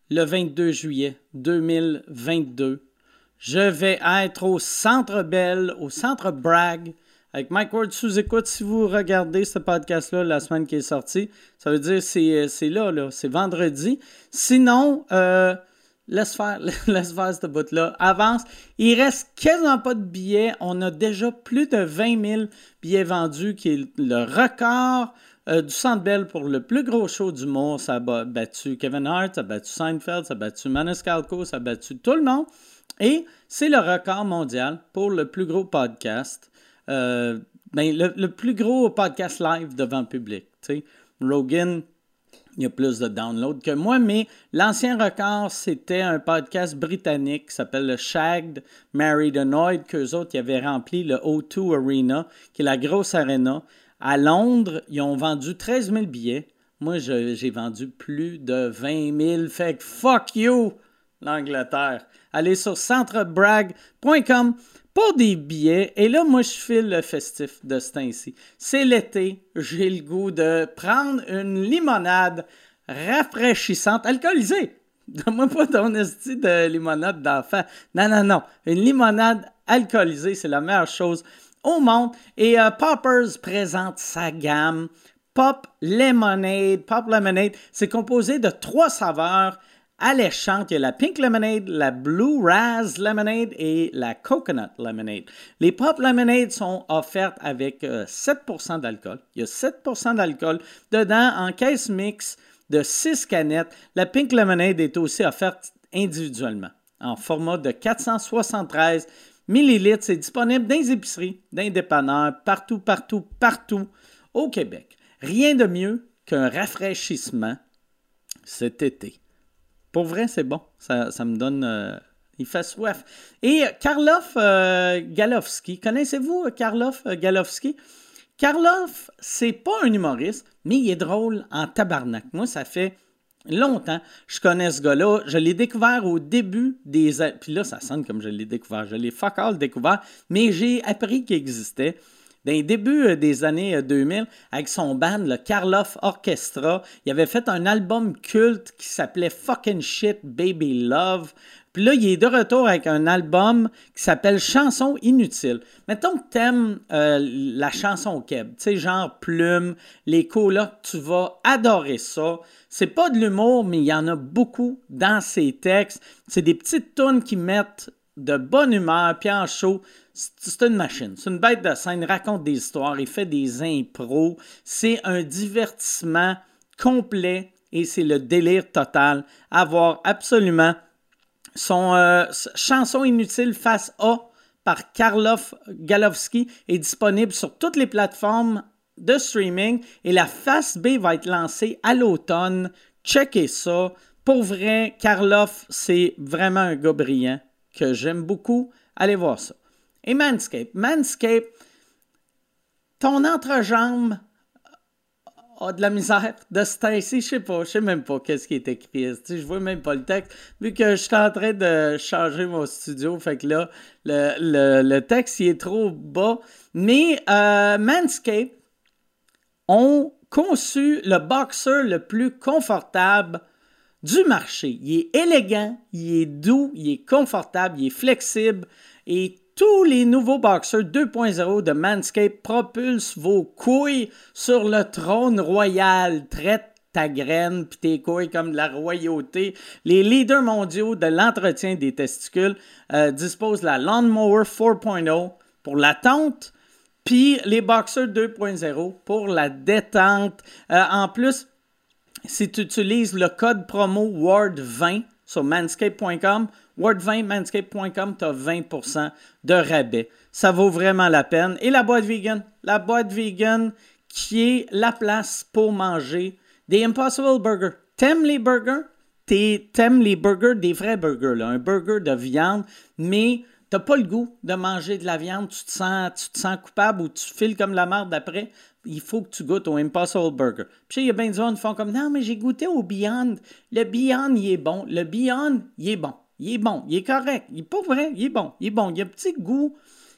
le 22 juillet 2022. Je vais être au Centre Bell, au Centre Bragg, avec Mike Ward sous écoute. Si vous regardez ce podcast-là la semaine qui est sortie, ça veut dire que c'est là, c'est vendredi. Sinon, laisse faire ce bout-là. Avance. Il reste quasiment pas de billets. On a déjà plus de 20 000 billets vendus, qui est le record du Centre Bell pour le plus gros show d'humour. Ça a battu Kevin Hart, ça a battu Seinfeld, ça a battu Maniscalco, ça a battu tout le monde. Et c'est le record mondial pour le plus gros podcast. Le plus gros podcast live devant le public. T'sais. Rogan, il y a plus de downloads que moi, mais l'ancien record, c'était un podcast britannique qui s'appelle le Shagged, Married Annoyed, qu'eux autres, ils avaient rempli le O2 Arena, qui est la grosse arena. À Londres, ils ont vendu 13 000 billets. Moi, j'ai vendu plus de 20 000. Fait que fuck you, l'Angleterre. Allez sur centrebragg.com pour des billets. Et là, moi, je file le festif de ce temps-ci. C'est l'été. J'ai le goût de prendre une limonade rafraîchissante, alcoolisée. Donne-moi pas ton esti de limonade d'enfant. Non. Une limonade alcoolisée, c'est la meilleure chose au monde. Et Poppers présente sa gamme Pop Lemonade. Pop Lemonade, c'est composé de 3 saveurs alléchantes. Il y a la Pink Lemonade, la Blue Raz Lemonade et la Coconut Lemonade. Les Pop Lemonade sont offertes avec 7% d'alcool. Il y a 7% d'alcool dedans en caisse mix de 6 canettes. La Pink Lemonade est aussi offerte individuellement en format de 473 millilitres. C'est disponible dans les épiceries, dans les dépanneurs, partout au Québec. Rien de mieux qu'un rafraîchissement cet été. Pour vrai, c'est bon. Ça me donne... il fait soif. Et Karloff Galofsky. Connaissez-vous Karloff Galofsky? Karloff, c'est pas un humoriste, mais il est drôle en tabarnak. Moi, ça fait longtemps que je connais ce gars-là. Je l'ai découvert au début des... Puis là, ça sonne comme je l'ai découvert. Je l'ai fuck all découvert, mais j'ai appris qu'il existait. Dans les débuts des années 2000, avec son band, le Karloff Orchestra, il avait fait un album culte qui s'appelait Fucking Shit Baby Love. Puis là, il est de retour avec un album qui s'appelle Chansons inutiles. Mettons que t'aimes la chanson keb, tu sais, genre Plume, les colocs, tu vas adorer ça. C'est pas de l'humour, mais il y en a beaucoup dans ses textes. C'est des petites tunes qui mettent de bonne humeur, puis en show, c'est une machine. C'est une bête de scène, il raconte des histoires, il fait des impros. C'est un divertissement complet et c'est le délire total. À voir absolument. Son chanson inutile face A par Karloff Galofsky est disponible sur toutes les plateformes de streaming et la face B va être lancée à l'automne. Checkez ça. Pour vrai, Karloff, c'est vraiment un gars brillant que j'aime beaucoup. Allez voir ça. Et Manscaped. Manscaped, ton entrejambe a de la misère de ce temps-ci. Je sais même pas qu'est-ce qui est écrit. Je vois même pas le texte. Vu que je suis en train de changer mon studio, fait que là, le texte, il est trop bas. Mais Manscaped ont conçu le boxer le plus confortable du marché. Il est élégant, il est doux, il est confortable, il est flexible et tous les nouveaux boxers 2.0 de Manscaped propulsent vos couilles sur le trône royal. Traite ta graine pis tes couilles comme de la royauté. Les leaders mondiaux de l'entretien des testicules disposent de la Lawnmower 4.0 pour la tonte, puis les boxers 2.0 pour la détente. En plus, si tu utilises le code promo WARD20 sur manscaped.com, WARD20, manscaped.com, tu as 20% de rabais. Ça vaut vraiment la peine. Et la boîte vegan. La boîte vegan qui est la place pour manger des Impossible Burgers. T'aimes les burgers? T'aimes les burgers, des vrais burgers, là. Un burger de viande, mais t'as pas le goût de manger de la viande. Tu te sens coupable ou tu files comme la merde après. Il faut que tu goûtes au Impossible Burger. Puis il y a bien des gens qui font comme « Non, mais j'ai goûté au Beyond. Le Beyond, il est bon. Le Beyond, il est bon. Il est bon. Il est correct. Il est pas vrai. Il est bon. Il est bon. Il a un petit goût.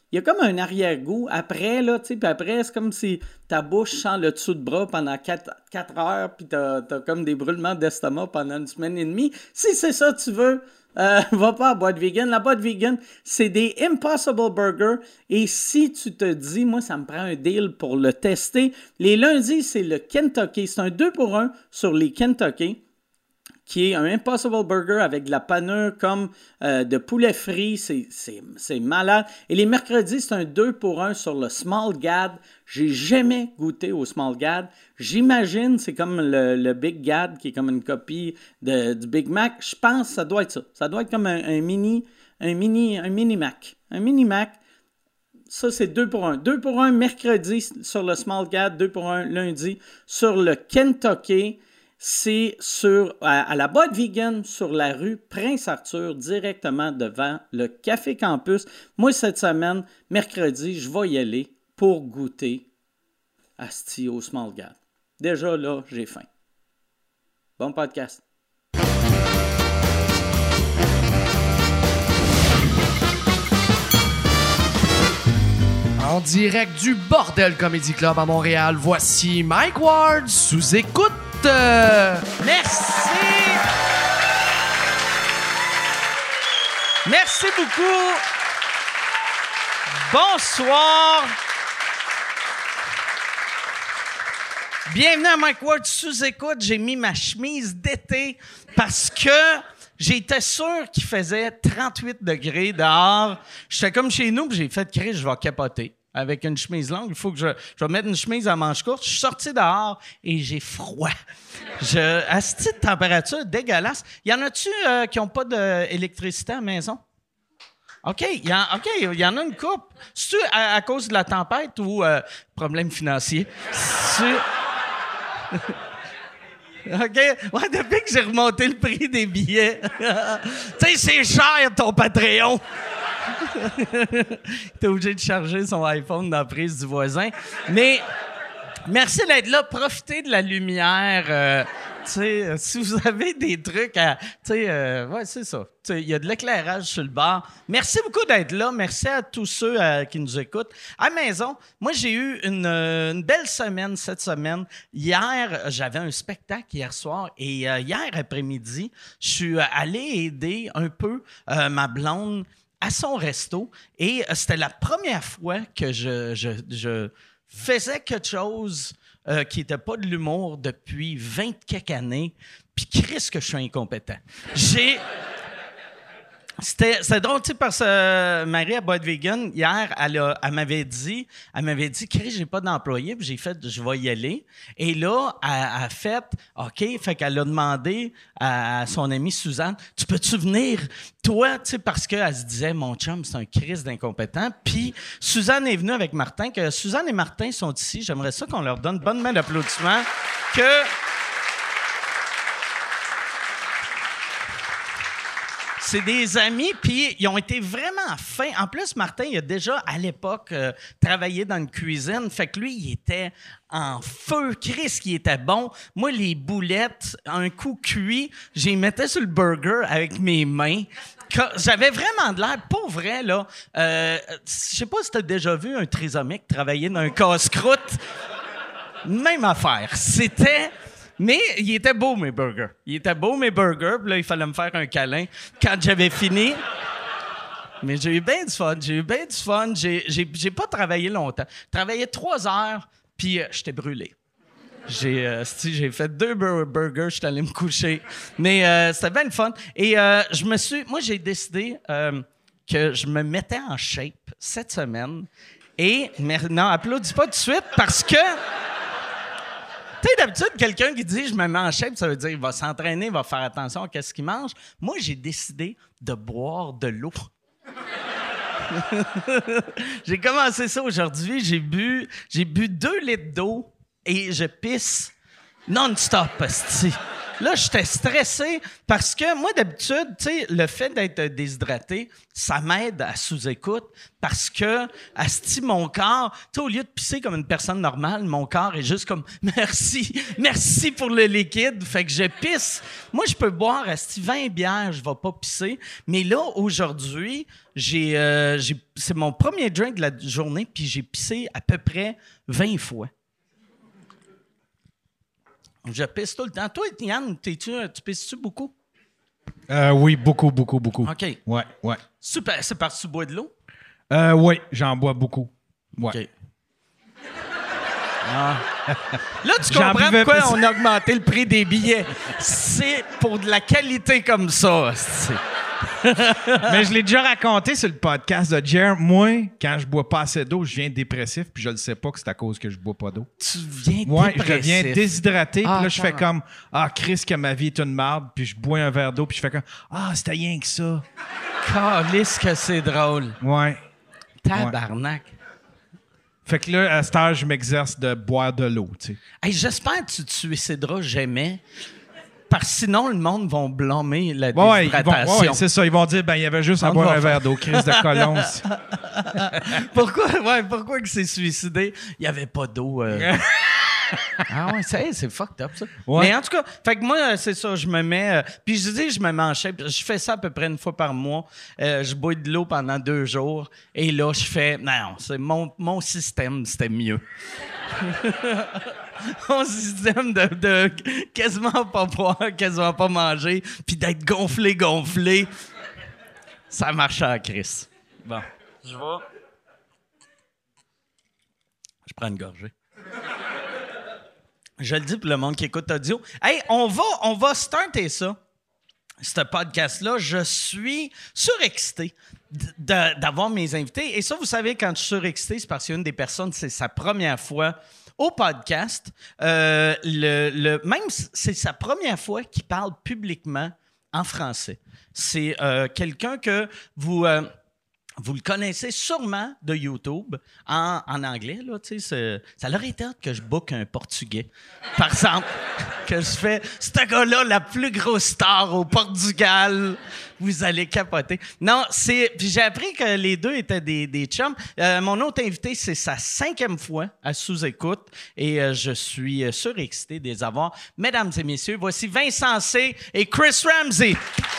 il y a comme un arrière-goût. Après, là, tu sais, puis après, c'est comme si ta bouche sent le dessous de bras pendant 4 heures, puis t'as comme des brûlements d'estomac pendant une semaine et demie. Si c'est ça que tu veux, va pas à boîte vegan. La boîte vegan, c'est des Impossible Burgers. Et si tu te dis, moi, ça me prend un deal pour le tester, les lundis, c'est le Kentucky. C'est un 2 pour 1 sur les Kentucky, qui est un Impossible Burger avec de la panure comme de poulet frit. C'est malade. Et les mercredis, c'est un 2 pour 1 sur le Small Gad. J'ai jamais goûté au Small Gad. J'imagine, c'est comme le Big Gad, qui est comme une copie du Big Mac. Je pense que ça doit être ça. Ça doit être comme un mini Mac. Un mini Mac. Ça, c'est 2 pour 1. 2 pour 1 mercredi sur le Small Gad, 2 pour 1 lundi sur le Kentucky. C'est à la boîte vegan sur la rue Prince-Arthur, directement devant le Café Campus. Moi, cette semaine, mercredi, je vais y aller pour goûter asti au Small Gad. Déjà là, j'ai faim. Bon podcast. En direct du Bordel Comedy Club à Montréal, voici Mike Ward sous écoute. Merci! Merci beaucoup. Bonsoir. Bienvenue à Mike Ward sous écoute. J'ai mis ma chemise d'été parce que j'étais sûr qu'il faisait 38 degrés dehors. J'étais comme chez nous, puis j'ai fait crier, je vais capoter. Avec une chemise longue, il faut que je vais mettre une chemise à manches courtes. Je suis sorti dehors et j'ai froid. À cette température dégueulasse. Y en a-tu qui n'ont pas d'électricité à la maison? OK, il y en a une couple. C'est-tu à cause de la tempête ou problème financier? OK. Ouais, depuis que j'ai remonté le prix des billets. Tu sais, c'est cher ton Patreon. T'es obligé de charger son iPhone dans la prise du voisin. Mais merci d'être là. Profitez de la lumière. Si vous avez des trucs à... ouais, c'est ça. Il y a de l'éclairage sur le bar. Merci beaucoup d'être là. Merci à tous ceux qui nous écoutent. À la maison, moi, j'ai eu une belle semaine cette semaine. Hier, j'avais un spectacle hier soir et hier après-midi, je suis allé aider un peu ma blonde à son resto et c'était la première fois que je faisais quelque chose qui n'était pas de l'humour depuis 20 quelques années, puis Christ que je suis incompétent. C'était drôle, tu sais, parce que Marie à Boîte Vegan, hier, elle m'avait dit, Chris, j'ai pas d'employé, puis j'ai fait, je vais y aller. Et là, elle a fait, OK, fait qu'elle a demandé à son amie Suzanne, tu peux-tu venir, toi, tu sais, parce qu'elle se disait, mon chum, c'est un Chris d'incompétent. Puis Suzanne est venue avec Martin, que Suzanne et Martin sont ici. J'aimerais ça qu'on leur donne une bonne main d'applaudissement. C'est des amis, puis ils ont été vraiment fins. En plus, Martin, il a déjà, à l'époque, travaillé dans une cuisine. Fait que lui, il était en feu. Chris, qui était bon. Moi, les boulettes, un coup cuit, j'y mettais sur le burger avec mes mains. J'avais vraiment de l'air, pour vrai, là. Je sais pas si t'as déjà vu un trisomique travailler dans un casse-croûte. Même affaire. Mais il était beau, mes burgers. Puis là, il fallait me faire un câlin quand j'avais fini. Mais j'ai eu bien du fun. J'ai pas travaillé longtemps. J'ai travaillé 3 heures, puis j'étais brûlé. J'ai fait 2 burgers, j'étais allé me coucher. Mais c'était bien le fun. Et moi, j'ai décidé que je me mettais en shape cette semaine. Non, applaudis pas tout de suite, parce que... Tu sais, d'habitude, quelqu'un qui dit « je me mets en shape », ça veut dire qu'il va s'entraîner, il va faire attention à ce qu'il mange. Moi, j'ai décidé de boire de l'eau. J'ai commencé ça aujourd'hui. J'ai bu 2 litres d'eau et je pisse non-stop, asti. Là, j'étais stressé parce que moi, d'habitude, tu sais, le fait d'être déshydraté, ça m'aide à sous-écoute parce que, asti, mon corps, tu sais, au lieu de pisser comme une personne normale, mon corps est juste comme merci pour le liquide. Fait que je pisse. Moi, je peux boire, asti, 20 bières, je vais pas pisser. Mais là, aujourd'hui, c'est mon premier drink de la journée, puis j'ai pissé à peu près 20 fois. Je pisse tout le temps. Toi, Yann, tu pisses-tu beaucoup? Oui, beaucoup. OK. Ouais. Super. C'est parce que tu bois de l'eau? Oui, j'en bois beaucoup. Ouais. OK. Ah. Là, tu comprends pourquoi on a augmenté le prix des billets. C'est pour de la qualité comme ça. Mais je l'ai déjà raconté sur le podcast de Jer. Moi, quand je bois pas assez d'eau, je viens dépressif, puis je le sais pas que c'est à cause que je bois pas d'eau. Tu viens dépressif. Ouais, je deviens déshydraté, puis là, je fais comme « Ah, Chris, que ma vie est une merde », puis je bois un verre d'eau, puis je fais comme « Ah, c'était rien que ça. » Calisse que c'est drôle. Ouais. Tabarnak. Fait que là, à cette heure, je m'exerce de boire de l'eau, tu sais. Hey, j'espère que tu te suicideras jamais. Parce que sinon, le monde va blâmer la déshydratation. Ouais, c'est ça. Ils vont dire, il y avait juste à boire un verre d'eau. Crise de colon. Pourquoi que c'est suicidé? Il n'y avait pas d'eau. Ah ouais, c'est fucked up, ça. Ouais. Mais en tout cas, fait que moi, c'est ça, je me mets... puis je dis, je me mets en shape. Je fais ça à peu près une fois par mois. Je bois de l'eau pendant 2 jours. Et là, je fais... Non, c'est mon système, c'était mieux. Mon système de quasiment pas boire, quasiment pas manger, puis d'être gonflé, ça marche à Chris. Bon, je prends une gorgée. Je le dis pour le monde qui écoute audio. Hey, on va starter ça. Ce podcast-là, je suis surexcité d'avoir mes invités. Et ça, vous savez, quand je suis surexcité, c'est parce qu'une des personnes, c'est sa première fois au podcast. Même c'est sa première fois qu'il parle publiquement en français. C'est quelqu'un que vous le connaissez sûrement de YouTube en anglais. Là, ça leur été hâte que je book un Portugais. Par exemple, que je fais « Ce gars-là, la plus grosse star au Portugal. Vous allez capoter. » Non, puis j'ai appris que les deux étaient des chums. Mon autre invité, c'est sa 5e fois à sous-écoute et je suis surexcité de les avoir. Mesdames et messieurs, voici Vincent C. et Chris Ramsey.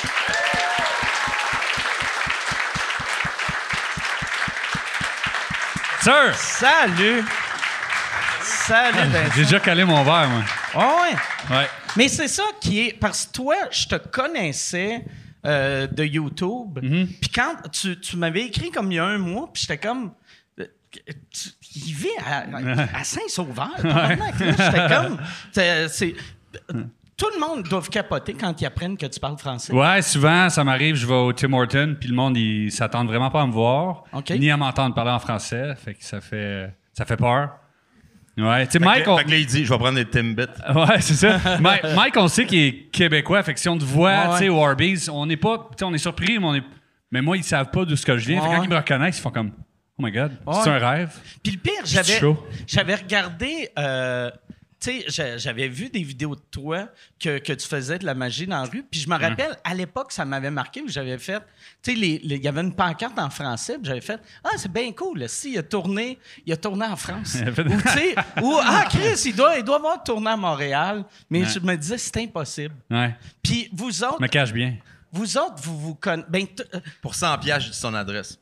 Sir! Salut, Vincent. J'ai déjà calé mon verre, moi. Oh, Ouais. Mais c'est ça qui est... Parce que toi, je te connaissais de YouTube. Puis quand tu m'avais écrit comme il y a 1 mois, puis j'étais comme... Il vit à Saint-Sauveur. J'étais comme... Tout le monde doit capoter quand ils apprennent que tu parles français. Ouais, souvent, ça m'arrive, je vais au Tim Hortons, puis le monde, il s'attend vraiment pas à me voir, ni à m'entendre parler en français. Fait que ça fait peur. Ouais, tu sais, Mike... Fait que là, il dit, je vais prendre des Timbits. Ouais, c'est ça. Mike, on sait qu'il est québécois, fait que si on te voit, tu sais, au Arby's, on n'est pas... Tu sais, on est surpris, mais moi, ils savent pas d'où ce que je viens. Fait que quand ils me reconnaissent, ils font comme... Oh my God, c'est un rêve. Puis le pire, j'avais regardé... tu sais, j'avais vu des vidéos de toi que tu faisais de la magie dans la rue. Puis je me rappelle, à l'époque, ça m'avait marqué. J'avais fait... Tu sais, il y avait une pancarte en français. Puis j'avais fait... Ah, c'est bien cool. Si, il a tourné en France. Chris, il doit avoir tourné à Montréal. Mais je me disais, c'est impossible. Ouais. Puis vous autres... Je me cache bien. Vous autres, vous connaissez... Pour 100 piastres, j'ai dit son adresse.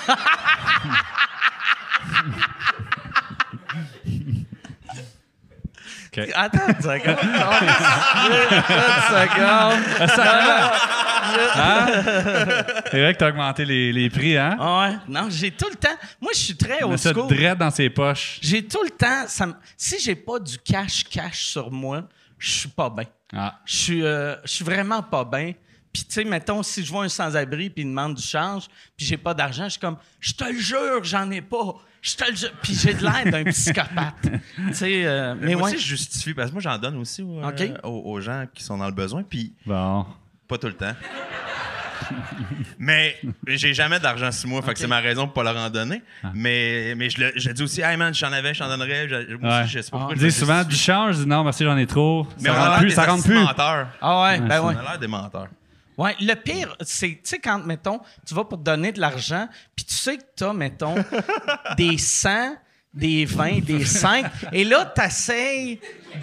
Okay. Attends une seconde. C'est vrai que t'as augmenté les prix, hein? Ouais. Non, j'ai tout le temps... Moi, je suis très old school. Ça drette dans ses poches. J'ai tout le temps... Si j'ai pas du cash sur moi, je suis pas bien. Ah. Je suis vraiment pas bien. Puis, tu sais, mettons, si je vois un sans-abri puis il demande du change, puis j'ai pas d'argent, je suis comme, je te le jure, j'en ai pas. Je te le jure. Puis j'ai de l'air d'un psychopathe. Tu sais, mais moi ouais. aussi, je justifie, parce que moi, j'en donne aussi aux gens qui sont dans le besoin, puis bon. Pas tout le temps. Mais j'ai jamais d'argent sur moi, fait que c'est ma raison pour pas leur en donner. Mais je dis aussi, hey man, j'en avais, je t'en donnerais. Moi aussi, je sais pas pourquoi. Je dis souvent du change, je dis non, merci, j'en ai trop. Mais Ça on a rentre l'air plus, des ça rentre plus. menteurs. Ah ouais, ben ouais. On a l'air des menteurs. Ouais, le pire, c'est, tu sais, quand, mettons, tu vas pour te donner de l'argent, puis tu sais que t'as, mettons, des 100, des 20, des 5, et là, t'essayes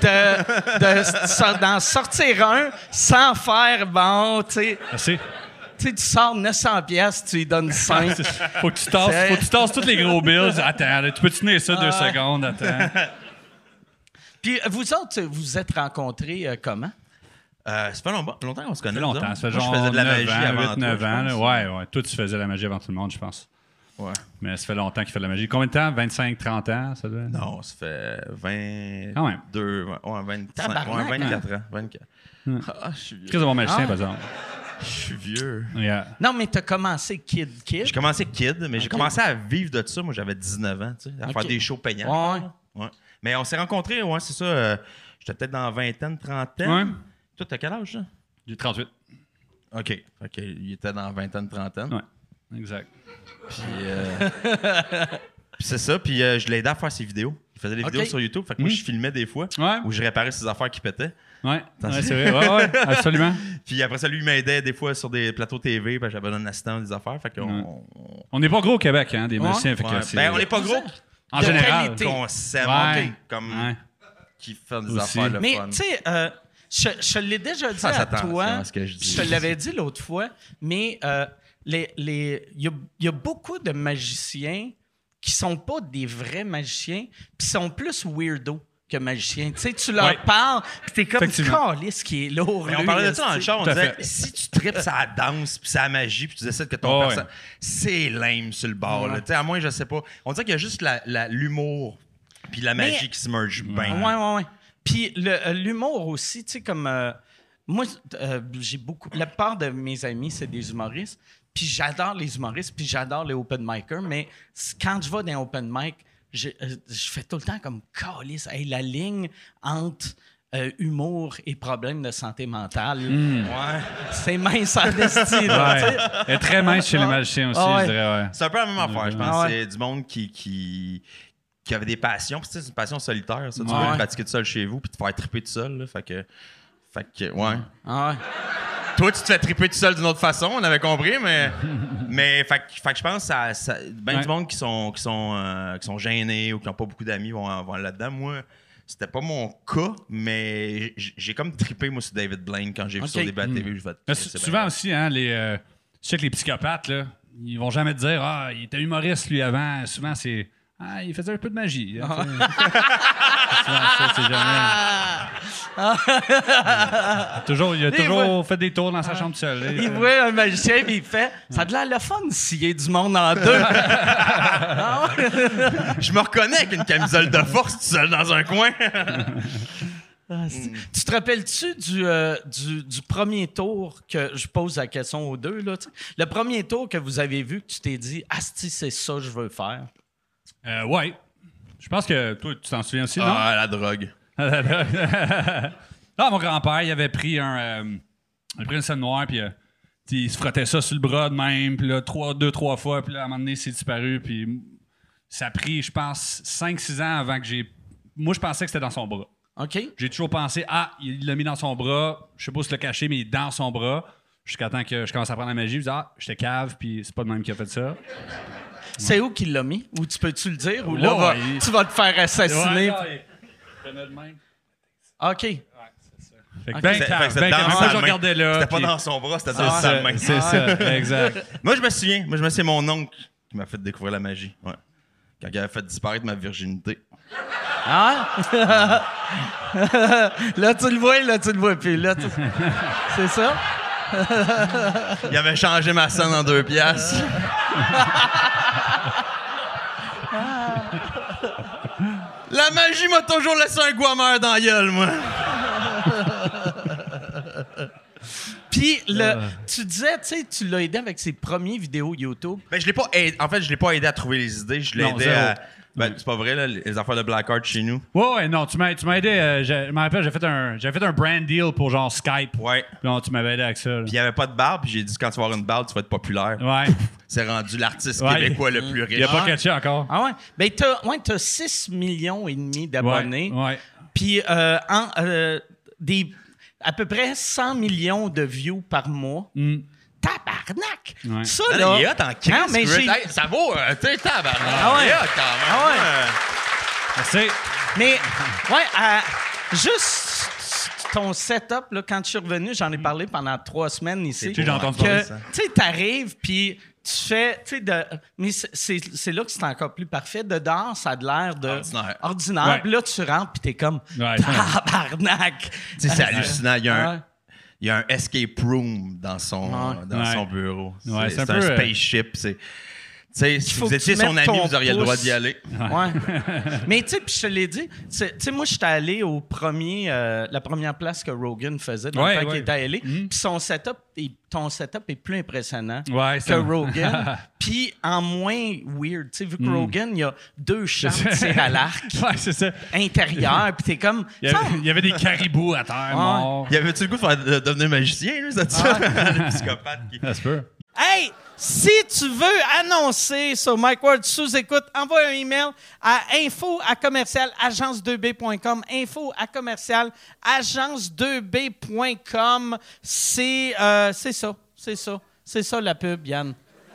d'en sortir un sans faire, bon, tu sais... Merci. Tu sais, tu sors 900 pièces, tu lui donnes 5. Faut que tu tasses tous les gros bills. Attends, là, tu peux tenir ça 2 secondes, attends. Puis vous autres, vous vous êtes rencontrés comment? Ça fait longtemps qu'on se connaît. Ça fait longtemps. Ça fait Moi, genre je faisais de la 9 magie ans, avant 8-9 toi, ans. je Là. pense. Ouais. Toi, tu faisais la magie avant tout le monde, je pense. Ouais. Mais ça fait longtemps qu'il fait de la magie. Combien de temps? 25-30 ans, ça doit? Non, ça fait 22... Quand même. Ouais, 25... Tabarnak, Ouais, 24 ans. 24. Ah, je suis vieux. Très bon magicien, par exemple. Je suis vieux. Yeah. Non, mais t'as commencé kid. J'ai commencé kid, mais j'ai commencé à vivre de ça. Moi, j'avais 19 ans, tu sais, à faire des shows payants. Ouais. Ouais. Mais on s'est rencontrés, ouais, c'est ça. J'étais peut-être dans la vingtaine, trentaine. Ouais. Toi, t'as quel âge, ça? J'ai 38. OK. Fait qu'il était dans la vingtaine, trentaine. Ouais, exact. Puis, puis c'est ça. Puis je l'ai aidé à faire ses vidéos. Il faisait des vidéos sur YouTube. Fait que moi, je filmais des fois Ouais. où je réparais ses affaires qui pétaient. Ouais, c'est vrai. Ouais, absolument. Puis après ça, lui, il m'aidait des fois sur des plateaux TV. Puis j'avais un assistant des affaires. Fait qu'on... On n'est pas gros au Québec, hein, des magiciens. Fait que Ouais. c'est- Ben, on n'est pas gros. En de général. qualité. Qu'on s'aime, Ouais. OK, comme Ouais. qui fait des Aussi. affaires le Mais fun. tu sais, je l'ai déjà dit Fasse à attention toi. à ce que je dis. Je te l'avais dit l'autre fois, mais il y a beaucoup de magiciens qui sont pas des vrais magiciens, puis sont plus weirdo que magiciens. Tu sais, tu leur Ouais. parles, puis t'es comme Effectivement. calice qui est lourd. Mais on lui, parlait de ça dans le esti. show, on Tout à disait fait. si tu tripes sa danse puis sa magie puis tu décides que ton Oh, personnage c'est lame sur le bord là. Tu sais, à moins je sais pas, on dirait qu'il y a juste l'humour puis la magie Mais- qui se merge bien. Ouais. Puis l'humour aussi, tu sais, comme... moi, j'ai beaucoup... La plupart de mes amis, c'est des humoristes. Puis j'adore les humoristes, puis j'adore les open micers. Mais quand je vais dans un open mic, je fais tout le temps comme calice. Hey, la ligne entre humour et problème de santé mentale, Ouais. c'est mince en esti, là, Ouais. tu sais. Elle est très mince chez les magiciens aussi, Ah ouais. je dirais. Ouais. C'est un peu la même affaire, je pense. Ah ouais. C'est du monde qui avait des passions. Puis, tu sais, c'est une passion solitaire, ça. Tu Ouais. veux le pratiquer tout seul chez vous puis te faire triper tout seul. Là. Fait que, ouais. Ah ouais. Toi, tu te fais triper tout seul d'une autre façon, on avait compris, mais fait que je pense que ben du monde qui sont gênés ou qui n'ont pas beaucoup d'amis vont aller là-dedans. C'était pas mon cas, mais j'ai comme trippé, moi, sur David Blaine quand j'ai vu ça au début à la TV. J'ai fait, Mais c'est souvent bien. aussi, hein, je sais que les psychopathes, là, ils vont jamais te dire « Ah, il était humoriste, lui, avant. » Souvent, c'est « Ah, il faisait un peu de magie. Hein, tu sais. Souvent, ça, c'est jamais... Il a toujours fait des tours dans sa chambre seule. Il voit un magicien, puis il fait « Ça a de l'air le fun s'il y a du monde en deux. » Je me reconnais avec une camisole de force tout seul dans un coin. Tu te rappelles-tu du premier tour que je pose la question aux deux? Là, tu sais? Le premier tour que vous avez vu, que tu t'es dit « Asti, c'est ça que je veux faire. » Ouais. Je pense que toi, tu t'en souviens aussi, non? Ah, la drogue. Non, mon grand-père, il avait pris une scène noire, puis il se frottait ça sur le bras de même, puis là, 2-3 fois, puis là, à un moment donné, c'est disparu, puis ça a pris, je pense, 5-6 ans avant que j'ai... Moi, je pensais que c'était dans son bras. OK? J'ai toujours pensé, il l'a mis dans son bras, je sais pas si le cacher, mais il est dans son bras, jusqu'à temps que je commence à prendre la magie, je dis, j'étais cave, puis c'est pas le même qui a fait ça. C'est où qu'il l'a mis? Ou tu peux-tu le dire? Ou Ouais, là, il- tu vas te faire assassiner? OK. Fait que Ok. ben Fait que cave, c'était ben dans cave. sa Moi, je main. regardais là. C'était pas puis- dans son bras, c'était C'est dans sa ça, main. c'est ça, exact. Moi, je me souviens, c'est mon oncle qui m'a fait découvrir la magie. Ouais. Quand il avait fait disparaître ma virginité. Ah? Là, tu le vois plus. Là, c'est ça? Il avait changé ma scène en 2 piastres. La magie m'a toujours laissé un goût-amer dans la gueule, moi. Puis, tu disais, tu sais, tu l'as aidé avec ses premières vidéos YouTube. Ben, je l'ai pas aidé. En fait, je l'ai pas aidé à trouver les idées. Je l'ai Non, aidé zéro. à. Ben, c'est pas vrai, là, les affaires de Blackheart chez nous. Ouais, non, tu m'as aidé. Je me rappelle, j'ai fait un brand deal pour genre Skype. Ouais. Puis non, tu m'avais aidé avec ça. Là. Puis il n'y avait pas de barbe, puis j'ai dit quand tu vas avoir une barbe, tu vas être populaire. Ouais. C'est rendu l'artiste Ouais. québécois le plus Il riche. n'y a pas catché encore. Ah ouais? Ben, t'as 6 millions et demi d'abonnés. Ouais. Puis à peu près 100 millions de views par mois. Tabarnak! Ouais. Ça, Non, là... il est hot en crise, Non, mais Chris. j'ai- Hey, ça vaut, tu sais, tabarnak. Ah ouais. Il est hot quand même. Ah ouais. Merci. Mais, ouais, juste ton setup, là, quand je suis revenu, j'en ai parlé pendant 3 semaines ici. J'ai entendu Que, parler de ça. tu sais, t'arrives, puis tu fais, tu sais, mais c'est là que c'est encore plus parfait. De dehors, ça a de l'air de ordinaire. Ouais. Puis là, tu rentres, puis t'es comme, Ouais, tabarnak! Tu sais, c'est hallucinant. Ouais. Il y a un escape room dans son bureau. Ouais, C'est c'est un un peu, spaceship. Tu sais, si faut vous que étiez tu son mettes ami, ton vous auriez le droit pouce. d'y aller. Ouais. Mais tu sais, puis je te l'ai dit, tu sais, moi, j'étais allé au premier, la première place que Rogan faisait dans le temps qu'il était allé. Puis ton setup est plus impressionnant Ouais, que c'est Rogan. Puis en moins weird. Tu sais, vu que Rogan, il y a 2 champs de tir à l'arc Ouais, c'est ça. intérieur. Puis t'es comme... Il y avait des caribous à terre, morts. Y avait-tu le goût de devenir magicien, lui, c'est ça? Le psychopathe qui... Ça se peut. Hey, si tu veux annoncer sur Mike Ward sous-écoute, envoie un email à info@agence2b.com. Info@agence2b.com. C'est ça. C'est ça la pub, Yann.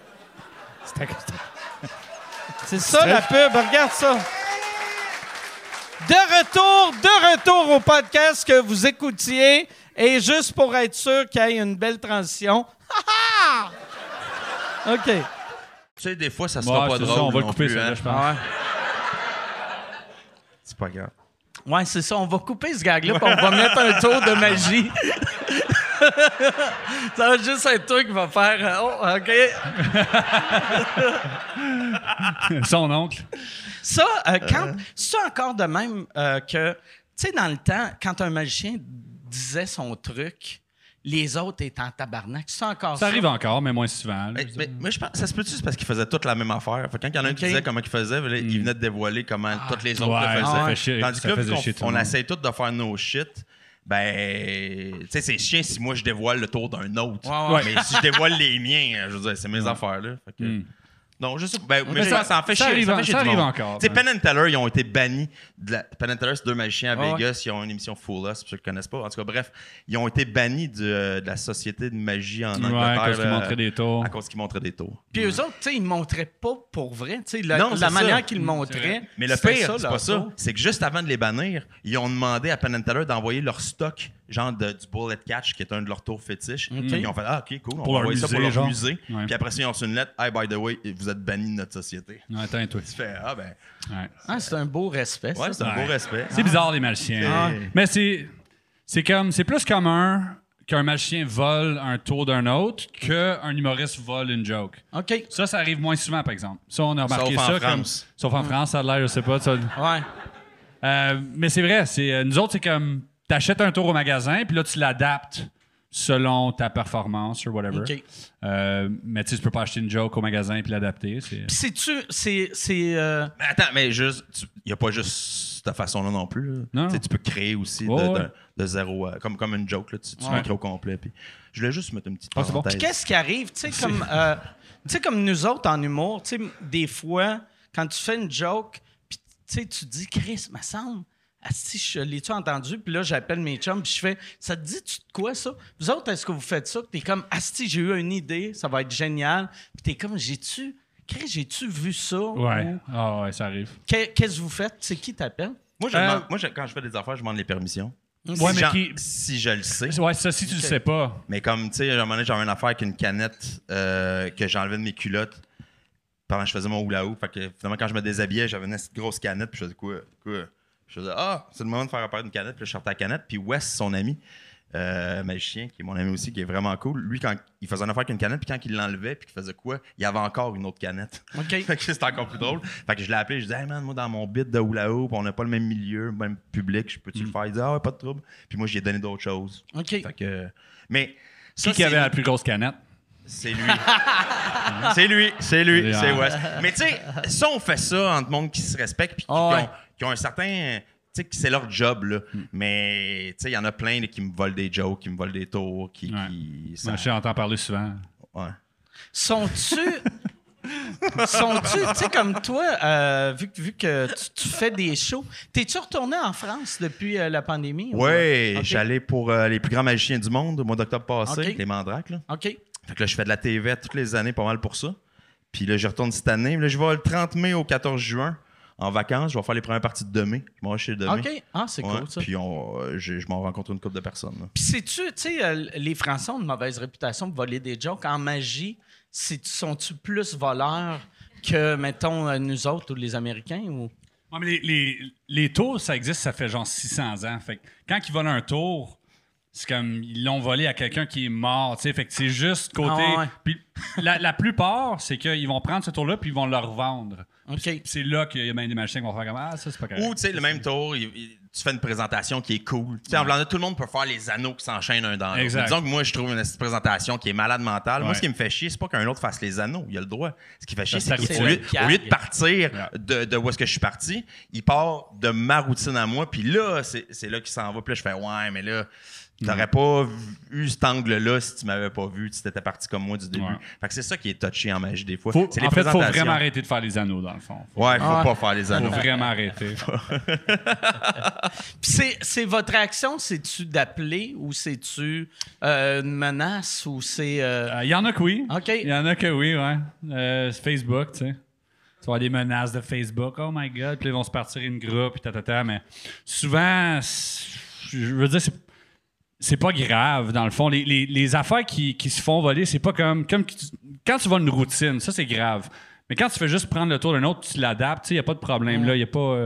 C'est ça la pub. Regarde ça. De retour au podcast que vous écoutiez. Et juste pour être sûr qu'il y ait une belle transition. OK. Tu sais, des fois, ça sera pas c'est drôle. ça, on va le non couper, plus, ça, hein. là, je pense. C'est pas grave. Ouais, c'est ça. On va couper ce gag-là, puis on va mettre un tour de magie. Ça va juste être toi qui va faire... oh, OK. Son oncle. Ça, c'est encore de même que... Tu sais, dans le temps, quand un magicien disait son truc, les autres étaient en tabarnak. C'est encore ça? Ça arrive encore, mais moins souvent. là. Mais je pense, ça se peut-tu, c'est parce qu'ils faisaient toutes la même affaire. Fait que quand il y en a un qui disait comment il faisait, là, il venait de dévoiler comment toutes les autres Ouais, le ça faisaient. fait chier- Tandis ça que là, faisait vu chier tout qu'on le monde. essaye tous de faire nos shit, ben, tu sais, c'est chiant si moi je dévoile le tour d'un autre. Ouais. Mais si je dévoile les miens, je veux dire, c'est mes affaires, là. Fait que, non, je sais pas. Ben, mais je pense que ça en fait ça chier. arrive- Ça fait chier ça du arrive monde. encore, Tu sais, ouais. Penn and Teller, ils ont été bannis. Penn and Teller, c'est 2 magiciens à Ouais. Vegas. Ils ont une émission Fool Us, pour ceux qui ne connaissent pas. En tout cas, bref, ils ont été bannis de la société de magie en Angleterre. à cause qu'ils montraient des tours. À cause qu'ils montraient des tours. Puis eux autres, tu sais, ils ne montraient pas pour vrai. Tu sais, Non, la c'est manière ça. qu'ils le montraient. Mais le c'était pire, c'est leur pas ça. tour. C'est que juste avant de les bannir, ils ont demandé à Penn and Teller d'envoyer leur stock, genre du Bullet Catch, qui est un de leurs tours fétiches. Ils ont fait OK, cool, on Pour va leur envoyer ça pour musée, leur genre. musée. Ouais. Puis après ça, ils ont reçu une lettre. Hey, by the way, vous êtes bannis de notre société. Ouais, attends, toi. Tu fais ben. Ouais. Ah, c'est un beau respect. Ouais, ça. c'est un beau respect. C'est bizarre, les magiciens. Mais c'est plus commun qu'un magicien vole un tour d'un autre qu'un humoriste vole une joke. OK. Ça arrive moins souvent, par exemple. Ça, on a remarqué Sauf en ça. France. Sauf en France, ça a l'air, je sais pas. Ça. Ouais. Mais c'est vrai, nous autres, c'est comme t'achètes un tour au magasin, puis là, tu l'adaptes selon ta performance ou whatever. OK. Mais tu sais, tu peux pas acheter une joke au magasin puis l'adapter. Puis c'est Mais attends, mais juste, il n'y a pas juste cette façon-là non plus. Là. Non. Tu sais, tu peux créer aussi Ouais. de zéro, comme une joke. Là. Tu l'écris au complet. Puis je voulais juste mettre une petite c'est bon. parenthèse. Qu'est-ce qui arrive? Tu sais, comme nous autres en humour, tu sais, des fois, quand tu fais une joke, puis tu sais, tu dis, Chris, me semble, asti, je l'ai-tu entendu? Puis là, j'appelle mes chums, puis je fais, ça te dit-tu de quoi, ça? Vous autres, est-ce que vous faites ça? Puis t'es comme, asti, j'ai eu une idée, ça va être génial. Puis t'es comme, j'ai-tu vu ça? Ouais. Ou- Ouais, ça arrive. Qu'est-ce que vous faites? C'est qui t'appelle? Moi, quand je fais des affaires, je demande les permissions. Ouais, mais Si je le sais. Ouais, ça, si tu le sais pas. Mais comme, tu sais, à un moment donné, j'avais une affaire avec une canette que j'enlevais de mes culottes pendant que je faisais mon hula-hoop. Fait que finalement, quand je me déshabillais, j'avais une grosse canette, puis je faisais quoi? Je faisais, c'est le moment de faire apparaître une canette, puis je sortais la canette. Puis Wes, son ami, magicien, qui est mon ami aussi, qui est vraiment cool, lui, quand il faisait une affaire avec une canette, puis quand il l'enlevait, puis qu'il faisait quoi? Il y avait encore une autre canette. OK. Fait que c'était encore plus drôle. Fait que je l'ai appelé, je disais, hey man, moi, dans mon bit de hula-hoop, on n'a pas le même milieu, le même public, je peux-tu le faire? Il disait, ah ouais, pas de trouble. Puis moi, j'ai donné d'autres choses. OK. Fait que. Mais. Ça, Qui avait la plus grosse canette? C'est lui. C'est lui, Yeah. c'est West. Mais tu sais, ça, on fait ça entre monde qui se respecte puis qui ont un certain... Tu sais, c'est leur job, là. Mais, tu sais, il y en a plein là, qui me volent des jokes, qui me volent des tours, Moi, j'entends parler souvent. Ouais. Sont-tu, tu sais, comme toi, vu que tu fais des shows, t'es-tu retourné en France depuis la pandémie? Oui, OK. j'allais pour les plus grands magiciens du monde au mois d'octobre passé, OK. les Mandraques, là. OK. Fait que là, je fais de la TV toutes les années, pas mal pour ça. Puis là, je retourne cette année. Là, je vais le 30 mai au 14 juin en vacances. Je vais faire les premières parties de Demé. Je m'en vais chez Demé. OK. Ah, c'est Ouais, cool, ça. Puis je m'en rencontre une couple de personnes. Là. Puis sais-tu, les Français ont une mauvaise réputation pour voler des jokes. En magie, sont-tu plus voleurs que, mettons, nous autres ou les Américains? Ou... Ouais, mais les tours, ça existe, ça fait genre 600 ans. Fait que quand ils volent un tour, c'est comme ils l'ont volé à quelqu'un qui est mort, tu sais. Fait que c'est juste côté. Ah ouais. Puis la plupart, c'est qu'ils vont prendre ce tour-là puis ils vont le revendre. OK. Puis c'est là qu'il y a même des machins qui vont faire comme ça c'est pas correct. Ou, tu sais, le même tour, tu fais une présentation qui est cool. Tu sais, en blanc, tout le monde peut faire les anneaux qui s'enchaînent un dans l'autre. Exact. Disons que moi, je trouve une présentation qui est malade mentale. Moi, Ouais. ce qui me fait chier, c'est pas qu'un autre fasse les anneaux. Il a le droit. Ce qui fait chier, Ça, c'est c'est qu'au le lieu, gag. au lieu de partir de où est-ce que je suis parti, il part de ma routine à moi. Puis là, c'est là qu'il s'en va. Puis là, je fais, ouais, mais là, t'aurais pas eu cet angle-là si tu m'avais pas vu, si t'étais parti comme moi du début. Ouais. Fait que c'est ça qui est touché en magie des fois. En C'est les fait, il faut présentations. vraiment arrêter de faire les anneaux, dans le fond. Ouais, faut pas faire les Faut anneaux. vraiment arrêter. Puis c'est votre réaction, c'est-tu d'appeler ou c'est-tu une menace ou c'est... Il y en a que oui. OK. Il y en a que oui, ouais. C'est Facebook, tu sais. Tu vas avoir des menaces de Facebook. Oh my God. Puis là, ils vont se partir une groupe, puis Mais souvent, je veux dire, c'est pas grave, dans le fond. Les affaires qui se font voler, c'est pas comme quand tu vois une routine, ça, c'est grave. Mais quand tu fais juste prendre le tour d'un autre, tu l'adaptes, il n'y a pas de problème là. Il n'y a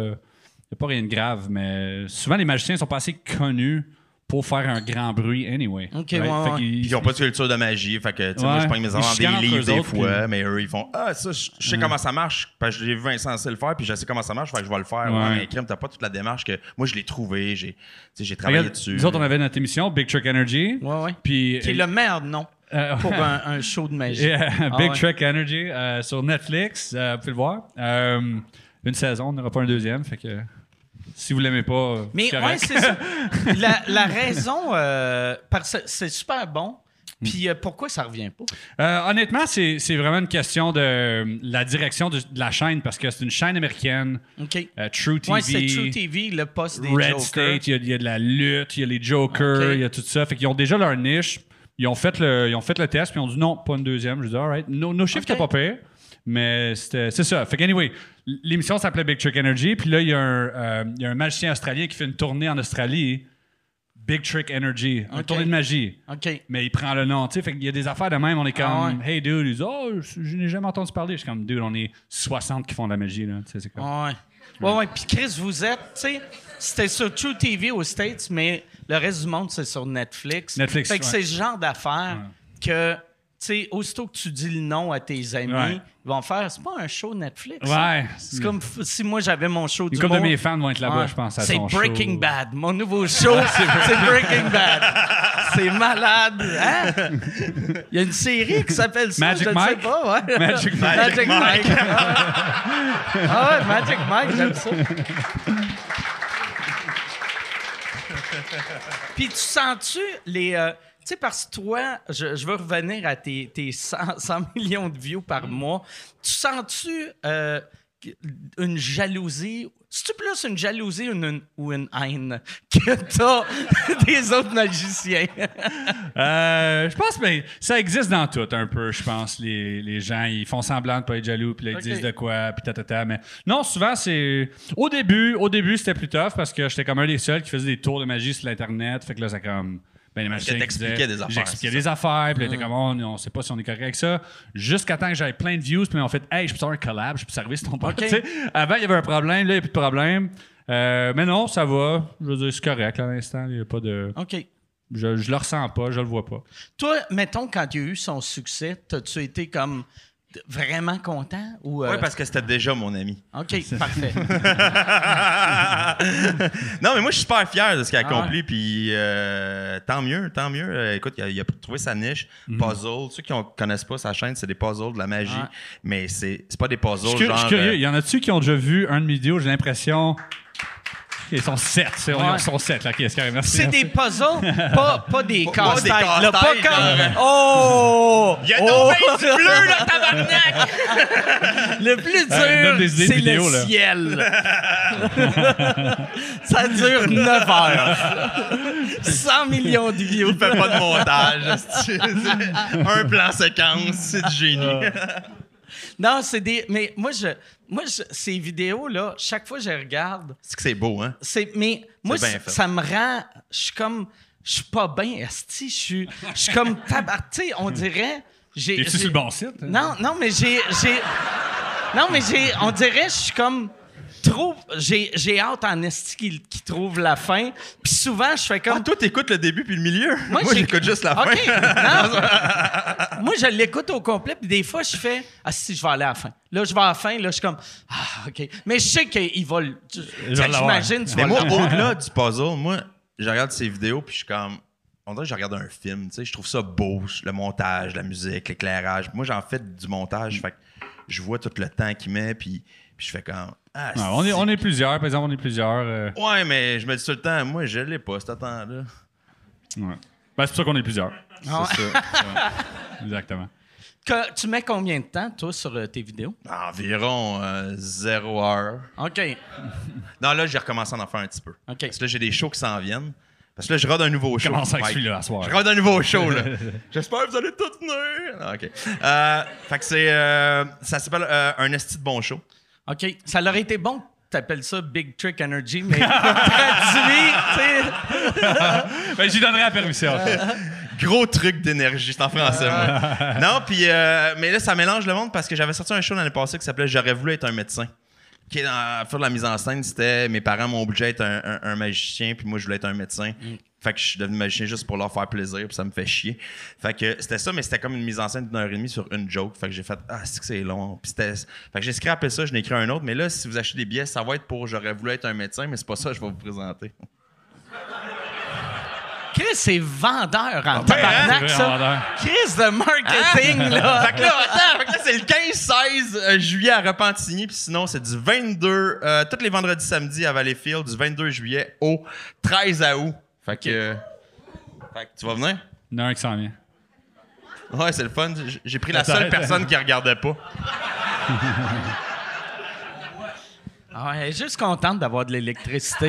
pas rien de grave. Mais souvent, les magiciens sont pas assez connus pour faire un grand bruit anyway. OK, Right? ouais, Fait ouais. qu'ils- Ils n'ont pas de culture de magie. Fait que, tu sais, moi, Ouais. je prends mes Ils enfants chicanent des entre livres eux des autres, fois, puis- mais eux, ils font ça, je sais comment ça marche. Parce que j'ai vu Vincent le faire, puis je sais comment ça marche, fait que je vais le faire. Ouais. Ouais, mais crème, t'as pas toute la démarche que moi, je l'ai trouvé, j'ai travaillé Regarde, dessus. nous autres, on avait notre émission Big Trick Energy. Ouais, ouais. Puis, Qui est le meilleur nom pour ouais. un show de magie. Yeah, Ah Big ouais. Trick Energy sur Netflix. Vous pouvez le voir. Une saison, on n'aura pas un deuxième. Fait que si vous l'aimez pas, Mais c'est ouais, correct. c'est ça. La raison, parce que c'est super bon. Puis pourquoi ça revient pas? Honnêtement, c'est vraiment une question de la direction de la chaîne parce que c'est une chaîne américaine. OK. True TV. Ouais, c'est True TV, le poste des Red Jokers. State, il y a de la lutte, il y a les Jokers, OK. il y a tout ça. Fait qu'ils ont déjà leur niche. Ils ont fait le test, puis ils ont dit non, pas une deuxième. Je dis, all right. Nos chiffres OK. étaient pas pires, mais c'est ça. Fait que, anyway, l'émission s'appelait Big Trick Energy, puis là, il y a un magicien australien qui fait une tournée en Australie, Big Trick Energy, une OK. tournée de magie. OK. Mais il prend le nom, tu sais. Fait qu'il y a des affaires de même, on est comme, Ah ouais. hey dude, ils disent, oh, je n'ai jamais entendu parler. Je suis comme, dude, on est 60 qui font de la magie, là. Tu sais, c'est comme. Ouais. Ouais. Puis Chris, vous êtes, tu sais, c'était sur True TV aux States, mais le reste du monde, c'est sur Netflix. Netflix, Fait que ouais. c'est ce genre d'affaires que, tu sais, aussitôt que tu dis le nom à tes amis, Ouais. ils vont faire, c'est pas un show Netflix. Ouais. C'est comme si moi j'avais mon show Une du couple de mes fans vont être là-bas, je pense, à C'est son Breaking show. Bad. Mon nouveau show, c'est Breaking Bad. C'est malade. Hein? Il y a une série qui s'appelle ça. Magic je ne sais Mike? pas. Ouais. Magic Mike. Magic Mike. Ah ouais, Magic Mike, j'aime ça. Puis tu sens-tu les... tu sais, parce que toi, je veux revenir à tes 100 millions de views par mois. Tu sens-tu une jalousie? C'est-tu plus une jalousie ou une haine que t'as des autres magiciens? Je pense que ça existe dans tout un peu, je pense. Les gens, ils font semblant de pas être jaloux, puis là, ils Ok. disent de quoi, puis tatata. Mais non, souvent, c'est... Au début, c'était plus tough parce que j'étais comme un des seuls qui faisait des tours de magie sur l'Internet. Fait que là, c'est comme... Ben, les magiciens qui t'expliquais disaient- des affaires, J'expliquais c'est des affaires, puis là, t'es comme, on sait pas si on est correct avec ça. Jusqu'à temps que j'avais plein de views, puis on fait, hey, je peux avoir un collab, je peux servir sur ton pote. Ok. Tu sais, avant, il y avait un problème, là, il n'y a plus de problème. Mais non, ça va. Je veux dire, c'est correct, là, à l'instant. Il n'y a pas de... OK. Je le ressens pas, je le vois pas. Toi, mettons, quand il y a eu son succès, t'as-tu été comme... vraiment content? Ou, Oui, parce que c'était déjà mon ami. OK, parfait. Non, mais moi, je suis super fier de ce qu'il a accompli, ouais. puis tant mieux. Écoute, il a trouvé sa niche. Puzzle. Ceux qui ne connaissent pas sa chaîne, c'est des puzzles, de la magie. Ouais. Mais c'est pas des puzzles Je genre... suis curieux. Il y en a-tu qui ont déjà vu un de mes vidéos? J'ai l'impression... Ils sont 7. Ils sont 7, là. OK, c'est merci. C'est des puzzles, pas des casse-têtes. des Là, pas casse-têtes, comme... Oh! Il y a donc bien du bleu, là, tabarnak! Le plus donne des dur, idées c'est de vidéos, le là. ciel. Ça dure 9 heures. 100 millions de views. Il fait pas de montage. C'est un plan séquence, c'est du génie. Non, c'est des... Mais moi, ces vidéos-là, chaque fois que je les regarde... C'est que c'est beau, hein? Mais moi, C'est bien fait. ça me rend... Je suis comme... Je suis pas bien, esti. Je suis comme... Tu sais, on dirait... Es-tu sur le bon site? Non, mais j'ai... Non, mais on dirait, je suis comme... Trop... J'ai hâte en esti qu'il trouve la fin. Puis souvent, je fais comme... Ah, toi, t'écoutes le début puis le milieu? Moi, j'ai- j'écoute juste la OK, fin. non. Moi, je l'écoute au complet, puis des fois, je fais « Ah, si, je vais aller à la fin. » Là, je vais à la fin, là, je suis comme « Ah, OK. » Mais je sais qu'il va le... J'imagine tu Mais vas moi, l'avoir. au-delà du puzzle, moi, je regarde ces vidéos puis je suis comme... On dirait que je regarde un film, tu sais. Je trouve ça beau, le montage, la musique, l'éclairage. Moi, j'en fais du montage, fait que je vois tout le temps qu'il met, puis je fais comme... Ah, Ouais, on est plusieurs, par exemple, on est plusieurs. Ouais, mais je me dis tout le temps, moi, je l'ai pas, cet temps-là. Ouais. Ben, c'est pour ça qu'on est plusieurs. Ah ouais. C'est ça. Ouais. Exactement. Tu mets combien de temps, toi, sur tes vidéos? Environ 0 heure. OK. Non, là, j'ai recommencé à en faire un petit peu. OK. Parce que là, j'ai des shows qui s'en viennent. Parce que là, je rode un nouveau show. Commence avec Mike. celui-là, à soir. Je rode un nouveau show, là. J'espère que vous allez tous venir. Non, OK. Fait que c'est... ça s'appelle Un esti de bon show. OK. Ça aurait été bon que t'appelles ça Big Trick Energy, mais traduit, tu sais... Ben, j'y donnerai la permission. Gros truc d'énergie, c'est en français, moi. Non, puis... mais là, ça mélange le monde parce que j'avais sorti un show l'année passée qui s'appelait « J'aurais voulu être un médecin ». Qui est dans faire de la mise en scène, c'était mes parents m'ont obligé à être un magicien, puis moi je voulais être un médecin. Fait que je suis devenu magicien juste pour leur faire plaisir, puis ça me fait chier. Fait que c'était ça, mais c'était comme une mise en scène d'une heure et demie sur une joke. Fait que j'ai fait c'est que c'est long. Puis fait que j'ai scrappé ça, je n'ai écrit un autre, mais là, si vous achetez des billets, ça va être pour j'aurais voulu être un médecin, mais c'est pas ça que je vais vous présenter. Chris, c'est vendeur en C'est tabarnak, vrai, ça. vendeur. Chris de marketing, là. Fait que là, attends, fait que là, c'est le 15-16 juillet à Repentigny, puis sinon, c'est du 22, tous les vendredis samedis à Valleyfield, du 22 juillet au 13 août. Fait que tu vas venir? Il y en a un qui s'en vient. Ouais, c'est le fun. J'ai pris la seule personne qui regardait pas. Ah ouais, elle est juste contente d'avoir de l'électricité. OK,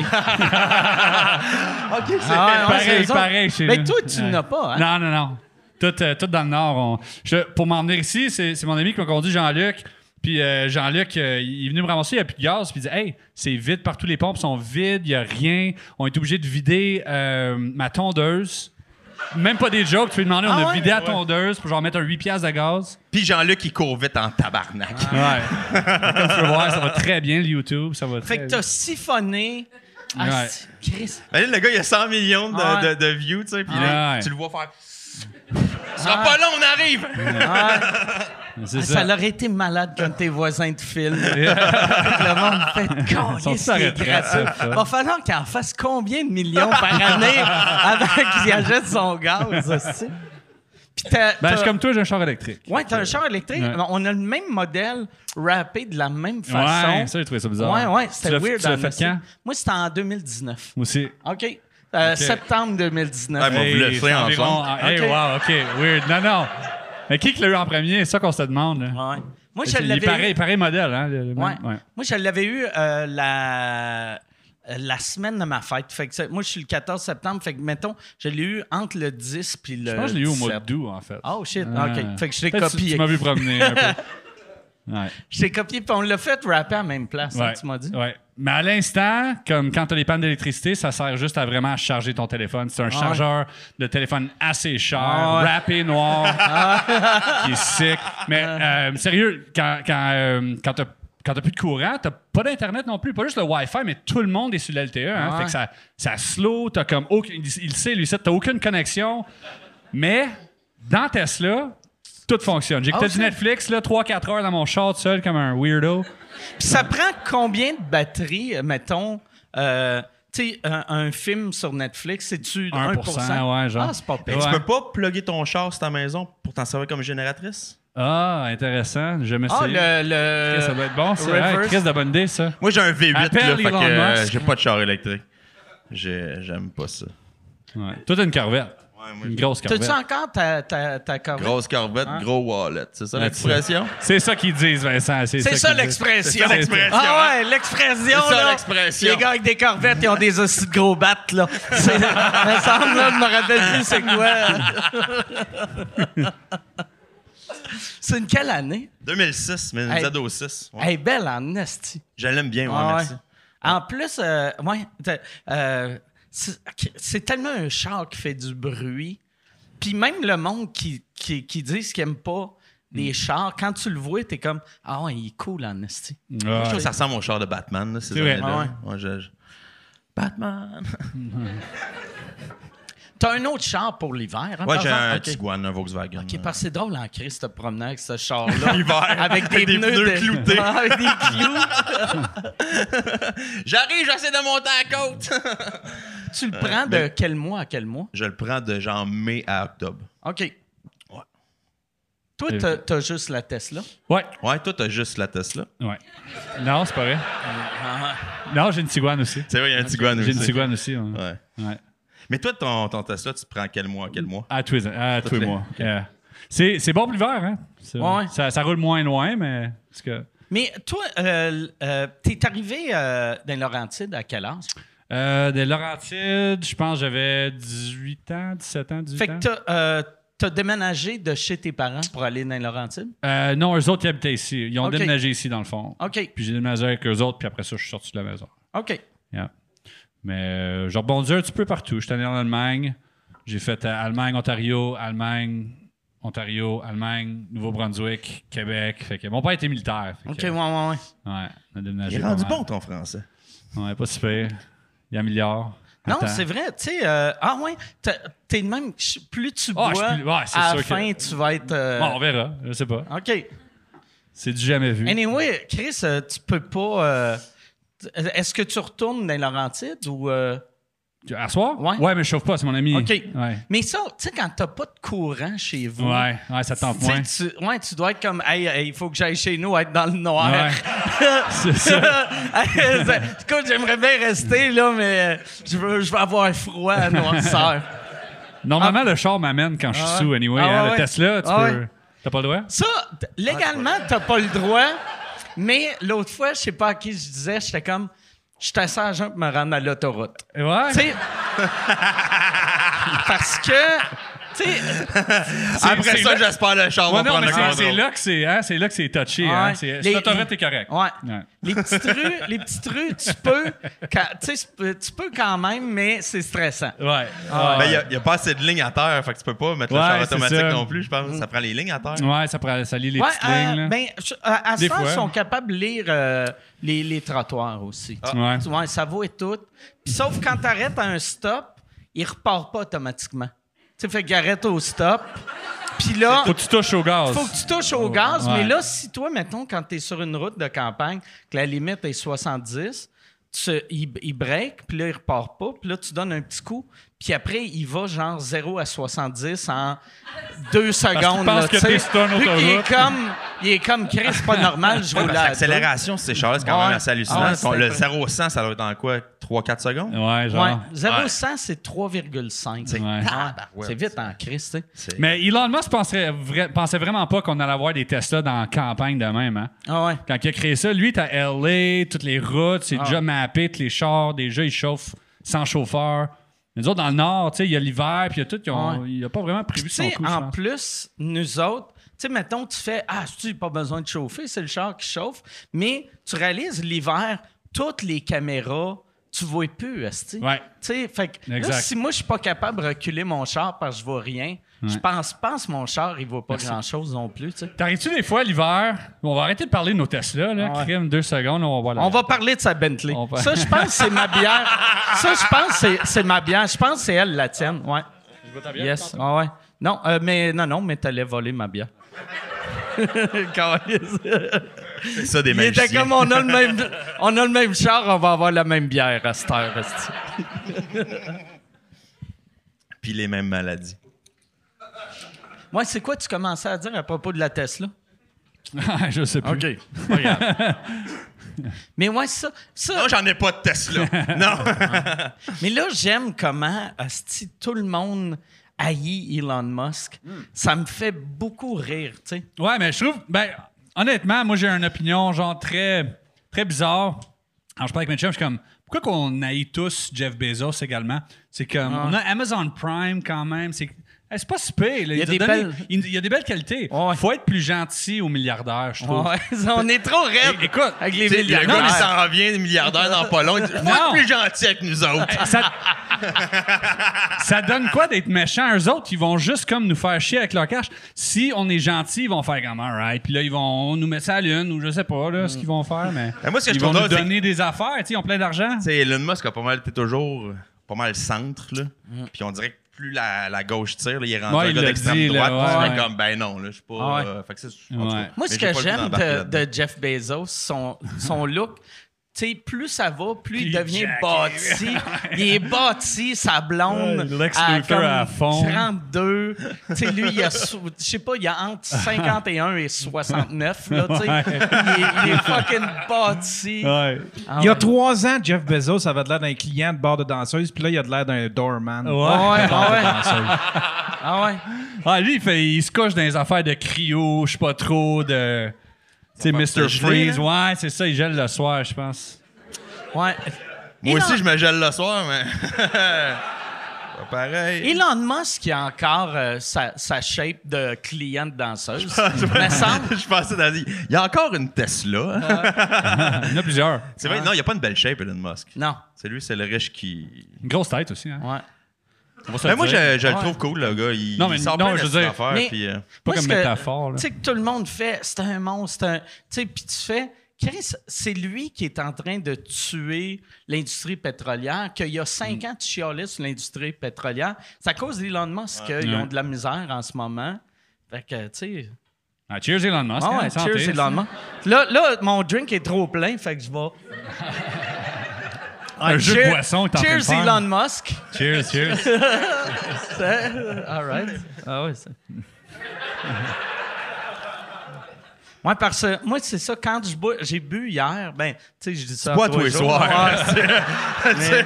c'est Pareil chez nous. Mais toi, tu n'as pas, hein? Non. Tout dans le Nord. Pour m'en venir ici, c'est mon ami qui m'a conduit, Jean-Luc. Puis Jean-Luc, il est venu me ramasser, il n'y a plus de gaz. Puis il dit « Hey, c'est vide partout, les pompes sont vides, il n'y a rien. On est obligé de vider ma tondeuse. » Même pas des jokes, tu lui demander, on a vidé la tondeuse pour genre mettre un 8$ de gaz. Puis Jean-Luc, il court vite en tabarnak. Ouais. Comme tu peux voir, ça va très bien, le YouTube. Ça va Fait très que t'as siphonné. Ah, Ouais. Chris. Mais là, le gars, il a 100 millions de views, tu sais. Puis là, Ouais. tu le vois faire... Ce sera pas long, on arrive! C'est Ça aurait été malade quand tes voisins te filment. Le monde fait sont tous c'est arrêtés, gratuit. ça. Va falloir qu'il en fasse combien de millions par année avant qu'il achète son gaz, aussi? Puis Ben, je suis comme toi, j'ai un char électrique. Ouais, t'as un char électrique. Ouais. On a le même modèle rappé de la même façon. Ouais, ça, j'ai trouvé ça bizarre. Ouais, c'était weird. Tu l'as en fait esti. quand? Moi, c'était en 2019. Moi aussi. OK. Septembre 2019. Ouais, bon, vous le ferez environ- ensemble. Hey, Ok. wow, OK, weird. Non. Mais qui l'a eu en premier? C'est ça qu'on se demande. Là. Ouais. Moi, je Il est l'avais eu. pareil modèle, hein? le même. Ouais. Ouais. Moi, je l'avais eu la semaine de ma fête. Fait que moi, je suis le 14 septembre. Fait que, mettons, je l'ai eu entre le 10 puis le Je pense que je l'ai eu au mois 17. d'août, en fait. Oh, shit. Ah. OK. Fait que je l'ai Peut-être copié. Tu m'as vu promener un peu. Ouais. Je l'ai copié, puis on l'a fait rapper à la même place, hein, Ouais. tu m'as dit. Ouais. Mais à l'instant, comme quand tu as les pannes d'électricité, ça sert juste à vraiment charger ton téléphone. C'est un chargeur de téléphone assez cher, Ah ouais. râpé noir, qui est sick. Mais sérieux, quand t'as plus de courant, t'as pas d'Internet non plus, pas juste le Wi-Fi, mais tout le monde est sur l'LTE. Hein? Ouais. Fait que ça slow, t'as comme il sait, lui, t'as aucune connexion. Mais dans Tesla, Tout fonctionne. J'écoutais du Netflix, là, 3-4 heures dans mon char tout seul comme un weirdo. Puis ça prend combien de batterie, mettons, tu sais, un film sur Netflix, c'est-tu 1%? Ouais, genre. Ah, c'est pas pire. Ouais. Tu peux pas plugger ton char sur ta maison pour t'en servir comme génératrice? Ah, intéressant. Je me Ah, suis. le... Ça doit être bon, ça. Reverse. Chris de bonne idée, ça. Moi, j'ai un V8, Appelle là, fait Elon que Musk. j'ai pas de char électrique. J'aime pas ça. Ouais. Toi, t'as une Corvette. Ouais, moi, Une grosse Corvette. T'as-tu encore ta Corvette? grosse Corvette, gros wallet. C'est ça l'expression? C'est ça qu'ils disent, Vincent. C'est ça qu'ils disent. l'expression. C'est ça l'expression, Ah ouais, l'expression, C'est ça là. l'expression. Les gars avec des Corvettes, ils ont des hosties de gros battes, là. C'est... Il me semble, là, je me rappelle plus c'est quoi. C'est une quelle année? 2006, mais une Hey. Z06. Ouais. Elle est belle en esti. Je l'aime bien, Ah ouais. merci. En plus, c'est tellement un char qui fait du bruit. Puis même le monde qui disent qu'ils n'aiment pas les chars, quand tu le vois, t'es comme « Ah ouais, il est cool en esti. » Ouais. Je trouve que ça ressemble au char de Batman. Là, ces C'est vrai. années-là. Ah Ouais, Batman! T'as un autre char pour l'hiver, hein, Ouais, par j'ai exemple? un Ok. Tiguan, un Volkswagen. OK, parce que c'est drôle en crise de te promener avec ce char-là. L'hiver. Avec des pneus cloutés. avec des clous. J'arrive, j'essaie de monter à la côte! Tu le prends de quel mois à quel mois? Je le prends de genre mai à octobre. OK. Ouais. Toi, t'as juste la Tesla? Ouais. Ouais, toi, t'as juste la Tesla. Ouais. Non, c'est pas vrai. Non, j'ai une Tiguan aussi. C'est vrai, il y a un Tiguan aussi. J'ai une Tiguan aussi. Ouais. Ouais. Ouais. Mais toi, ton Tesla, tu prends quel mois? À tous les les- mois. C'est bon pour l'hiver, hein? Ouais. Ça roule moins loin, mais. Parce que, Mais toi, t'es arrivé dans Laurentide à quel âge? de Laurentides, je pense que j'avais 18 ans, 17 ans, 18 Fait ans. que t'as déménagé de chez tes parents pour aller dans Laurentide? Non, eux autres, ils habitaient ici. Ils ont Ok. déménagé ici, dans le fond. OK. Puis j'ai déménagé avec eux autres, puis après ça, je suis sorti de la maison. OK. Yeah. Mais je rebondis un petit peu partout. Je suis allé en Allemagne. J'ai fait Allemagne, Ontario, Nouveau-Brunswick, Québec. Fait que mon père était militaire. Fait OK, que, ouais. Ouais, on a déménagé. Il est rendu pas mal. bon, ton français. Ouais, pas super. Il y a un milliard. Non, Attends. c'est vrai, tu sais, t'es de même, plus tu Ah, bois, je suis plus- ouais, c'est à la sûr que- fin, tu vas être... Bon, on verra. Je sais pas. OK. C'est du jamais vu. Anyway, Chris, tu peux pas... est-ce que tu retournes dans Laurentide ou... À soir? Ouais. Ouais, mais je chauffe pas, c'est mon ami. OK. Ouais. Mais ça, tu sais, quand t'as pas de courant chez vous... Ouais, ça tente tu moins. sais, tu dois être comme, hey, il faut que j'aille chez nous, être dans le noir. Ouais. C'est ça. Écoute, j'aimerais bien rester, là, mais je veux avoir froid à noirceur. Normalement, le char m'amène quand je suis Ah sous, ouais. anyway. Ah hein. ouais. Le Tesla, tu Ah peux. ouais. T'as pas le droit? Ça, légalement, t'as pas le droit, mais l'autre fois, je sais pas à qui je disais, j'étais comme, je suis assez à jeun pour me rendre à l'autoroute. Ouais. Tu sais, parce que, tu sais, Après c'est ça, là- j'espère le char Ouais, va non, prendre mais le c'est contrôle. là que c'est hein, c'est là que c'est touché. Ouais. Hein. Les- C'est l'autoroute est correct. ouais. Ouais. Les petites rues, tu peux quand même, mais c'est stressant. Ouais. Ben, il n'y a pas assez de lignes à terre, fait que tu peux pas mettre le Ouais, char c'est automatique ça. non plus, je pense. Ça prend les lignes à terre. Ouais, ça lit les petites lignes. Là. Ben, à Des ce temps, fois. ils sont capables de lire les trottoirs aussi. Ouais. Ouais, ça vaut et tout. Puis sauf quand tu arrêtes à un stop, il repart pas automatiquement. Tu sais, fait qu'il arrête au stop. Puis là, Faut que tu touches au gaz. faut que tu touches au gaz. Ouais. Mais là, si toi, mettons, quand tu es sur une route de campagne, que la limite est 70, il break, puis là, il repart pas. Puis là, tu donnes un petit coup. Puis après, il va genre 0 à 70 en 2 secondes. pense là, que tu sais. t'es sur une Vu qu'il autoroute. il est comme Chris, c'est pas normal, je Ouais, roule parce que à l'accélération, c'est ces chars-là, c'est quand Ouais. même assez hallucinant. Ah ouais, c'est le impressionnant. 0-100, ça doit être en quoi? 3-4 secondes? Ouais, genre. Ouais, 0-100, c'est 3,5. C'est Ouais. C'est vite en Chris, tu sais. C'est- Mais Elon Musk pensait vraiment pas qu'on allait avoir des Tesla dans la campagne de même. Hein? Ah ouais. Quand il a créé ça, lui, t'as LA, toutes les routes, c'est déjà mappé, tous les chars, déjà, ils chauffent sans chauffeur. Mais nous autres, dans le Nord, tu sais, il y a l'hiver, puis il y a tout, il a pas vraiment prévu Tu son sais, coup, je en pense. plus, nous autres, tu sais, mettons, tu fais, tu n'as pas besoin de chauffer, c'est le char qui chauffe, mais tu réalises l'hiver, toutes les caméras, tu vois plus, esti. Ouais. Tu sais, fait que là, Exact. si moi, je suis pas capable de reculer mon char parce que je vois rien, je pense que mon char, il vaut pas grand-chose non plus, tu sais. T'arrives-tu des fois l'hiver? On va arrêter de parler de nos Tesla, là. Ouais. Crime, 2 secondes, on va voir la On va parler de sa Bentley. On va- Ça, je pense que c'est ma bière. Ça, je pense que c'est ma bière. Je pense que c'est elle, la tienne. Ouais. Yes. Ah ouais. Non, mais t'allais voler ma bière. C'est ça, des Il magiciens. était comme, on a le même char, on va avoir la même bière à cette heure. Puis les mêmes maladies. Moi, c'est quoi tu commençais à dire à propos de la Tesla? Je sais plus. OK. Pas grave. Mais ouais, ça... Non, j'en ai pas de Tesla. Non. Mais là, j'aime comment asti, tout le monde haït Elon Musk. Ça me fait beaucoup rire, tu sais. Ouais, mais je trouve, honnêtement, moi, j'ai une opinion, genre, très, très bizarre. Alors, je parle avec mes chums, je suis comme, pourquoi qu'on haït tous Jeff Bezos également? C'est comme, on a Amazon Prime quand même, c'est pas si pire, là. Il y a des belles qualités. Ouais. Faut être plus gentil aux milliardaires, je trouve. Ouais, on est trop raides Écoute, avec les Le gars, milliardaires. il s'en revient des milliardaires dans pas long. Il dit, faut être plus gentil avec nous autres. Ça donne quoi d'être méchant? Eux autres, ils vont juste comme nous faire chier avec leur cash. Si on est gentil, ils vont faire comme alright. Puis là, ils vont nous mettre ça à la lune ou je sais pas là, ce qu'ils vont faire. Mais Moi, ce que je ils vont trouve nous drôle, donner des affaires. Ils ont plein d'argent. Tu sais, Elon Musk a pas mal été toujours pas mal centre, là. Puis on dirait que plus la gauche tire, là, il est rendu un il gars l'a d'extrême dit, là, droite. Puis tu ouais. fais comme, ben non, là, je suis pas... Ah ouais. Fait que c'est... Ouais. en tout cas, Moi, mais ce j'ai que pas le goût j'aime d'embarquer là-dedans. de Jeff Bezos, son look, tu sais, plus ça va, plus il devient jacké. bâti. Il est bâti, sa blonde, Ouais, Lex à Luthor comme à fond. 32. Tu sais, lui, je sais pas, il a entre 51 et 69, là, tu sais. Ouais. Il est fucking bâti. Ouais. Ah Il y a ouais. 3 ans, Jeff Bezos avait l'air d'un client de bar de danseuse, puis là, il a l'air d'un doorman. Ouais. Ah Bar de ouais. danseuse. Ah ouais. Ah, lui, il se couche dans les affaires de cryo, je sais pas trop, de. Tu sais, Mr. gelé, Freeze. Ouais, c'est ça, il gèle le soir, je pense. Ouais. Moi Elon- aussi, je me gèle le soir, mais... Pas pareil. Elon Musk, il a encore sa shape de client de danseuse. Me semble. Je pensais dans il y a encore une Tesla. Il y en a plusieurs. C'est vrai, non, il n'y a pas une belle shape, Elon Musk. Non. C'est lui, c'est le riche qui... Une grosse tête aussi, hein. Ouais. On va se Mais le moi, dire. je le trouve cool, le gars. Il, Non, mais il sort non, plein je veux de dire- affaires, Mais- puis, Pas Moi, comme ce que- métaphore, là. Tu sais que tout le monde fait, c'est un monstre, tu sais, puis tu fais, Chris, c'est lui qui est en train de tuer l'industrie pétrolière, qu'il y a 5 ans, tu chialais sur l'industrie pétrolière. C'est à cause d'Elon Musk qu'ils ont de la misère en ce moment. Fait que, tu sais... Ah, cheers, Elon Musk. Ah hein, ouais, santé, cheers, Elon Musk. Là, mon drink est trop plein, fait que je vais... Un jeu de boisson est en train de Cheers, faire. Elon Musk. Cheers, cheers. All right. Ah ouais, ça. Ouais, parce que moi, c'est ça, quand je bois, j'ai bu hier, ben, tu sais, je dis ça. pas tous les soirs. Mais-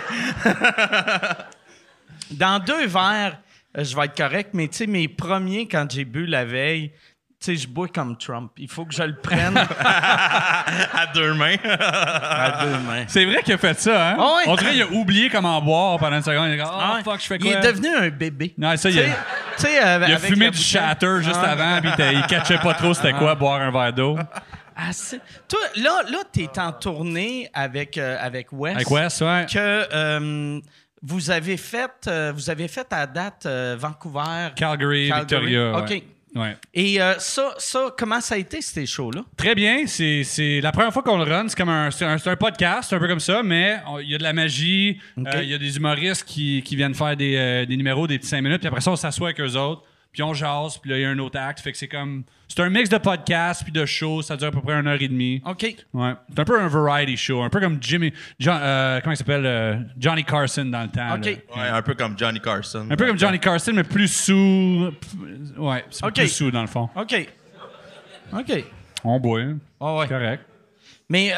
dans 2 verres, je vais être correct, mais tu sais, mes premiers, quand j'ai bu la veille, tu sais, je bois comme Trump. Il faut que je le prenne à 2 mains. à 2 mains. C'est vrai qu'il a fait ça, hein? Ah ouais. On dirait qu'il a oublié comment boire pendant une seconde. Il a dit, Ah ouais. fuck, je fais quoi? Il est devenu un bébé. Non, ça, Tu sais, il a avec fumé la du bouteille. shatter juste avant, puis il catchait pas trop c'était quoi boire un verre d'eau. Ah, toi, là t'es en tournée avec Wes. Avec Wes, ouais. Que vous avez fait à date Vancouver. Calgary, Victoria. OK. Ouais. Ouais. Et ça, comment ça a été, ces shows-là? Très bien. C'est la première fois qu'on le run. C'est comme c'est un podcast, c'est un peu comme ça, mais il y a de la magie. OK. Il y a des humoristes qui viennent faire des numéros, des petits 5 minutes, puis après ça, on s'assoit avec eux autres, puis on jase, puis là, il y a un autre acte. Fait que c'est un mix de podcast puis de show. Ça dure à peu près 1h30. OK. Ouais. C'est un peu un variety show, un peu comme comment il s'appelle? Johnny Carson dans le temps. OK. là. Ouais, un peu comme Johnny Carson. Un peu comme Johnny Carson, mais plus sous. Ouais, c'est OK. plus sous dans le fond. OK. OK. On boit, hein. Ah ouais. C'est correct. Mais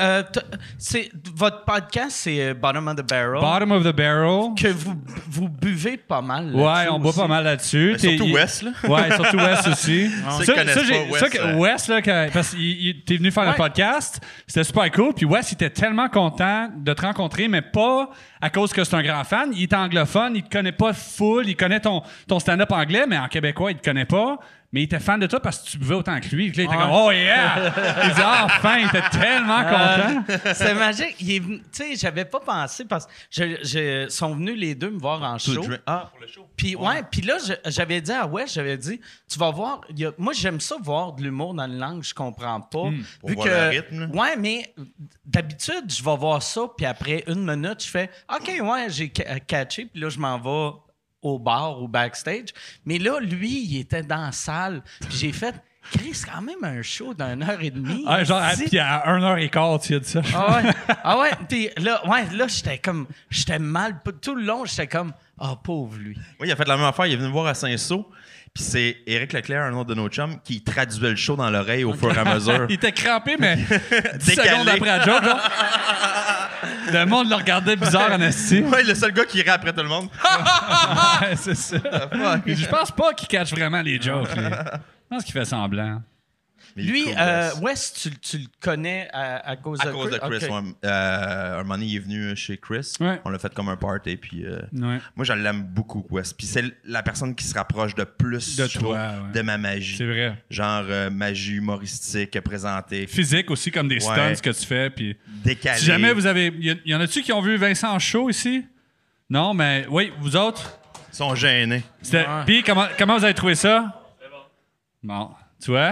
votre podcast, c'est Bottom of the Barrel. Bottom of the barrel. Que vous buvez pas mal. Ouais, là-dessus on boit aussi. pas mal là-dessus. Mais surtout Wes, là. Ouais, surtout Wes aussi. Ceux qui connaissent pas Wes, Wes, là, parce qu'il t'es venu faire Ouais. le podcast, c'était super cool. Puis Wes, il était tellement content de te rencontrer, mais pas à cause que c'est un grand fan. Il est anglophone, il te connaît pas full, il connaît ton stand-up anglais, mais en québécois, il te connaît pas. Mais il était fan de toi parce que tu buvais autant que lui. Puis là, il était comme, oh yeah! Il dit, enfin, il était tellement content. C'est magique. Tu sais, j'avais pas pensé parce que sont venus les deux me voir en show. Ah, pour le show. Puis puis là, j'avais dit à Wes, tu vas voir, moi j'aime ça voir de l'humour dans une langue que je comprends pas. Pour voir le rythme, là. Ouais, mais d'habitude, je vais voir ça, puis après 1 minute, je fais OK, ouais, j'ai catché, puis là, je m'en vais au bar ou backstage. Mais là, lui, il était dans la salle, puis j'ai fait Chris, c'est quand même un show d'1h30. Ah, genre, Dis- puis à 1h15, tu as dit ça. Ah ouais, puis là, j'étais mal. Tout le long, j'étais comme, pauvre lui. Oui, il a fait la même affaire. Il est venu me voir à Saint-Saul. Puis c'est Éric Leclerc, un autre de nos chums, qui traduisait le show dans l'oreille au fur et à mesure. Il était crampé, mais 10 Décalé. secondes après la joke, genre. Le monde le regardait bizarre en esti. Ouais, le seul gars qui rit après tout le monde. Ouais, c'est ça. Il dit, je pense pas qu'il catch vraiment les jokes. Lui. Je pense qu'il fait semblant. Mais Lui, cool, Wes. Wes, tu le connais à cause de À cause de Chris, Ok. ouais. Un moment donné, il est venu chez Chris. Ouais. On l'a fait comme un party. Puis, Ouais. moi, je l'aime beaucoup, Wes. Puis c'est la personne qui se rapproche de plus De je toi, trouve, ouais. de ma magie. C'est vrai. Genre magie humoristique présentée, Physique aussi, comme des stunts Ouais. que tu fais. Puis décalée. si jamais vous avez. Y en a-tu qui ont vu Vincent en show ici? Non, mais oui, vous autres? Ils sont gênés. Puis comment vous avez trouvé ça? C'est bon. Tu vois?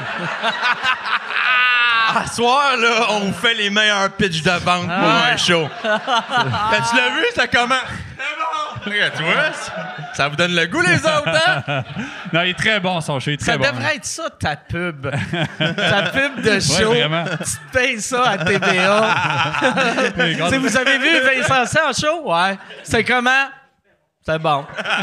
À soir, là, on vous fait les meilleurs pitchs de vente pour un show. Tu l'as vu, c'est comment? C'est bon! Regarde, tu vois? Ça vous donne le goût, les autres, hein? Non, il est très bon, son show. Il est très Ça bon. devrait être ça, ta pub. Ta pub de show. vraiment. Tu te payes ça à TVA. Tu sais, vous avez vu Vincent C en show? Ouais. C'est comment? C'est bon.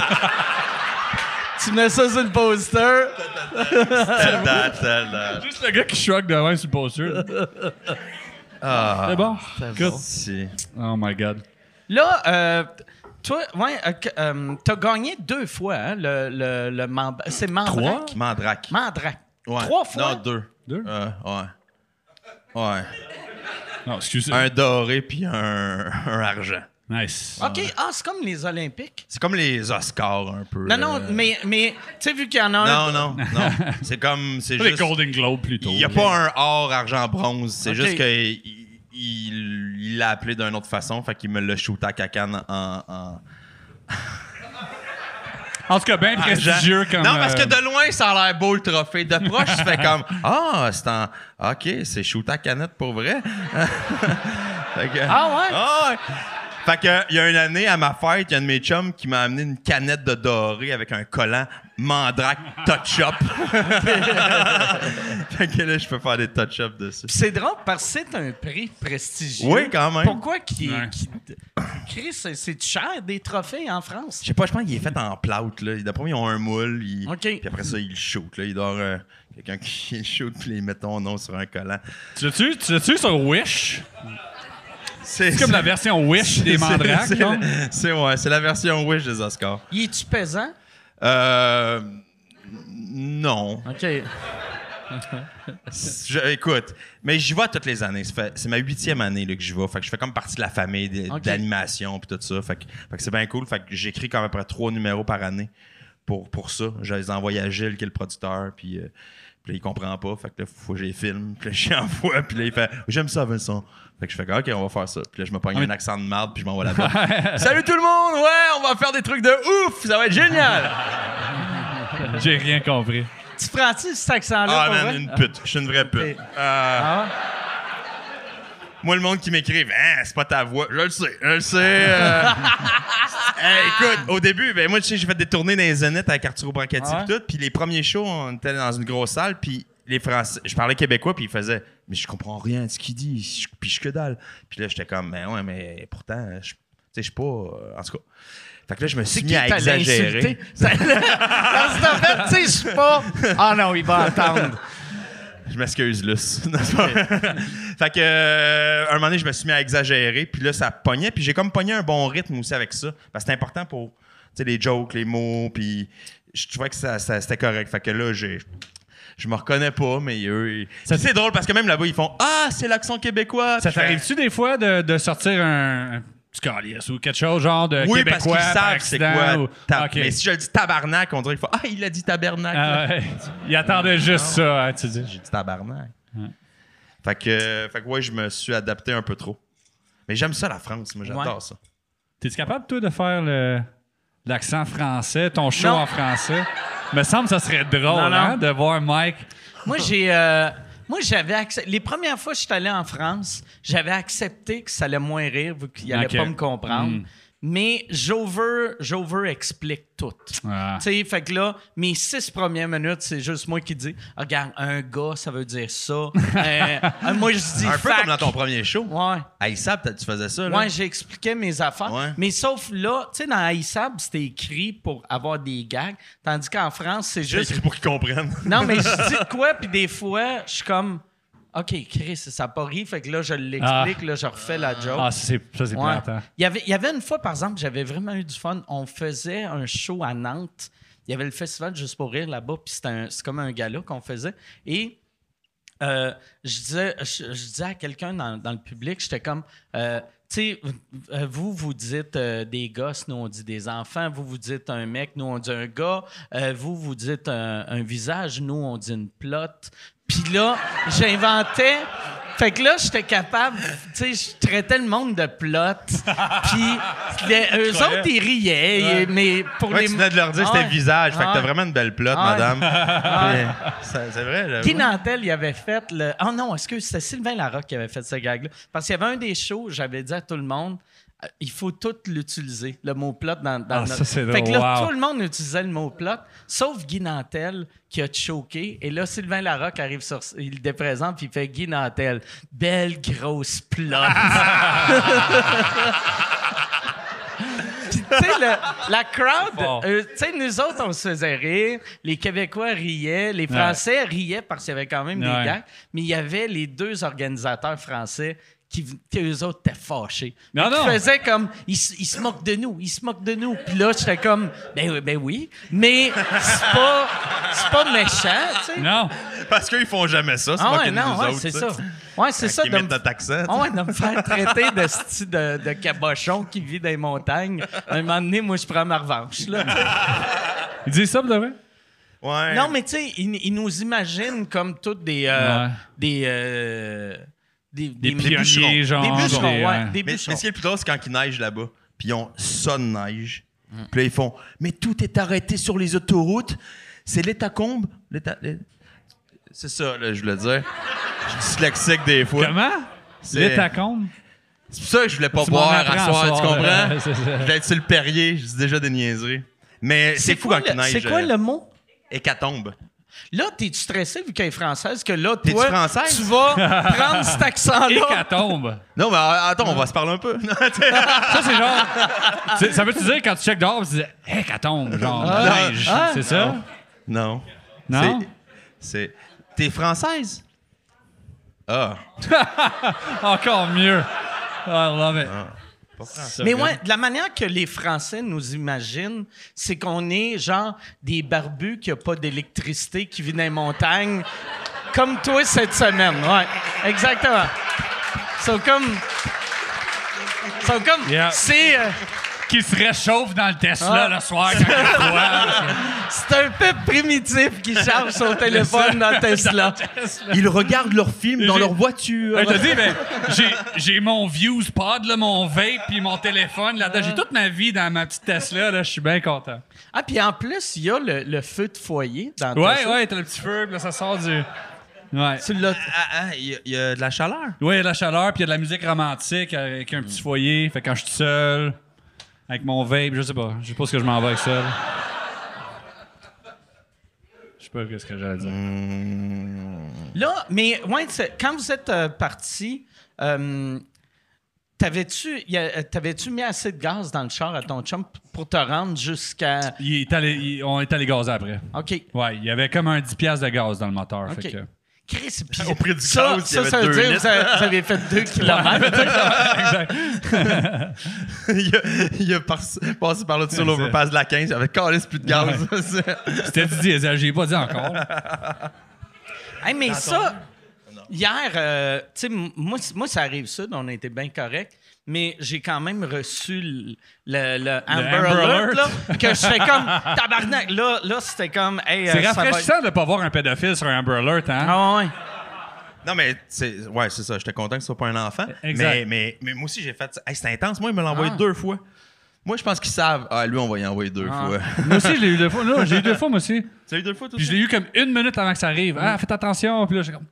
Tu mets ça sur le poster. Telle date. Juste le gars qui shrug de main sur le poster. Ah, C'est bon. Good. si. Oh my God. Là, toi, t'as gagné 2 fois, hein, le c'est Mandrake? Mandrake. Mandrake. Ouais. 3 fois? Non, 2. Deux? Ouais. Non, excusez. Un doré puis un argent. Nice. OK. C'est comme les Olympiques. C'est comme les Oscars, un peu. Non, mais tu sais, vu qu'il y en a un... Non. C'est comme... C'est Les juste... Golden Globes, plutôt. Il n'y a pas un or, argent, bronze. C'est Ok. juste qu'il il l'a appelé d'une autre façon. Fait qu'il me l'a shooté à cacane en... En tout cas, bien prestigieux comme... Non, parce que de loin, ça a l'air beau, le trophée. De proche, tu fais comme... c'est en... OK, c'est shooté à canette pour vrai. Fait que- ouais? Fait que, il y a une année, à ma fête, il y a un de mes chums qui m'a amené une canette de doré avec un collant Mandrake Touch-Up. Fait que là, je peux faire des touch-ups dessus. Puis c'est drôle parce que c'est un prix prestigieux. Oui, quand même. Pourquoi Ouais. Chris, c'est cher des trophées en France? Je sais pas, je pense qu'il est fait en plâtre. Là. D'après moi, ils ont un moule. OK. Puis après ça, ils le shootent. Là. Il doit y avoir quelqu'un qui le shoot puis il met ton nom sur un collant. Tu l'as-tu sur Wish? C'est comme la version Wish des Mandrake, non? C'est la version Wish des Oscars. Y es-tu pesant? Non. OK. Écoute, mais j'y vais toutes les années. C'est ma 8e année là, que j'y vais. Fait que je fais comme partie de la famille d'animation puis tout ça. Fait que c'est bien cool. Fait que j'écris comme à peu près 3 numéros par année pour ça. Je les envoie à Gilles, qui est le producteur, puis là, il comprend pas. Fait que là, faut que je les filme. Puis là, j'y envoie. Puis là, il fait « J'aime ça, Vincent. » Fait que je fais « OK, on va faire ça. » Puis là, je me pogne un accent de merde, puis je m'envoie là-bas. « Salut tout le monde! Ouais, on va faire des trucs de ouf! Ça va être génial! » J'ai rien compris. Tu prends-tu cet accent-là? Ah, pour man, vrai? une pute. Je suis une vraie pute. Ok. Ah Moi, le monde qui m'écrive, c'est pas ta voix. Je le sais. Hey, écoute, au début, moi, tu sais, j'ai fait des tournées dans les Zénith avec Arturo Brancati Ah ouais? et tout. Puis les premiers shows, on était dans une grosse salle. Puis les Français, je parlais québécois, puis ils faisaient, mais je comprends rien de ce qu'il dit. Puis je que dalle. Puis là, j'étais comme, mais pourtant, tu sais, je suis pas. En tout cas. Fait que là, je me suis mis à exagérer. Parce qu'en fait, tu sais, je suis pas... Ah non, il va entendre. Je m'excuse, Luce. Fait que, un moment donné, je me suis mis à exagérer, puis là, ça pognait, puis j'ai comme pogné un bon rythme aussi avec ça. Parce que c'est important pour, tu sais, les jokes, les mots, puis je trouvais que c'était correct. Fait que là, je me reconnais pas, mais eux... C'est drôle, parce que même là-bas, ils font « Ah, c'est l'accent québécois! » Ça t'arrive-tu des fois de sortir un petit calice ou quelque chose genre de Oui, québécois parce qu'ils par savent c'est accident quoi. ou... OK. Mais si je le dis tabarnak, on dirait qu'il faut « Ah, il a dit tabarnak! Ah ouais. Il attendait juste ça, hein, tu dis. J'ai dit tabarnak. Fait que ouais, je me suis adapté un peu trop. Mais j'aime ça, la France. Moi, j'adore ça. T'es-tu capable, toi, de faire l'accent français, ton show Non. en français? Me semble que ça serait drôle, Non. hein, de voir Mike. Moi, j'avais accepté... Les premières fois que je suis allé en France, j'avais accepté que ça allait moins rire vu qu'il allait Ok. pas me comprendre. mais j'over explique tout. Ah. Tu sais, fait que là, mes 6 premières minutes, c'est juste moi qui dis regarde, un gars, ça veut dire ça. Moi, je dis Un peu fac. comme dans ton premier show. Ouais. Aïssa, peut-être tu faisais ça, là. Ouais, j'expliquais mes affaires. Ouais. Mais sauf là, tu sais, dans Aïssab, c'était écrit pour avoir des gags. Tandis qu'en France, c'est J'ai juste. écrit pour qu'ils comprennent. Non, mais je dis de quoi, puis des fois, je suis comme. OK, Chris, ça n'a pas ri. Fait que là, je l'explique, là, je refais la joke. Ah, ça, c'est Ouais. plate, hein. Il y avait une fois, par exemple, j'avais vraiment eu du fun. On faisait un show à Nantes. Il y avait le festival Juste pour rire là-bas, puis c'est comme un gala qu'on faisait. Et je disais à quelqu'un dans le public, j'étais comme, tu sais, vous dites des gosses, nous on dit des enfants. Vous dites un mec, nous on dit un gars. Vous dites un visage, nous on dit une plotte. Puis là, j'inventais. Fait que là, j'étais capable, tu sais, je traitais le monde de plot. Puis eux autres, ils riaient. Mais pour Ouais, les. tu venais de leur dire que c'était Ouais. visage. Fait que t'as Ouais. vraiment une belle plotte, Ouais. madame. Puis, c'est vrai, j'avoue. Guy Nantel, il avait fait le. Oh non, est-ce que c'était Sylvain Larocque qui avait fait ce gag-là? Parce qu'il y avait un des shows, j'avais dit à tout le monde, il faut tout l'utiliser, le mot plot dans notre. ça, c'est Fait que là, drôle. Wow. tout le monde utilisait le mot plot, sauf Guy Nantel qui a choqué. Et là, Sylvain Larocque arrive il le présente puis il fait Guy Nantel, belle grosse plot. Puis, tu sais, la crowd, tu sais, nous autres, on se faisait rire. Les Québécois riaient. Les Français riaient parce qu'il y avait quand même des Ouais. gags. Mais il y avait les 2 organisateurs français qui eux autres étaient fâchés. Non, Ils non. faisaient comme, ils se moquent de nous, ils se moquent de nous. Puis là, j'étais comme, ben oui, mais c'est pas méchant, tu sais. Non. Parce qu'ils font jamais ça, c'est Ah moquer ouais, de non, nous ouais, autres. c'est tu ça. sais. Ouais, c'est ça. Qui de imitent me- notre accent. Ah ouais, de me faire traiter de style de cabochon qui vit dans les montagnes. Un moment donné, moi, je prends ma revanche, là. Ils disent ça, pour de vrai? Ouais. Non, mais tu sais, ils nous imaginent comme tous des Des pionniers, genre. Des bûcherons, des, ouais. Des Mais bûcherons. ce qui est le plus drôle, c'est quand il neige là-bas, puis ils ont ça de neige. Puis là, ils font « Mais tout est arrêté sur les autoroutes. C'est l'État-Combe. C'est ça, là, je voulais dire. Je suis dyslexique des fois. Comment? C'est- L'État-Combe? C'est pour ça que je voulais pas Tu m'en boire apprends à soir, à tu soir, comprends? c'est ça. Je voulais être sur le Perrier, je dis déjà des niaiseries. Mais c'est fou quoi quand il neige. C'est quoi le mot? Hécatombe. Là, t'es-tu stressé vu qu'elle est française que là, T'es-tu toi, française? tu vas prendre cet accent-là? Hécatombe. Non, mais attends, on va se parler un peu. Ça, c'est genre. Ça veut-tu dire quand tu checkes dehors, tu dis hécatombe, genre neige. Ah. C'est ça? Non. Non? T'es française? Ah. Encore mieux. I love it. Pas français. Mais ouais, de la manière que les Français nous imaginent, c'est qu'on est genre des barbus qui n'ont pas d'électricité, qui vivent dans les montagnes, comme toi cette semaine. Ouais, exactement. Ils sont comme... Yeah. C'est... Qui se réchauffe dans le Tesla Ah. le soir quand il fait froid. c'est un peu primitif qui charge son téléphone dans Tesla. Ils regardent leurs films dans J'ai- leur voiture. Je te dis, ben, j'ai mon Views Pod, là, mon vape puis mon téléphone là-dedans. J'ai toute ma vie dans ma petite Tesla. Là, je suis bien content. Ah, puis en plus, il y a le feu de foyer dans ta Ouais, show. ouais, t'as le petit feu, puis là, ça sort du. Ouais. Tu l'as... Il y a de la chaleur. Ouais, il y a de la chaleur, puis il y a de la musique romantique avec un petit foyer. Fait que quand je suis tout seul, avec mon vape, je sais pas ce que je m'en vais avec ça. Là. Je sais pas ce que j'allais dire. Là, mais ouais, quand vous êtes partis, t'avais-tu mis assez de gaz dans le char à ton chum pour te rendre jusqu'à... On est allé gazer après. OK. Ouais, il y avait comme un 10$ de gaz dans le moteur. OK. Fait que... Chris, puis Au prix du ça, gaz, il y ça, avait ça veut 2 dire que litres. vous avez fait 2 kilomètres. il a passé par là-dessus sur l'overpass de la 15. Il avait calé plus de gaz. C'était du diesel, j'ai pas dit encore. Hey, mais ça, hier, tu sais, moi, ça arrive ça, on a été bien correct, mais j'ai quand même reçu le Amber Amber Alert, Alert. là, que je fais comme tabarnak. Là, c'était comme, hey, C'est ça va être- rafraîchissant de pas voir un pédophile sur un Amber Alert, hein? Ah ouais. Non, mais c'est ça. J'étais content que ce soit pas un enfant. Exact. Mais moi aussi, j'ai fait ça. Hey, c'est intense. Moi, il me l'a envoyé Ah. 2 fois. Moi, je pense qu'ils savent. Ah, lui, on va y envoyer 2 fois. Moi aussi, je l'ai eu 2 fois. Non, j'ai eu 2 fois, moi aussi. Tu l'as eu 2 fois, toi? Puis je l'ai eu comme 1 minute avant que ça arrive. Ah, faites attention. Puis là, j'ai comme.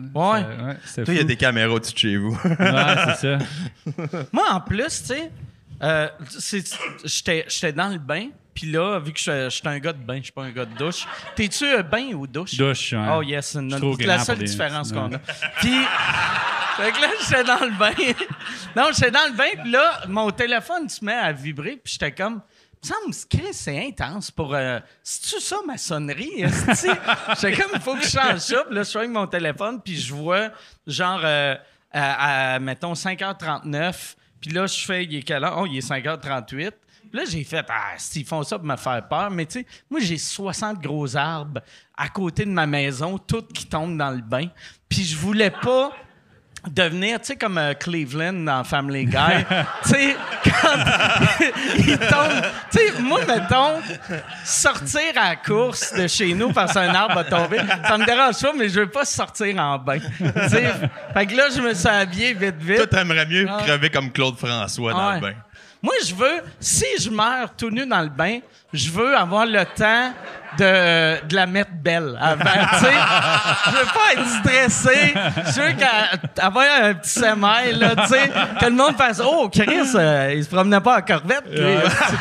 Ouais. C'était Toi, il y a fou. des caméras au-dessus de chez vous. Ouais, c'est ça. Moi, en plus, tu sais, J'étais dans le bain, puis là, vu que j'étais un gars de bain, je suis pas un gars de douche. T'es-tu bain ou douche? Douche, ouais. Oh yes, c'est trop la grand seule pour des- différence Ouais. qu'on a. Puis, fait que là, j'étais dans le bain. Non, j'étais dans le bain, puis là, mon téléphone se met à vibrer, puis j'étais comme... Il me semble que c'est intense pour... C'est-tu ça, ma sonnerie? esti? J'étais comme, il faut que je change ça. Puis là, je suis avec mon téléphone, puis je vois, genre, mettons, 5h39. Puis là, je fais, il est quelle heure? Oh, il est 5h38. Puis là, j'ai fait, s'ils font ça pour me faire peur. Mais tu sais, moi, j'ai 60 gros arbres à côté de ma maison, toutes qui tombent dans le bain. Puis je voulais pas... devenir, tu sais, comme Cleveland dans Family Guy. Tu sais, quand il tombe... Tu sais, moi, mettons, sortir à la course de chez nous parce qu'un arbre va tomber, ça me dérange pas, mais je veux pas sortir en bain. Tu sais, fait que là, je me suis habillé vite. Toi, t'aimerais mieux crever comme Claude François dans le bain. Moi, je veux, si je meurs tout nu dans le bain, je veux avoir le temps de la mettre belle avant, tu sais. Je veux pas être stressé. Je veux avoir un petit semail, là, tu sais, que le monde fasse « Oh, Chris, il se promenait pas en corvette, lui.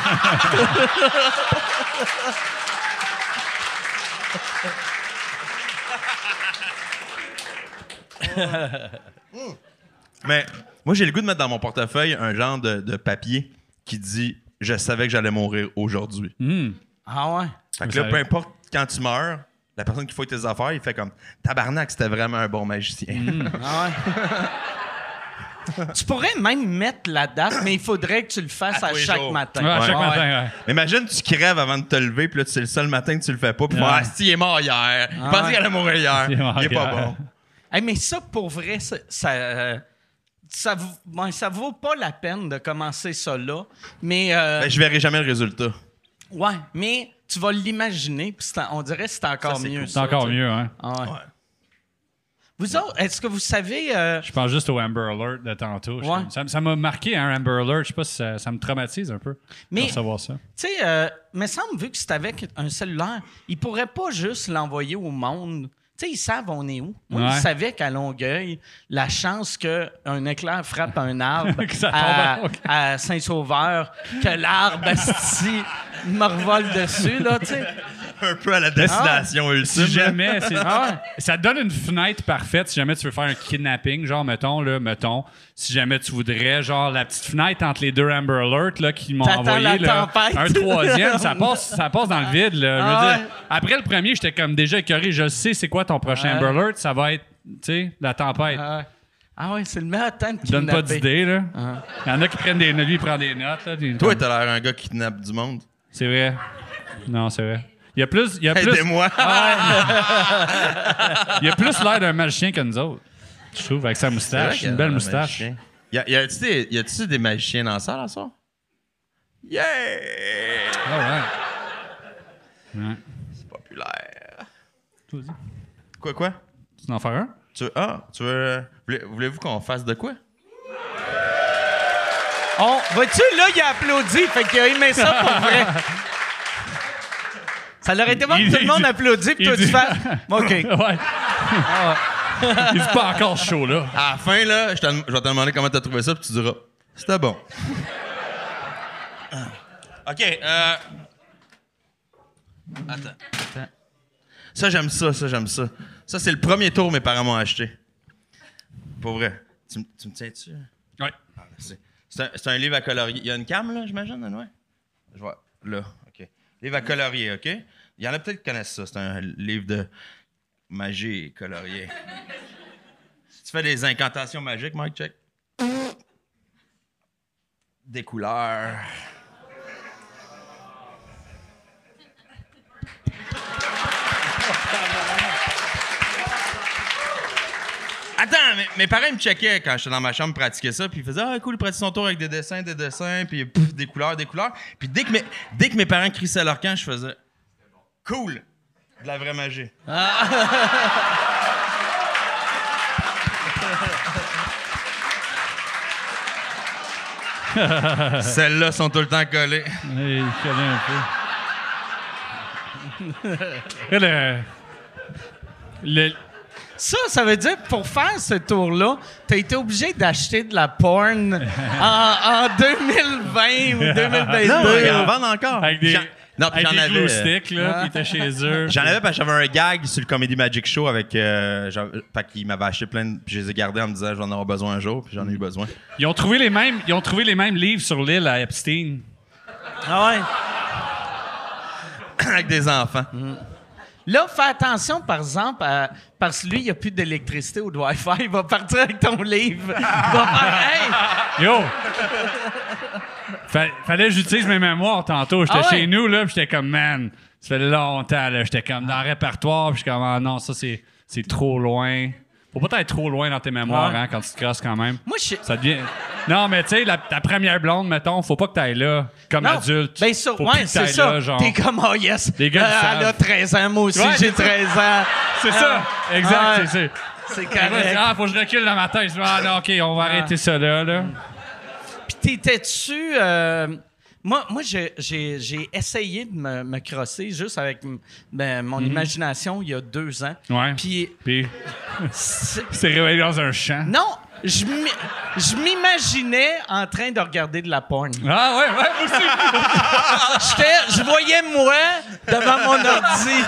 Mais moi, j'ai le goût de mettre dans mon portefeuille un genre de papier qui dit « Je savais que j'allais mourir aujourd'hui Ah ouais? » Fait que là, peu importe quand tu meurs, la personne qui fouille tes affaires, il fait comme « Tabarnak, c'était vraiment un bon magicien. Ah ouais. Tu pourrais même mettre la date, mais il faudrait que tu le fasses À à tous les chaque jours. matin. Ouais, à chaque Ouais. matin, ouais. Imagine, tu crèves avant de te lever, puis là, c'est le seul matin que tu le fais pas, puis Ouais. il est mort hier. Il pensait qu'il allait mourir hier. Il est mort Il est pas hier. bon. Hey, mais ça, pour vrai, ça vaut pas la peine de commencer ça là. Mais, Ben, je verrai jamais le résultat. ouais, mais tu vas l'imaginer, puis on dirait que c'est encore Ça, c'est mieux. cool. C'est encore mieux, hein. Ah ouais. Ouais. Vous autres, est-ce que vous savez... Je pense juste au Amber Alert de tantôt. Ouais. Ça m'a marqué, un Amber Alert. Je sais pas si ça me traumatise un peu Mais- de savoir ça. Tu sais, me semble, vu que c'est avec un cellulaire, ils pourraient pas juste l'envoyer au monde. Tu sais, ils savent on est où. Moi, Ouais. ils savaient qu'à Longueuil, la chance qu'un éclair frappe un arbre Que ça tombe à, à Longueuil. à Saint-Sauveur, que l'arbre, asti, me revole dessus, là, tu sais. Un peu à la destination ultime. Si là. jamais, ça te donne une fenêtre parfaite si jamais tu veux faire un kidnapping, genre, mettons, si jamais tu voudrais, genre, la petite fenêtre entre les deux Amber Alert, là, qui m'ont T'attends envoyé, la là, tempête. un troisième, ça passe dans le vide, là. Je veux Ah dire, ouais. après le premier, j'étais comme déjà écœuré, je sais c'est quoi ton prochain Ouais. Amber Alert, ça va être, tu sais, la tempête. Ah ouais, c'est le meilleur temps de Donne pas kidnapper. d'idée, là. Il y en a qui prennent des notes, lui, il prend des notes, là. Toi, t'as l'air un gars qui kidnappe du monde. C'est vrai. Non, c'est vrai. Il y a plus Aidez-moi. il y a plus l'air d'un magicien que nous autres. Je trouve, avec sa moustache, une belle moustache. Y a-tu des magiciens dans la salle, à ça? Yeah! All right. Ouais. C'est populaire. Vas-y. Quoi? Tu veux en faire un? Tu veux... Voulez-vous qu'on fasse de quoi? Vois-tu, là, il a applaudi, fait qu'il a aimé ça pour vrai. Ça leur été bon que tout le monde applaudit, puis toi, tu fais... OK. Ouais. Il est pas encore chaud, là. À la fin, là, je vais te demander comment t'as trouvé ça, puis tu diras « C'était bon. » OK, Attends. Ça, j'aime ça. Ça, c'est le premier tour que mes parents m'ont acheté. Pour vrai. Tu me tiens-tu? Ouais. Ah, merci. C'est un livre à colorier. Il y a une cam, là, j'imagine, ouais? Je vois. Là, OK. Livre à colorier, OK? Il y en a peut-être qui connaissent ça. C'est un livre de magie et colorier. Tu fais des incantations magiques, Mike, check. Des couleurs. Attends, mes parents me checkaient quand j'étais dans ma chambre pratiquer ça, puis ils faisaient « Ah, cool, il pratique son tour avec des dessins, puis pouf, des couleurs. » Puis dès que mes parents crissaient leur camp, je faisais « Cool! De la vraie magie. » Celles-là sont tout le temps collées. Il connaît un peu. Ça veut dire que pour faire ce tour-là, t'as été obligé d'acheter de la porn en 2020. 2020 ou 2022. Non, ils en vendent encore. Avec des, Non, puis avec j'en des glue avais. sticks, là, puis t'es chez eux. J'en avais parce que j'avais un gag sur le Comedy Magic Show avec. Fait qu'il m'avait acheté plein de. Puis je les ai gardés en me disant je vais en avoir besoin un jour, puis j'en ai eu besoin. Ils ont trouvé les mêmes livres sur l'île à Epstein. Ah ouais. Avec des enfants. Là, fais attention, par exemple, parce que lui, il n'y a plus d'électricité ou de Wi-Fi. Il va partir avec ton livre. Il va faire hey! Yo! Fallait que j'utilise mes mémoires tantôt. J'étais chez nous, là, puis j'étais comme, man, ça fait longtemps, là. J'étais comme dans le répertoire, puis j'étais comme, ah non, ça, c'est trop loin. Faut pas être trop loin dans tes mémoires, hein, quand tu te crosses quand même. Moi, Ça devient... Non, mais tu sais, ta première blonde, mettons, faut pas que t'ailles là, comme adulte. Ben, ça, Faut ouais, plus que c'est t'ailles ça. là, genre. T'es comme, oh yes. Les gars, ils elle a savent. 13 ans, moi aussi, Ouais, j'ai c'est ça. 13 ans. C'est ça, exact, Ouais. c'est ça. C'est correct. Ah, faut que je recule dans ma tête. Je dis, ah non, OK, on va arrêter ça là. Puis t'étais-tu... Moi, j'ai essayé de me crosser juste avec mon imagination il y a 2 ans. Ouais. Puis... Puis, c'est- c'est réveillé dans un champ. Non, je m'imaginais en train de regarder de la porn. Ah, ouais, moi aussi. Je voyais moi devant mon ordi.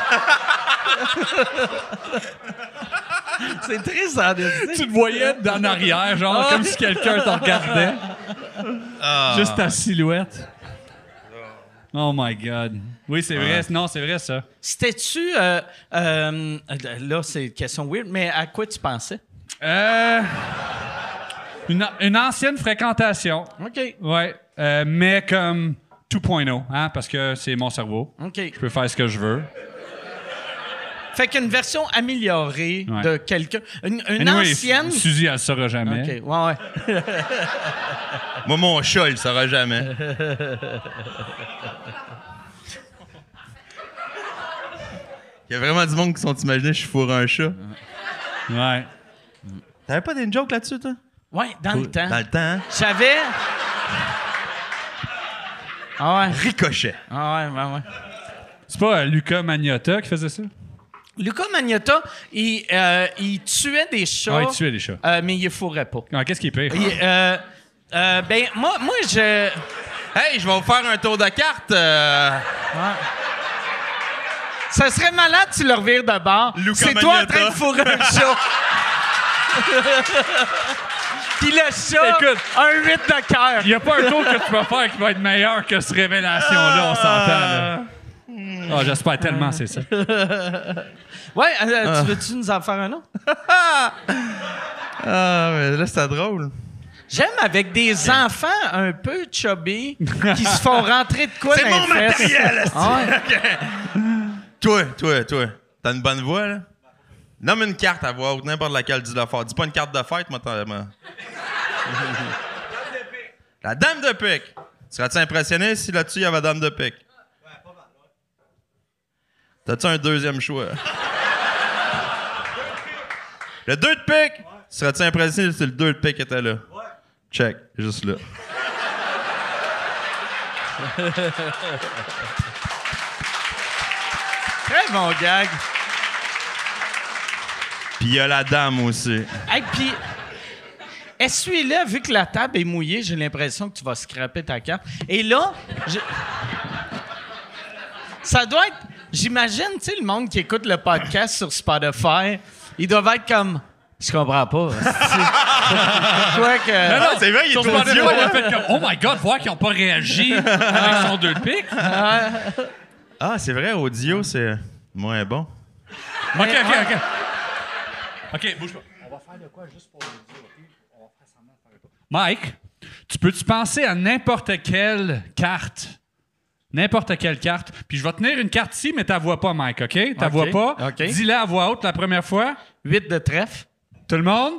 C'est triste, en esti. Tu te voyais d'en arrière, genre, comme si quelqu'un te regardait. Juste ta silhouette. Oh my God. Oui, c'est vrai. Non, c'est vrai, ça. C'était-tu... là, c'est une question weird, mais à quoi tu pensais? Une ancienne fréquentation. OK. Ouais. Mais comme 2.0, hein, parce que c'est mon cerveau. OK. Je peux faire ce que je veux. Fait qu'une version améliorée Ouais. de quelqu'un... Une Anyway, ancienne... Suzy, elle le saura jamais. OK, ouais. Moi, mon chat, il le saura jamais. Il y a vraiment du monde qui sont imaginés, je suis fourré un chat. Ouais. T'avais pas des jokes là-dessus, toi? Ouais, dans le temps. Dans le temps, hein? J'avais... Ah ouais. Ricochet. Ah ouais. C'est pas Luca Magnotta qui faisait ça? Lucas Magnotta, il tuait des chats. Ah, il tuait des chats. Mais il les fourrait pas. Ah, qu'est-ce qui est pire? Ben, moi, je... Hey, je vais vous faire un tour de carte. Ça serait malade si tu le revires de bord. Luca C'est toi en Magnotta. train de fourrer un chat. Puis le chat, Écoute. un 8 de cœur. Il n'y a pas un tour que tu peux faire qui va être meilleur que cette révélation-là, on s'entend. Là. Ah, j'espère tellement c'est ça. Ouais, tu veux-tu nous en faire un autre? Ah, mais là, c'était drôle. J'aime avec des enfants un peu chubby qui se font rentrer de quoi C'est dans mon les fesses. matériel, esti. Ah ouais. Toi. T'as une bonne voix, là? Nomme une carte à voix haute, n'importe laquelle, dis-le fort. Dis pas une carte de fête, moi. La dame de pique. Serais-tu impressionné si là-dessus, il y avait dame de pique? Ouais, pas mal, ouais. T'as-tu un deuxième choix? Le 2 de pique? Serais-tu impressionné si le 2 de pique était là? Ouais. Check, juste là. Très bon gag. Puis il y a la dame aussi. Hey, puis, essuie-le, vu que la table est mouillée, j'ai l'impression que tu vas scraper ta carte. Et là, ça doit être... J'imagine, tu sais, le monde qui écoute le podcast sur Spotify, ils doivent être comme... Je comprends pas. Quoi que... Non, c'est vrai, il est Sur audio. Spotify, il a fait comme « Oh my God, voir qu'ils n'ont pas réagi avec son 2 de pique. » Ah, c'est vrai, audio, c'est moins bon. OK. OK, bouge pas. On va faire de quoi juste pour l'audio, OK? On va faire semblant de faire de quoi. Mike, tu peux-tu penser à n'importe quelle carte? N'importe quelle carte. Puis je vais tenir une carte ici, mais tu la vois pas, Mike, OK? Tu la vois pas. OK. Dis-la à voix haute la première fois. 8 de trèfle. Tout le monde?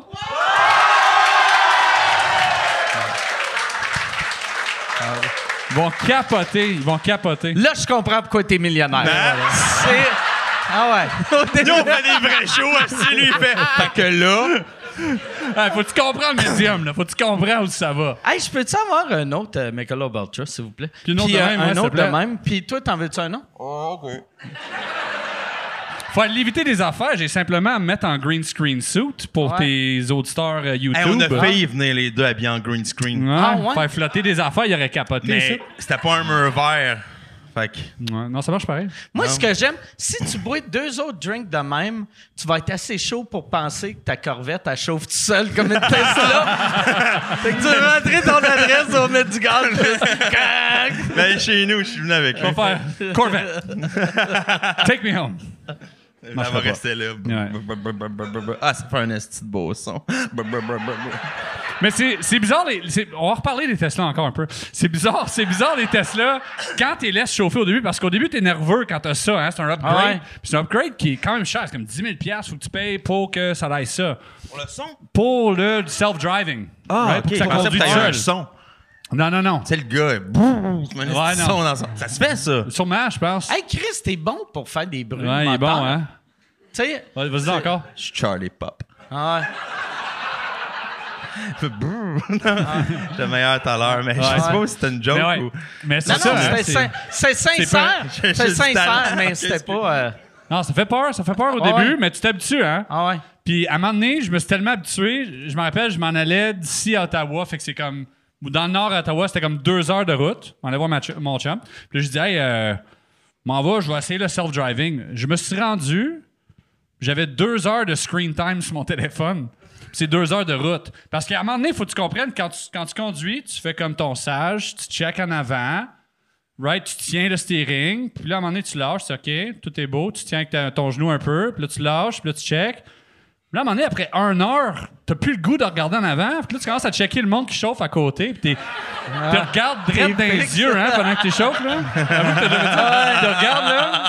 Ils vont capoter. Là, je comprends pourquoi t'es millionnaire. C'est... Ah ouais. Nous, on fait des vrais shows, aussi, lui, il fait. Fait que là, Ah, faut-tu comprendre le médium, là? Faut-tu comprendre où ça va? Hey, je peux-tu avoir un autre Michelob Ultra, s'il vous plaît? Puis une autre de même, ouais, un s'il autre te plaît. de même. Puis toi, t'en veux-tu un autre? OK. faut aller éviter des affaires. J'ai simplement à me mettre en green screen suit pour tes auditeurs YouTube. Hey, on a failli venir les deux habillés en green screen. Ouais, faire flotter des affaires, il aurait capoté. Mais c'était pas un mur vert. Fait que... Ouais, non, ça marche pareil. Moi, ce que j'aime, si tu bois 2 autres drinks de même, tu vas être assez chaud pour penser que ta Corvette, elle chauffe tout seul comme une Tesla. Fait que tu vas rentrer ton adresse, on va mettre du gaz. Ben, chez nous, je suis venu avec On lui. va faire Corvette. Take me home. Elle va rester là. Ah, ça fait un esti de beau son. Mais c'est bizarre, on va reparler des Tesla encore un peu. C'est bizarre les Tesla quand tu les laisses chauffer au début, parce qu'au début, tu es nerveux quand tu as ça. Hein, c'est un upgrade. Ouais. Puis c'est un upgrade qui est quand même cher. C'est comme 10 000 $, faut que tu payes pour que ça aille ça. Pour le son? Pour le self-driving. Ah, Pour que ça je pensais conduit que tout t'avais un seul. son. Non. C'est le gars. Tu mets un non. son dans son... Ça se fait, ça. Sûrement, je pense. Hey, Chris, t'es bon pour faire des bruits. Ouais, il est bon, moteurs. hein? Tu sais. Ouais, vas-y encore. Je suis Charlie Pop. Ouais. J'étais meilleur tout à l'heure, mais je sais pas si c'était une joke Mais ouais. ou... Mais c'est Non, ça. non, hein, c'est sincère. J'ai C'est du talent. sincère, mais c'était pas. Non, ça fait peur au Ah début, ouais. mais tu t'habitues, hein? Ah ouais. Puis à un moment donné, je me suis tellement habitué, je me rappelle, je m'en allais d'ici à Ottawa, fait que c'est comme... Ou dans le nord à Ottawa, c'était comme 2 heures de route. On allait voir mon chum. Puis là, je dis, hey, m'en va, je vais essayer le self-driving. Je me suis rendu, j'avais 2 heures de screen time sur mon téléphone. Puis c'est 2 heures de route. Parce qu'à un moment donné, il faut que tu comprennes, quand tu conduis, tu fais comme ton sage, tu check en avant, right, tu tiens le steering, puis là, à un moment donné, tu lâches, c'est OK, tout est beau, tu tiens avec ton genou un peu, puis là, tu lâches, puis là, tu check. Là, à un moment donné, après 1 heure, t'as plus le goût de regarder en avant. Puis là, tu commences à checker le monde qui chauffe à côté. Puis tu regardes direct dans les yeux hein, pendant que tu chauffes. Là. Avoue que t'as déjà fait ça. Tu regardes,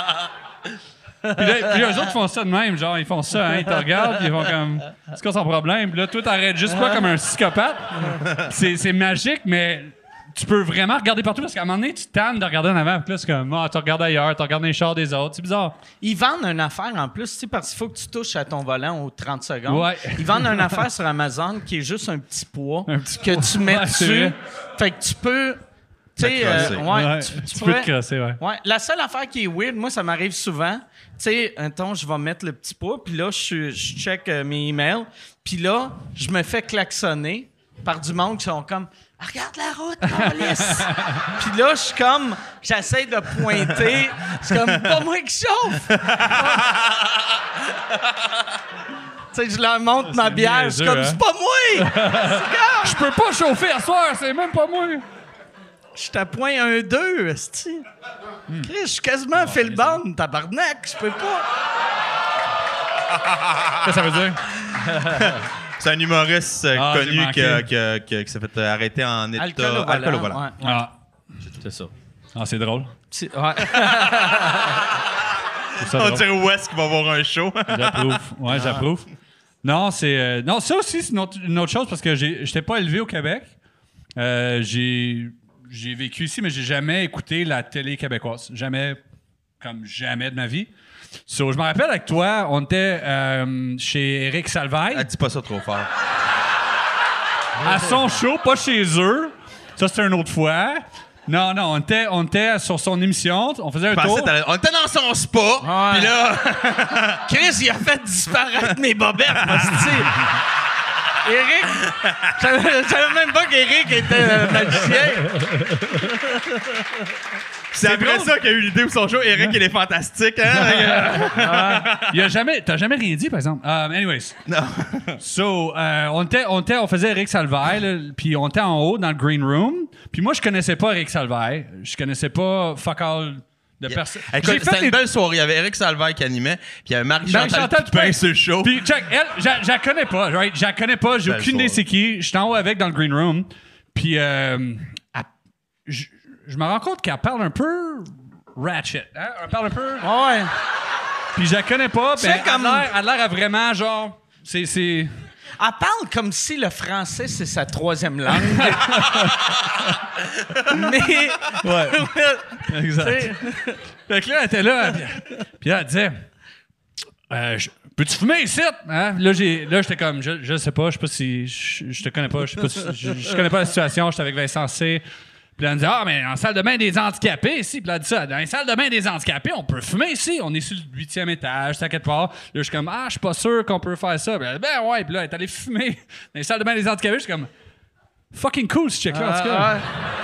là. Puis eux autres font ça de même. Genre, ils font ça. Hein, ils te regardent. Puis ils font comme... C'est quoi son problème? Puis là, toi, t'arrêtes juste pas comme un psychopathe. C'est magique, mais... Tu peux vraiment regarder partout parce qu'à un moment donné, tu tannes de regarder en avant. Puis là, c'est comme, tu regardes ailleurs, tu regardes les chars des autres. C'est bizarre. Ils vendent une affaire en plus, tu sais, parce qu'il faut que tu touches à ton volant aux 30 secondes. Ouais. Ils vendent une affaire sur Amazon qui est juste un petit poids que poids. tu mets Ouais, c'est dessus. vrai. Fait que tu peux. Tu sais, crosser. Ouais, tu tu peux pourrais- te crosser, ouais. Ouais, la seule affaire qui est weird, moi, ça m'arrive souvent. Tu sais, un temps, je vais mettre le petit poids, puis là, je check mes emails, puis là, je me fais klaxonner par du monde qui sont comme « Regarde la route, police! » Puis là, je suis comme, j'essaie de pointer, c'est comme « Pas moi qui chauffe! » Tu sais, je leur montre ma bière, je suis niaiseux, comme « hein? C'est pas moi! » Je peux pas chauffer à soir, c'est même pas moi. Je te pointe 1-2, esti. Chris, je suis quasiment Phil Bond, tabarnak, je peux pas. Qu'est-ce que ça veut dire? C'est un humoriste Ah, j'ai connu manqué. qui s'est fait arrêter en état... Alcool au volant. Ouais. Ah, C'est ça. c'est drôle. Ouais. C'est ça On drôle. dirait West qui va voir un show. J'approuve. Ouais, j'approuve. Non, c'est. Non, ça aussi, c'est une autre chose parce que j'étais pas élevé au Québec. J'ai vécu ici, mais j'ai jamais écouté la télé québécoise. Jamais, comme jamais de ma vie. So, je me rappelle avec toi, on était chez Éric Salvaille. Dis pas ça trop fort. À son show, pas chez eux. Ça, c'était une autre fois. Non, on était sur son émission. On faisait un tour. On était dans son spa, puis là... Chris, il a fait disparaître mes bobettes, hostie. Éric, je savais même pas qu'Éric était magicien. C'est après ça qu'il a eu l'idée pour son show. Eric, il est fantastique, hein? T'as jamais rien dit, par exemple. Anyways. Non. So, on faisait Éric Salvaille, là, puis on était en haut dans le green room. Puis moi, je connaissais pas Éric Salvaille. Je connaissais pas fuck all de personne. Écoute, J'ai fait c'était les- une belle soirée. Il y avait Eric Salvaille qui animait, puis il y avait Marie-Chantal Marie-Chantal Toupin Toupin. sur le show. Puis, check, elle, je la connais pas, right? Je la connais pas, j'ai Belle aucune idée soirée. c'est qui. J'étais en haut avec dans le green room. Puis, je me rends compte qu'elle parle un peu ratchet. Hein? Elle parle un peu. Ouais. Puis, je la connais pas. Puis, C'est comme- elle a l'air à vraiment, genre. C'est. Elle parle comme si le français, c'est sa troisième langue. Mais... Ouais. Exact. T'sais, Fait que là, elle était là. Puis là, elle disait peux-tu fumer ici? Hein? Là, j'étais comme je sais pas, je sais pas si. Je te connais pas, je sais pas si, je connais pas la situation, j'étais avec Vincent C. Puis là, elle me dit, mais en salle de bain des handicapés, ici. Puis là, elle dit ça, dans les salles de bain des handicapés, on peut fumer ici. On est sur le 8e étage, ça quelque part. Là, je suis comme, je suis pas sûr qu'on peut faire ça. Puis elle dit, ouais. Puis là, elle est allée fumer dans les salles de bain des handicapés. Je suis comme, fucking cool, ce check-là, en tout cas.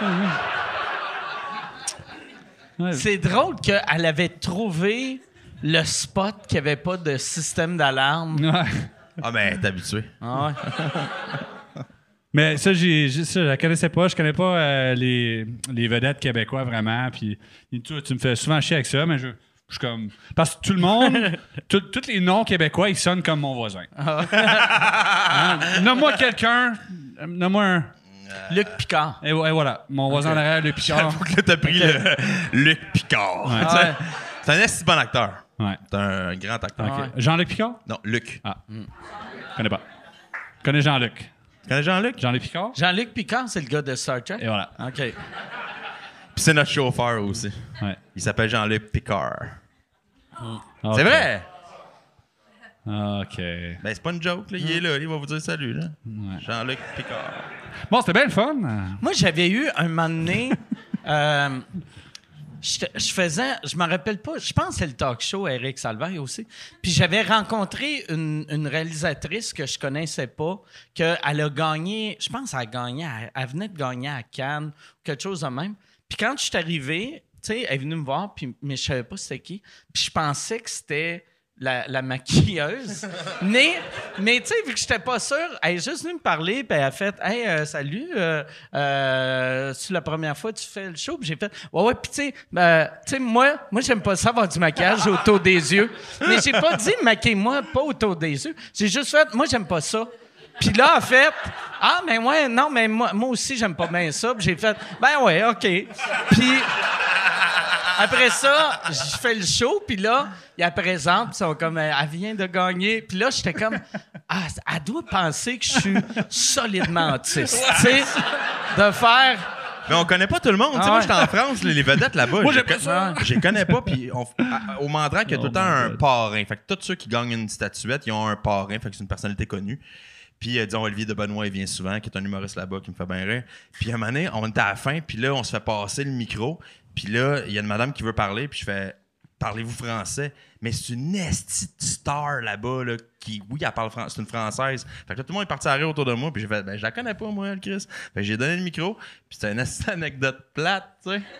Ouais. C'est drôle qu'elle avait trouvé le spot qui avait pas de système d'alarme. Ouais. Ah, mais t'es habitué. Ah ouais. Mais ça, je la connaissais pas. Je connais pas les vedettes québécois vraiment. Puis tu me fais souvent chier avec ça, mais je suis comme. Parce que tout le monde, tous les noms québécois, ils sonnent comme mon voisin. Hein? Nomme-moi quelqu'un. Nomme-moi un. Luc Picard. Et voilà. Mon voisin derrière, Luc Picard. J'avoue que là, t'as pris le Luc Picard. Ouais. Ouais. C'est un assez bon acteur. Ouais. C'est un grand acteur. Ouais. Jean-Luc Picard? Non, Luc. Connais pas. Connais Jean-Luc. Tu connais Jean-Luc? Jean-Luc Picard? Jean-Luc Picard, c'est le gars de Star Trek? Et voilà. OK. Puis c'est notre chauffeur aussi. Ouais. Il s'appelle Jean-Luc Picard. Ok. C'est vrai? OK. Ben, c'est pas une joke, là. Il est là, il va vous dire salut, là. Ouais. Jean-Luc Picard. Bon, c'était bien le fun. Moi, j'avais eu un moment donné... je me rappelle pas, je pense que c'est le talk show Éric Salvaille aussi. Puis j'avais rencontré une réalisatrice que je connaissais pas, qu'elle a gagné, je pense qu'elle a gagné, elle venait de gagner à Cannes, quelque chose de même. Puis quand je suis arrivé, tu sais, elle est venue me voir, mais je savais pas c'était qui. Puis je pensais que c'était la maquilleuse. mais tu sais, vu que j'étais pas sûr, elle est juste venue me parler, puis elle a fait « Hey, salut, c'est la première fois que tu fais le show? » Puis j'ai fait « Ouais, puis tu sais, moi j'aime pas ça avoir du maquillage autour des yeux. » Mais j'ai pas dit « Maquille-moi pas autour des yeux. » J'ai juste fait « Moi, j'aime pas ça. » Puis là, en fait, « Ah, mais ouais, non, mais moi aussi, j'aime pas bien ça. » Puis j'ai fait « Ben ouais, OK. » Puis... Après ça, je fais le show, puis là, il la présente, puis ils sont comme, elle vient de gagner. Puis là, j'étais comme, elle doit penser que je suis solidement autiste. Tu sais, de faire... Mais on connaît pas tout le monde. Tu sais, moi, j'étais en France, les vedettes là-bas. Moi, je les connais pas. Puis au Mandrake, il y a tout le temps un parrain. Fait que tous ceux qui gagnent une statuette, ils ont un parrain. Fait que c'est une personnalité connue. Puis, disons, Olivier de Benoît, il vient souvent, qui est un humoriste là-bas, qui me fait bien rire. Puis, à un moment donné, on était à la fin, puis là, on se fait passer le micro. Puis là, il y a une madame qui veut parler, puis je fais « Parlez-vous français? » Mais c'est une esti de star là-bas, là, qui, oui, elle parle français, c'est une Française. Fait que là, tout le monde est parti à rire autour de moi, puis j'ai fait « Ben, je la connais pas, moi, elle, Chris. » Fait que j'ai donné le micro, puis c'était une esti anecdote plate, tu sais.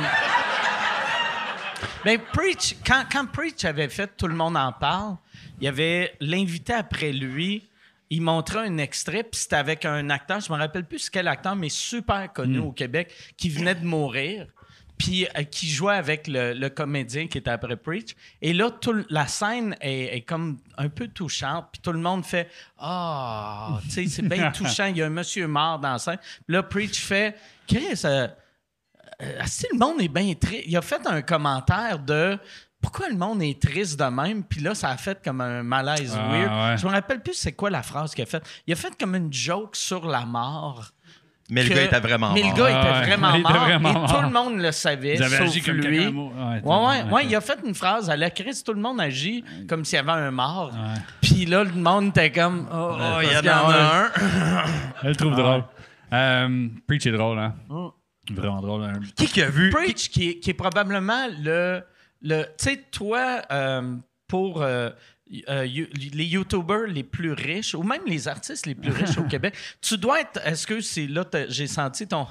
Mais Preach, quand Preach avait fait Tout le monde en parle, il y avait l'invité après lui... Il montrait un extrait, puis c'était avec un acteur, je me rappelle plus quel acteur, mais super connu au Québec, qui venait de mourir, puis qui jouait avec le comédien qui était après Preach. Et là, la scène est comme un peu touchante, puis tout le monde fait « Ah, tu sais, c'est bien touchant, il y a un monsieur mort dans la scène. » Puis là, Preach fait « Chris, si le monde est bien triste. » Il a fait un commentaire de... Pourquoi le monde est triste de même? Puis là, ça a fait comme un malaise weird. Ouais. Je me rappelle plus c'est quoi la phrase qu'il a faite. Il a fait comme une joke sur la mort. Mais le gars était vraiment mort. Mais le gars était vraiment il était mort. vraiment Et mort. tout le monde le savait, Vous avez sauf agi comme lui. quelqu'un mort. Ouais, il a fait une phrase à la crise, tout le monde agit comme s'il y avait un mort. Puis là, le monde était comme... Oh, il y en a un. Elle le trouve drôle. Preach est drôle, hein? Vraiment drôle. Hein? Qui a vu? Preach, qui est probablement tu sais, toi, pour les YouTubers les plus riches, ou même les artistes les plus riches au Québec, tu dois être... Est-ce que c'est là, j'ai senti ton...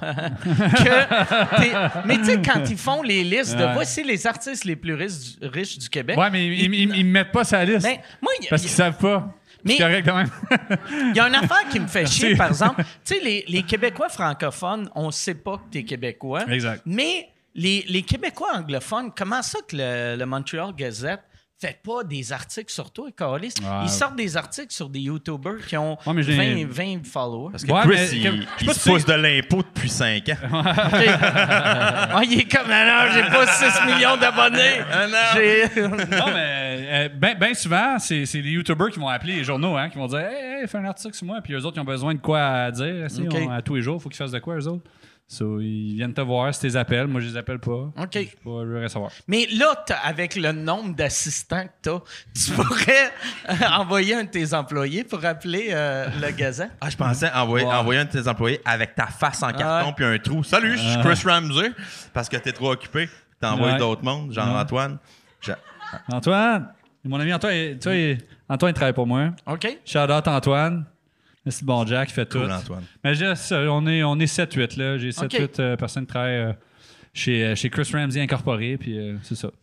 mais tu sais, quand ils font les listes de voici les artistes les plus riches du Québec... Ouais, mais ils me mettent pas sa liste. Ben, moi, parce qu'ils savent pas. Mais- C'est correct quand même. Il y a une affaire qui me fait chier, par exemple. Tu sais, les Québécois francophones, on ne sait pas que tu es Québécois. Exact. Mais les Québécois anglophones, comment ça que le Montreal Gazette fait pas des articles sur toi, Carlis? Ils sortent des articles sur des YouTubers qui ont Ouais, mais j'ai- 20 followers. Parce que Ouais, Chris, mais il je sais il pas se si pousse de l'impôt depuis 5 ans. Ah, il est comme, non, j'ai pas 6 millions d'abonnés. Non, mais ben souvent, c'est les YouTubers qui vont appeler les journaux, hein, qui vont dire Hey, fais un article sur moi. Puis eux autres, ils ont besoin de quoi à dire. OK. À tous les jours, il faut qu'ils fassent de quoi, eux autres. So, ils viennent te voir si tu les appelles. Moi, je les appelle pas. OK. Je veux rien savoir. Mais là, avec le nombre d'assistants que t'as, tu pourrais envoyer un de tes employés pour appeler le Gazette? Ah, je pensais envoyer un de tes employés avec ta face en carton puis un trou. Salut, je suis Chris Ramsey. Parce que t'es trop occupé. T'envoies d'autres mondes, genre Antoine. Antoine! Mon ami Antoine, Antoine, il travaille pour moi. OK. Shout-out Antoine. C'est bon Jack, il fait tout. Cool, Antoine. Mais on est 7-8, là. J'ai 7-8 personnes qui travaillent chez Chris Ramsey Incorporé, puis c'est ça.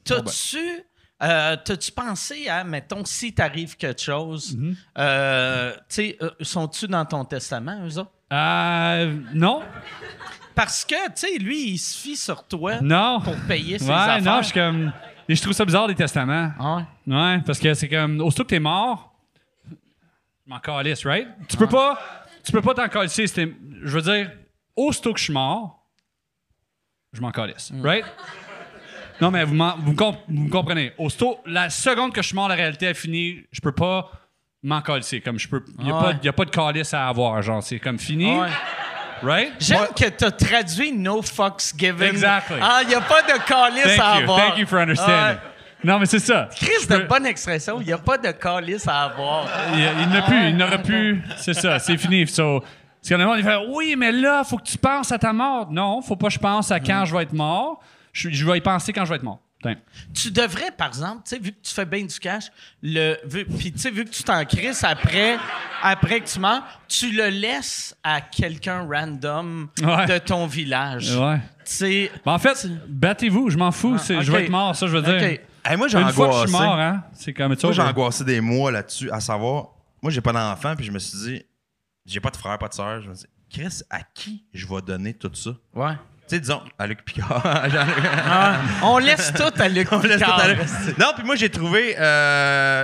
T'as-tu pensé à, mettons, si t'arrive quelque chose, sont-tu dans ton testament, eux autres? Non. Parce que, tu sais, lui, il se fie sur toi Non. pour payer ses affaires. Non, je trouve ça bizarre, les testaments. Ah ouais? Ouais, parce que c'est comme, aussitôt que t'es mort, je m'en calisse, right? Tu peux pas t'en calisser. Je veux dire, aussitôt que je suis mort, je m'en calisse, right? Non, mais vous me comprenez. Aussitôt, la seconde que je suis mort, la réalité est finie, je peux pas m'en calisser. Comme il n'y a pas de calice à avoir, genre, c'est comme fini. Ouais. Right? J'aime que tu as traduit No Fucks Given. Exactly. Ah, il n'y a pas de calice à avoir. Thank you for understanding. Non, mais c'est ça. Chris, de bonne expression. Il n'y a pas de calice à avoir. Il n'aurait plus. C'est ça, c'est fini. So, parce qu'il y en a qui font oui, mais là, il faut que tu penses à ta mort. Non, faut pas que je pense à quand je vais être mort. Je vais y penser quand je vais être mort. Tu devrais, par exemple, tu sais, vu que tu fais bien du cash, puis tu sais, vu que tu t'en crisses après que tu meurs, tu le laisses à quelqu'un random de ton village. Ouais. Tu en fait, battez-vous, je m'en fous. Je vais être mort, ça, je veux dire. Okay. Hey, moi, j'ai Une fois que je angoissé. suis mort, hein, c'est comme Moi, j'ai angoissé des mois là-dessus, à savoir, moi, j'ai pas d'enfant, puis je me suis dit, j'ai pas de frère, pas de soeur. Je me suis dit, Chris, à qui je vais donner tout ça? Ouais. Tu sais, disons, à Luc Picard. On laisse tout à Luc Picard. Non, puis moi, j'ai trouvé un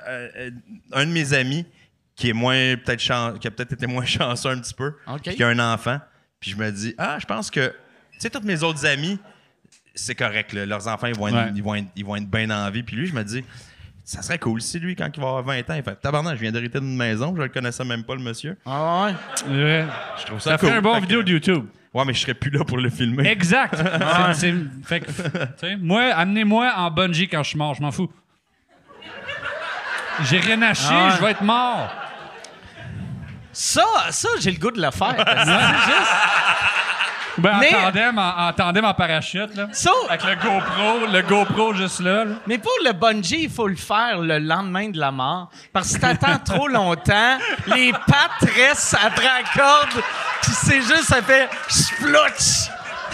de mes amis qui est qui a peut-être été moins chanceux un petit peu, qui a un enfant. Puis je me dis, je pense que, tu sais, tous mes autres amis, c'est correct, là, leurs enfants, ils vont être bien en vie. Puis lui, je me dis, ça serait cool si lui, quand il va avoir 20 ans, il fait tabarnak, je viens d'hériter d'une maison, je le connaissais même pas, le monsieur. Ah ouais? Je trouve ça cool. Ça fait un bon vidéo de YouTube. Ouais, mais je serais plus là pour le filmer. Exact. Fait que, moi, amenez-moi en bungee quand je suis mort, je m'en fous. J'ai rien à chier, je vais être mort. Ça, j'ai le goût de le faire. C'est juste... En tandem en parachute, là. Ça, avec le GoPro juste là. Mais pour le bungee, il faut le faire le lendemain de la mort. Parce que si t'attends trop longtemps, les pattes restent après la corde, puis c'est juste, ça fait splotch.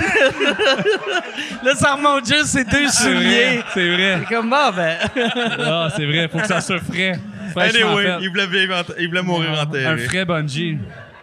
Là, ça remonte juste ses deux souliers. C'est vrai. C'est comme bon, ben. Ah, c'est vrai, faut que ça soit frais. Anyway, il voulait mourir enterré. Un frais bungee.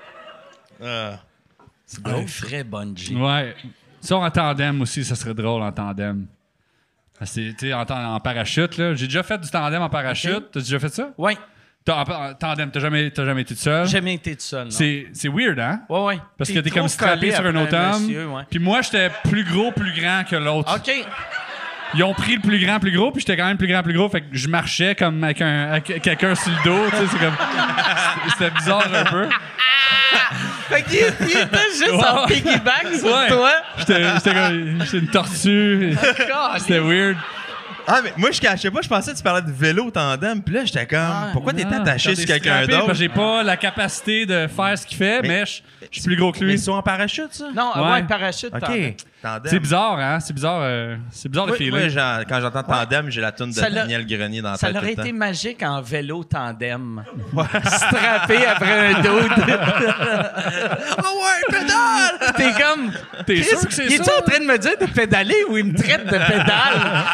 Un vrai bungee. Ouais. Ça, en tandem aussi, ça serait drôle en tandem. Tu sais, en parachute, là. J'ai déjà fait du tandem en parachute. Okay. T'as déjà fait ça? Oui. En tandem, t'as jamais été tout seul? Jamais été tout seul, non. C'est weird, hein? Ouais. Parce que t'es comme strappé sur un autre homme. Puis moi, j'étais plus grand que l'autre. OK. Ils ont pris le plus grand, plus gros, puis j'étais quand même plus grand. Fait que je marchais comme avec quelqu'un sur le dos. Tu sais, c'est comme... C'était bizarre un peu. Fait qu'il était juste en piggyback sur toi. J'étais une tortue. C'était weird. Ah, mais moi, je cachais pas. Je pensais que tu parlais de vélo tandem. Puis là, j'étais comme, pourquoi t'es attaché sur quelqu'un d'autre? J'ai pas la capacité de faire ce qu'il fait, mais je suis plus gros que lui. Mais ils sont en parachute, ça? Non, parachute. OK. Tandem. C'est bizarre, hein? C'est bizarre de filer. Moi, quand j'entends tandem, j'ai la toune de Daniel Grenier dans la tête. Ça aurait été magique en vélo tandem. Strappé après un dude. Oh ouais, pédale! T'es comme... T'es sûr que c'est ça? Il est-tu en train de me dire de pédaler ou il me traite de pédale?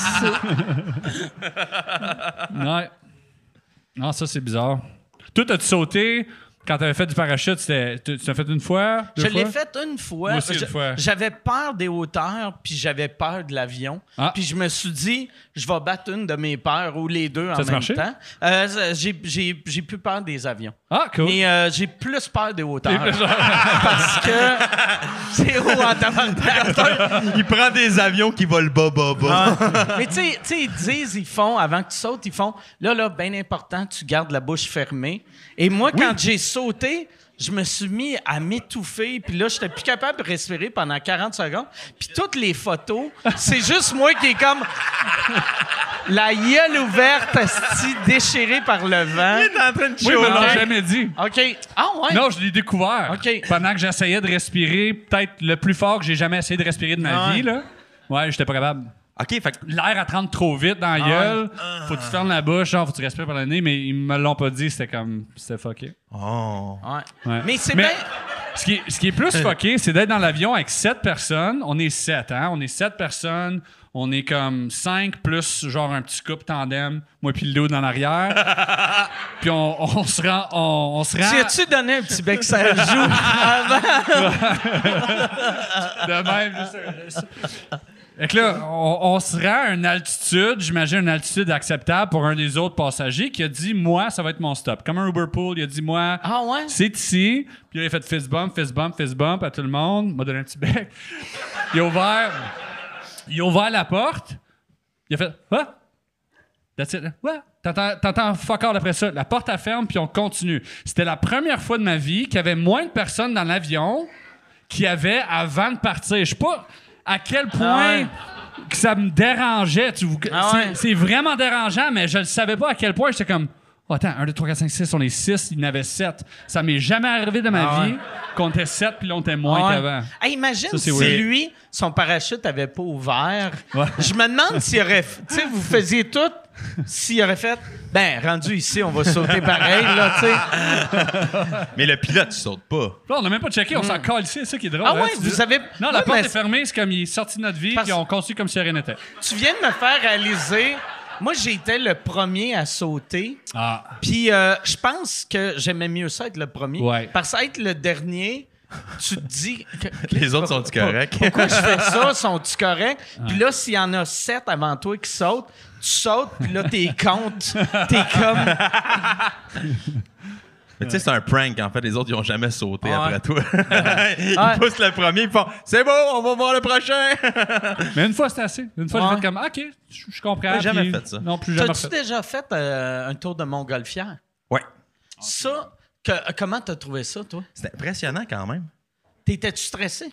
Ouais. Non, ça, c'est bizarre. Toi, t'as-tu sauté... Quand tu avais fait du parachute, tu l'as fait une fois? Je l'ai fait une fois. Moi aussi, une fois. J'avais peur des hauteurs, puis j'avais peur de l'avion. Puis je me suis dit, je vais battre une de mes peurs ou les deux en même temps. J'ai plus peur des avions. Ah, cool. Mais j'ai plus peur des hauteurs. Parce que c'est haut en tabarnak. Il prend des avions qui volent bas. Mais tu sais, ils disent, ils font, avant que tu sautes, là, bien important, tu gardes la bouche fermée. Et moi, quand j'ai sauté sauté, je me suis mis à m'étouffer, puis là, j'étais plus capable de respirer pendant 40 secondes. Puis toutes les photos, c'est juste moi qui est comme la gueule ouverte, asti, déchirée par le vent. Il est en train de Oui, mais chialer. l'ont jamais dit. OK. Ah ouais? Non, je l'ai découvert. OK. Pendant que j'essayais de respirer, peut-être le plus fort que j'ai jamais essayé de respirer de ma vie, là. Ouais, j'étais pas capable. OK, fait que L'air à te rendre trop vite dans la gueule. Faut que tu fermes la bouche, genre, faut que tu respires par le nez, mais ils me l'ont pas dit, c'était fucké. oh. Ouais. Ouais. Mais c'est Mais bien... ce qui est plus fucké, c'est d'être dans l'avion avec 7 personnes. On est 7, hein? On est 7 personnes. On est comme 5 plus genre un petit couple tandem, moi puis le dos dans l'arrière. Puis on se rend. On se rend Tu as-tu donné un petit bec ça joue avant? de même. Juste. Fait que là, on se rend à une altitude, j'imagine une altitude acceptable pour un des autres passagers qui a dit, moi, ça va être mon stop. Comme un Uber Pool, il a dit, moi, Ah ouais? c'est ici. Puis il a fait fist bump, fist bump, fist bump à tout le monde. Il m'a donné un petit bec. Il a ouvert la porte. Il a fait, what? That's it. What? T'entends fuck all après ça. La porte elle ferme, puis on continue. C'était la première fois de ma vie qu'il y avait moins de personnes dans l'avion qu'il y avait avant de partir. Je sais pas à quel point que ça me dérangeait. C'est vraiment dérangeant, mais je ne savais pas à quel point. J'étais comme, oh, attends, 1, 2, 3, 4, 5, 6, on est 6, il y en avait 7. Ça m'est jamais arrivé de ma vie qu'on était 7 puis on était moins qu'avant. Hey, imagine Ça, c'est si weird. lui, son parachute avait pas ouvert. Ouais. Je me demande s'il aurait... Tu sais, vous faisiez tout, s'il aurait fait... Ben, rendu ici, on va sauter pareil, là, tu sais. Mais le pilote, tu sautes pas. Là, on n'a même pas checké, on s'en colle ici, c'est ça qui est drôle. Ah hein, ouais, tu vous dis- avez... Non, la Ouais, porte mais est fermée, c'est comme il est sorti de notre vie, Parce- puis on continue comme si rien n'était. Tu viens de me faire réaliser... Moi, j'ai été le premier à sauter. Ah. Puis je pense que j'aimais mieux ça être le premier. Ouais. Parce que être le dernier, tu te dis... Les autres sont-tu corrects? Pourquoi je fais ça? Sont-tu corrects? Puis là, s'il y en a 7 avant toi qui sautent, tu sautes, puis là, t'es comptes. T'es comme... Mais tu sais, c'est un prank, en fait. Les autres, ils ont jamais sauté Ouais. après toi. Ils Ouais. poussent le premier, ils font « C'est beau, on va voir le prochain! Mais une fois, c'était assez. Une fois, Ouais. j'ai fait comme, OK, je comprends. J'ai jamais puis- fait ça. Non, plus jamais T'as-tu fait. déjà fait un tour de Montgolfière? » Ouais. Ça, comment t'as trouvé ça, toi? C'était impressionnant quand même. T'étais-tu stressé?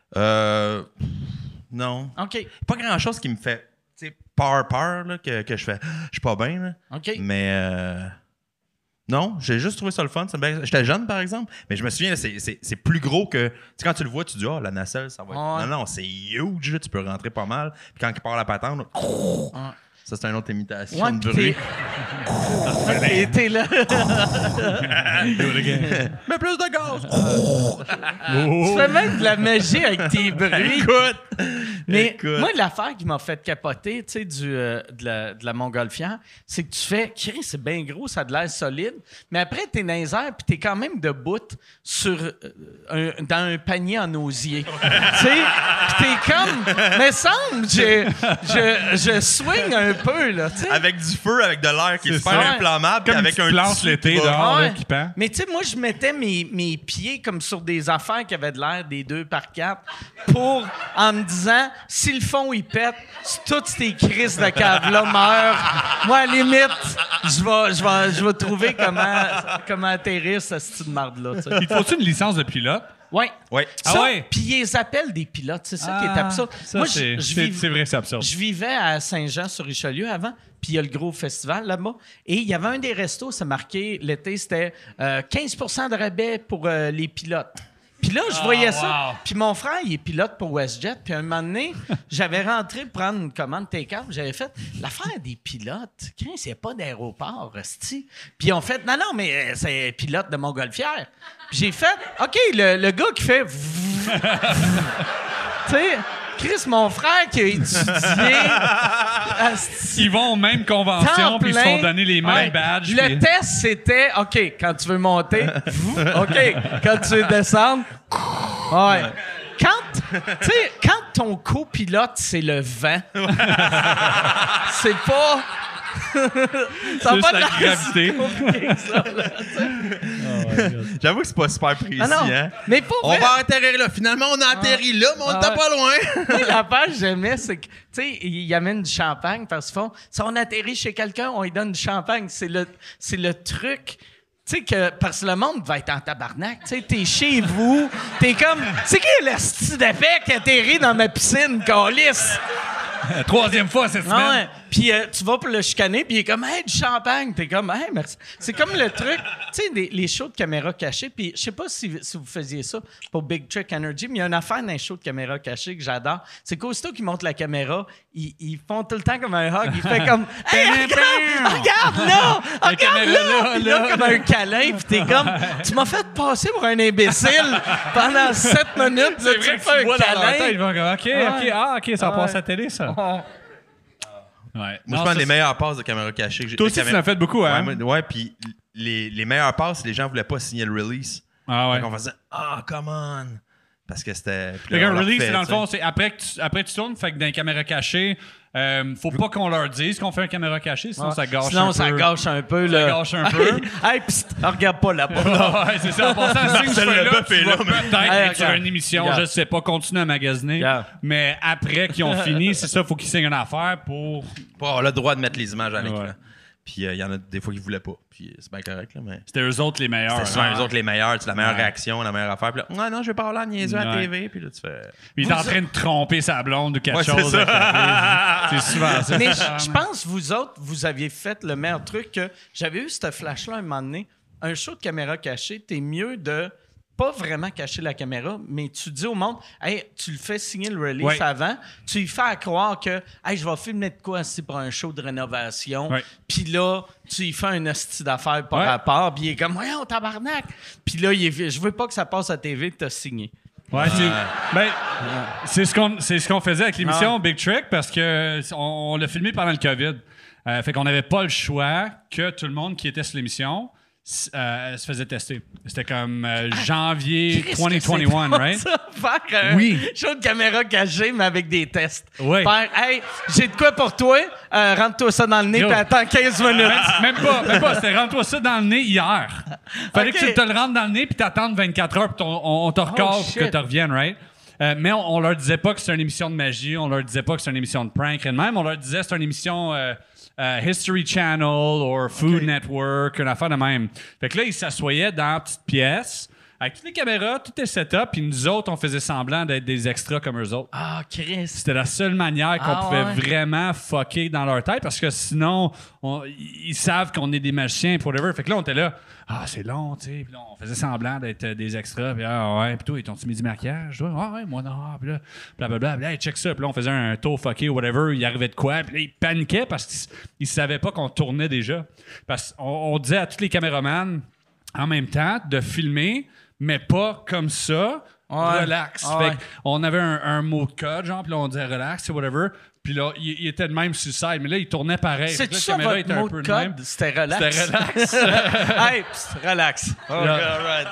Non. OK. Pas grand-chose qui me fait tu sais, peur là, que je fais « Je suis pas bien. » là. OK. Mais non, j'ai juste trouvé ça le fun. J'étais jeune, par exemple, mais je me souviens, c'est plus gros que... Tu sais, quand tu le vois, tu dis « Ah, la nacelle, ça va être... Ouais. Non, c'est huge, là, tu peux rentrer pas mal. Puis quand il part la patente, là, ça, c'est une autre imitation Ouais, de puis bruit. t'es là. Mais plus de gaz! Tu fais même de la magie avec tes bruits. Écoute! Mais Écoute. moi, l'affaire qui m'a fait capoter, tu sais, de la Montgolfière, c'est que tu fais, Chris, c'est bien gros, ça a de l'air solide, mais après, t'es dans les airs, puis t'es quand même debout dans un panier en osier. Tu sais, puis t'es comme, mais semble, je swing un peu, là, tu sais. Avec du feu, avec de l'air qui est C'est super ça. inflammable, puis Comme avec une un petite planche tissu l'été qui va- dehors, Ouais. là, qui pend. Mais tu sais, moi, je mettais mes pieds comme sur des affaires qui avaient de l'air des 2x4 en me disant, si le fond, il pète, toutes ces crises de cave-là meurent. Moi, à la limite, je vais trouver comment atterrir ce style de marde-là, tu sais. Il te faut-tu une licence de pilote? Ouais. Ouais. Ah Ça, ouais? Puis ils les appellent des pilotes, c'est ça qui est absurde. Ça, Moi, c'est vrai, c'est absurde. je vivais à Saint-Jean-sur-Richelieu avant, puis il y a le gros festival là-bas. Et il y avait un des restos, c'est marqué, l'été, c'était 15% de rabais pour les pilotes. Puis là, je voyais ça. wow. Puis mon frère, il est pilote pour WestJet. Puis un moment donné, j'avais rentré pour prendre une commande take-out. J'avais fait l'affaire des pilotes. Il n'y a pas d'aéroport, hostie. Puis ils ont fait non, mais c'est pilote de Montgolfière. Puis j'ai fait OK, le gars qui fait. Tu sais, Chris, mon frère qui a étudié. asti, Ils vont aux mêmes conventions, temps puis ils se plein. font donner les mêmes Ouais. badges. Le puis- test, c'était OK, quand tu veux monter, OK, quand tu veux descendre, ouais. Quand ton copilote, c'est le vent, c'est pas. Ça Juste pas de la l'air gravité. si compliqué que ça, là. J'avoue que c'est pas super précis, Ah non, hein? mais pour On vrai, va atterrir là. Finalement, on a atterri là, mais on Ah était ouais. pas loin. moi, l'affaire que j'aimais, c'est que, tu sais, ils amènent du champagne parce qu'ils font, si on atterrit chez quelqu'un, on lui donne du champagne. C'est le truc Tu sais que, parce que le monde va être en tabarnak. Tu sais, t'es chez vous, t'es comme, c'est qui le style d'effet qui atterrit dans ma piscine, câlisse? Troisième fois cette semaine. Ouais. Puis tu vas pour le chicaner, puis il est comme, hey, du champagne. T'es comme, hey, merci. C'est comme le truc, tu sais, les shows de caméra cachée. Puis je sais pas si vous faisiez ça pour Big Trick Energy, mais il y a une affaire dans les shows de caméra cachée que j'adore. C'est qu'aussitôt qu'ils montent la caméra, ils font tout le temps comme un hug. Il fait comme, hey, regarde là! Regarde là! Puis là, comme un câlin, puis t'es comme, tu m'as fait passer pour un imbécile pendant 7 minutes. Là, tu me fais un câlin. Ils vont comme, OK, ça passe à la télé, ça. Ouais. Moi, je pense les meilleures passes de caméra cachée que j'ai. Toi aussi, tu en as fait beaucoup, hein? Ouais, puis les meilleures passes, les gens voulaient pas signer le release. Ah ouais. Donc on faisait come on! Parce que c'était. Le release, c'est dans le fond, c'est après que tu tournes, fait que dans les caméras cachées, faut pas qu'on leur dise qu'on fait une caméra cachée, sinon ça gâche un peu. Sinon, ça gâche un peu. Ça gâche un peu. Hey, psst, regarde pas là-bas. Ouais, c'est ça. En passant, si je fais là, tu vas peut-être Hey, être sur une émission, regarde. je sais pas, continuer à magasiner. Regarde. Mais après qu'ils ont fini, c'est ça, faut qu'ils signent une affaire pour... Pour avoir le droit de mettre les images à l'écran. Ouais. Puis il y en a des fois qui voulaient pas. Puis c'est bien correct, là, mais. C'était eux autres les meilleurs. C'était souvent eux autres les meilleurs, la meilleure Ouais. réaction, la meilleure affaire. Puis là, non, je vais pas avoir l'air niaiseux à la Ouais. TV. Puis là, tu fais. Puis il est en train de tromper sa blonde ou quelque Ouais, c'est chose. ça. C'est souvent ça. Mais je pense que vous autres, vous aviez fait le meilleur truc que j'avais eu ce flash-là un moment donné. Un show de caméra cachée, t'es mieux de pas vraiment cacher la caméra, mais tu dis au monde, hey, tu le fais signer le release Ouais. avant, tu lui fais croire que, hey, je vais filmer de quoi c'est pour un show de rénovation, Ouais. puis là, tu lui fais un hostie d'affaires par Ouais. rapport, puis il est comme, voyons, tabarnak, puis là, je veux pas que ça passe à TV, t'as signé. Ouais, c'est ce qu'on faisait avec l'émission Big Trick parce que on l'a filmé pendant le COVID. Fait qu'on n'avait pas le choix que tout le monde qui était sur l'émission se faisait tester. C'était comme janvier Christ, 2021, c'est right? ça, faire un Oui. show de caméra cachée, mais avec des tests. Oui. Faire, hey, j'ai de quoi pour toi, rentre-toi ça dans le nez, Yo. puis attends 15 minutes. Même pas. C'était rentre-toi ça dans le nez hier. Fallait Ok. que tu te le rentres dans le nez puis t'attendes 24 heures puis on te recorde pour shit. que tu reviennes, right? Mais on leur disait pas que c'était une émission de magie, on leur disait pas que c'était une émission de prank, rien de même. On leur disait que c'était une émission History Channel ou Food Network, une affaire de même. Fait que là, ils s'assoyaient dans une petite pièce avec toutes les caméras, tout est setup, puis nous autres, on faisait semblant d'être des extras comme eux autres. Ah, Chris. C'était la seule manière qu'on pouvait vraiment fucker dans leur tête parce que sinon, ils savent qu'on est des magiciens, puis whatever. Fait que là, on était là, c'est long, tu sais. Puis là, on faisait semblant d'être des extras. Puis ouais, puis toi, ils t'ont-tu mis du maquillage? Ouais, moi non. Puis là, blablabla. Puis là, hey, check ça. Puis là, on faisait un tour fucké, whatever. Il arrivait de quoi? Puis là, ils paniquaient parce qu'ils savaient pas qu'on tournait déjà. Parce qu'on disait à tous les caméramans en même temps de filmer, mais pas comme ça. Ouais. Relax. Ouais. Fait on avait un mot de code, genre, puis là, on disait relax, whatever. Puis là, il était de même sur le side, mais là, il tournait pareil. C'est Fait que là, ça, la caméra votre était un mot peu de de même. code? C'était relax. C'était relax. Hey, psst, relax. OK, Là. all right.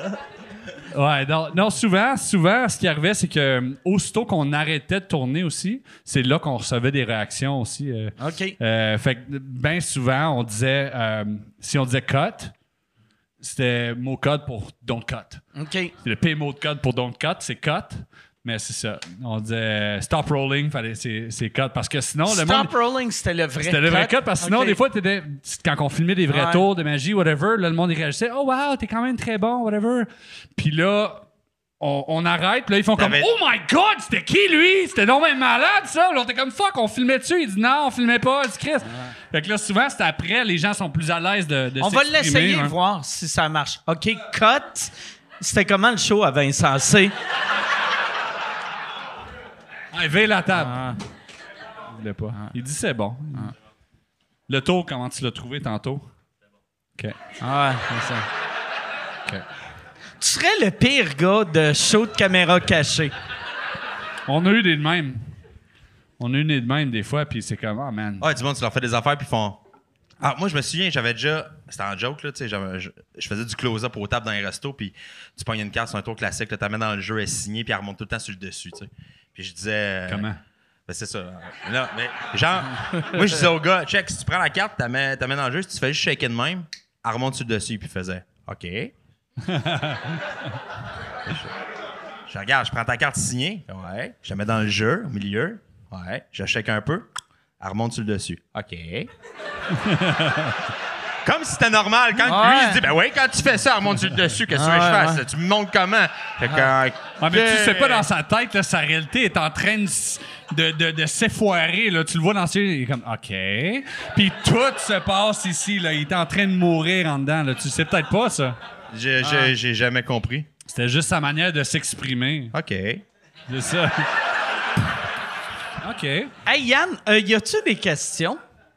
Ouais, non, souvent, ce qui arrivait, c'est que aussitôt qu'on arrêtait de tourner aussi, c'est là qu'on recevait des réactions aussi. OK. Fait que bien souvent, on disait, si on disait cut, c'était mot code pour don't cut. OK. C'est le P mot de code pour don't cut, c'est cut. Mais c'est ça. On disait stop rolling, c'est cut. Parce que sinon, le monde. Stop rolling, c'était le vrai C'était le vrai cut parce que sinon, OK. des fois, quand on filmait des vrais Ouais. tours de magie, whatever, là, le monde il réagissait oh wow, t'es quand même très bon, whatever. Puis là, on arrête, puis là, ils font comme T'avais- oh my god, c'était qui lui? C'était donc même malade ça. Là, on était comme fuck, on filmait dessus. Il dit non, on filmait pas, du Christ. Fait que là, souvent, c'est après, les gens sont plus à l'aise de On va s'exprimer, l'essayer, hein. voir si ça marche. OK, cut. C'était comment le show à Vincent C? Ouais, veille la table. Il voulait pas. Il dit c'est bon. Le tour, comment tu l'as trouvé tantôt? OK. Ah ouais, c'est ça. OK. Tu serais le pire gars de show de caméra cachée. On a eu des de même. On a eu des de même des fois, puis c'est comme, oh man. Ouais, du monde, tu leur fais des affaires, puis ils font. Ah, moi, je me souviens, j'avais déjà. C'était en joke, là, tu sais. Je faisais du close-up aux tables dans les restos, puis tu pognes une carte sur un tour classique, tu la mets dans le jeu, elle est signée, puis elle remonte tout le temps sur le dessus, tu sais. Puis je disais. Comment? Ben, c'est ça. Là, mais genre, moi, je disais au gars, check, si tu prends la carte, tu la mets dans le jeu, si tu fais juste shaker de même, elle remonte sur le dessus, puis il faisait, OK. Je regarde, je prends ta carte signée. Ouais. Je la mets dans le jeu, au milieu. Ouais. Je shake un peu. Elle remonte sur le dessus. OK. Comme si c'était normal. Quand lui, il se dit, ben oui, quand tu fais ça, remonte sur le dessus, qu'est-ce que tu veux que je fasse? Tu me montres comment? Fait que, mais tu sais pas, dans sa tête, là, sa réalité est en train de s'effoirer. Là. Tu le vois dans ce il est comme, OK. Puis tout se passe ici. Là. Il est en train de mourir en dedans. Là. Tu sais peut-être pas, ça. J'ai jamais compris. C'était juste sa manière de s'exprimer. OK. C'est ça. OK. Hey, Yann, y a-tu des questions?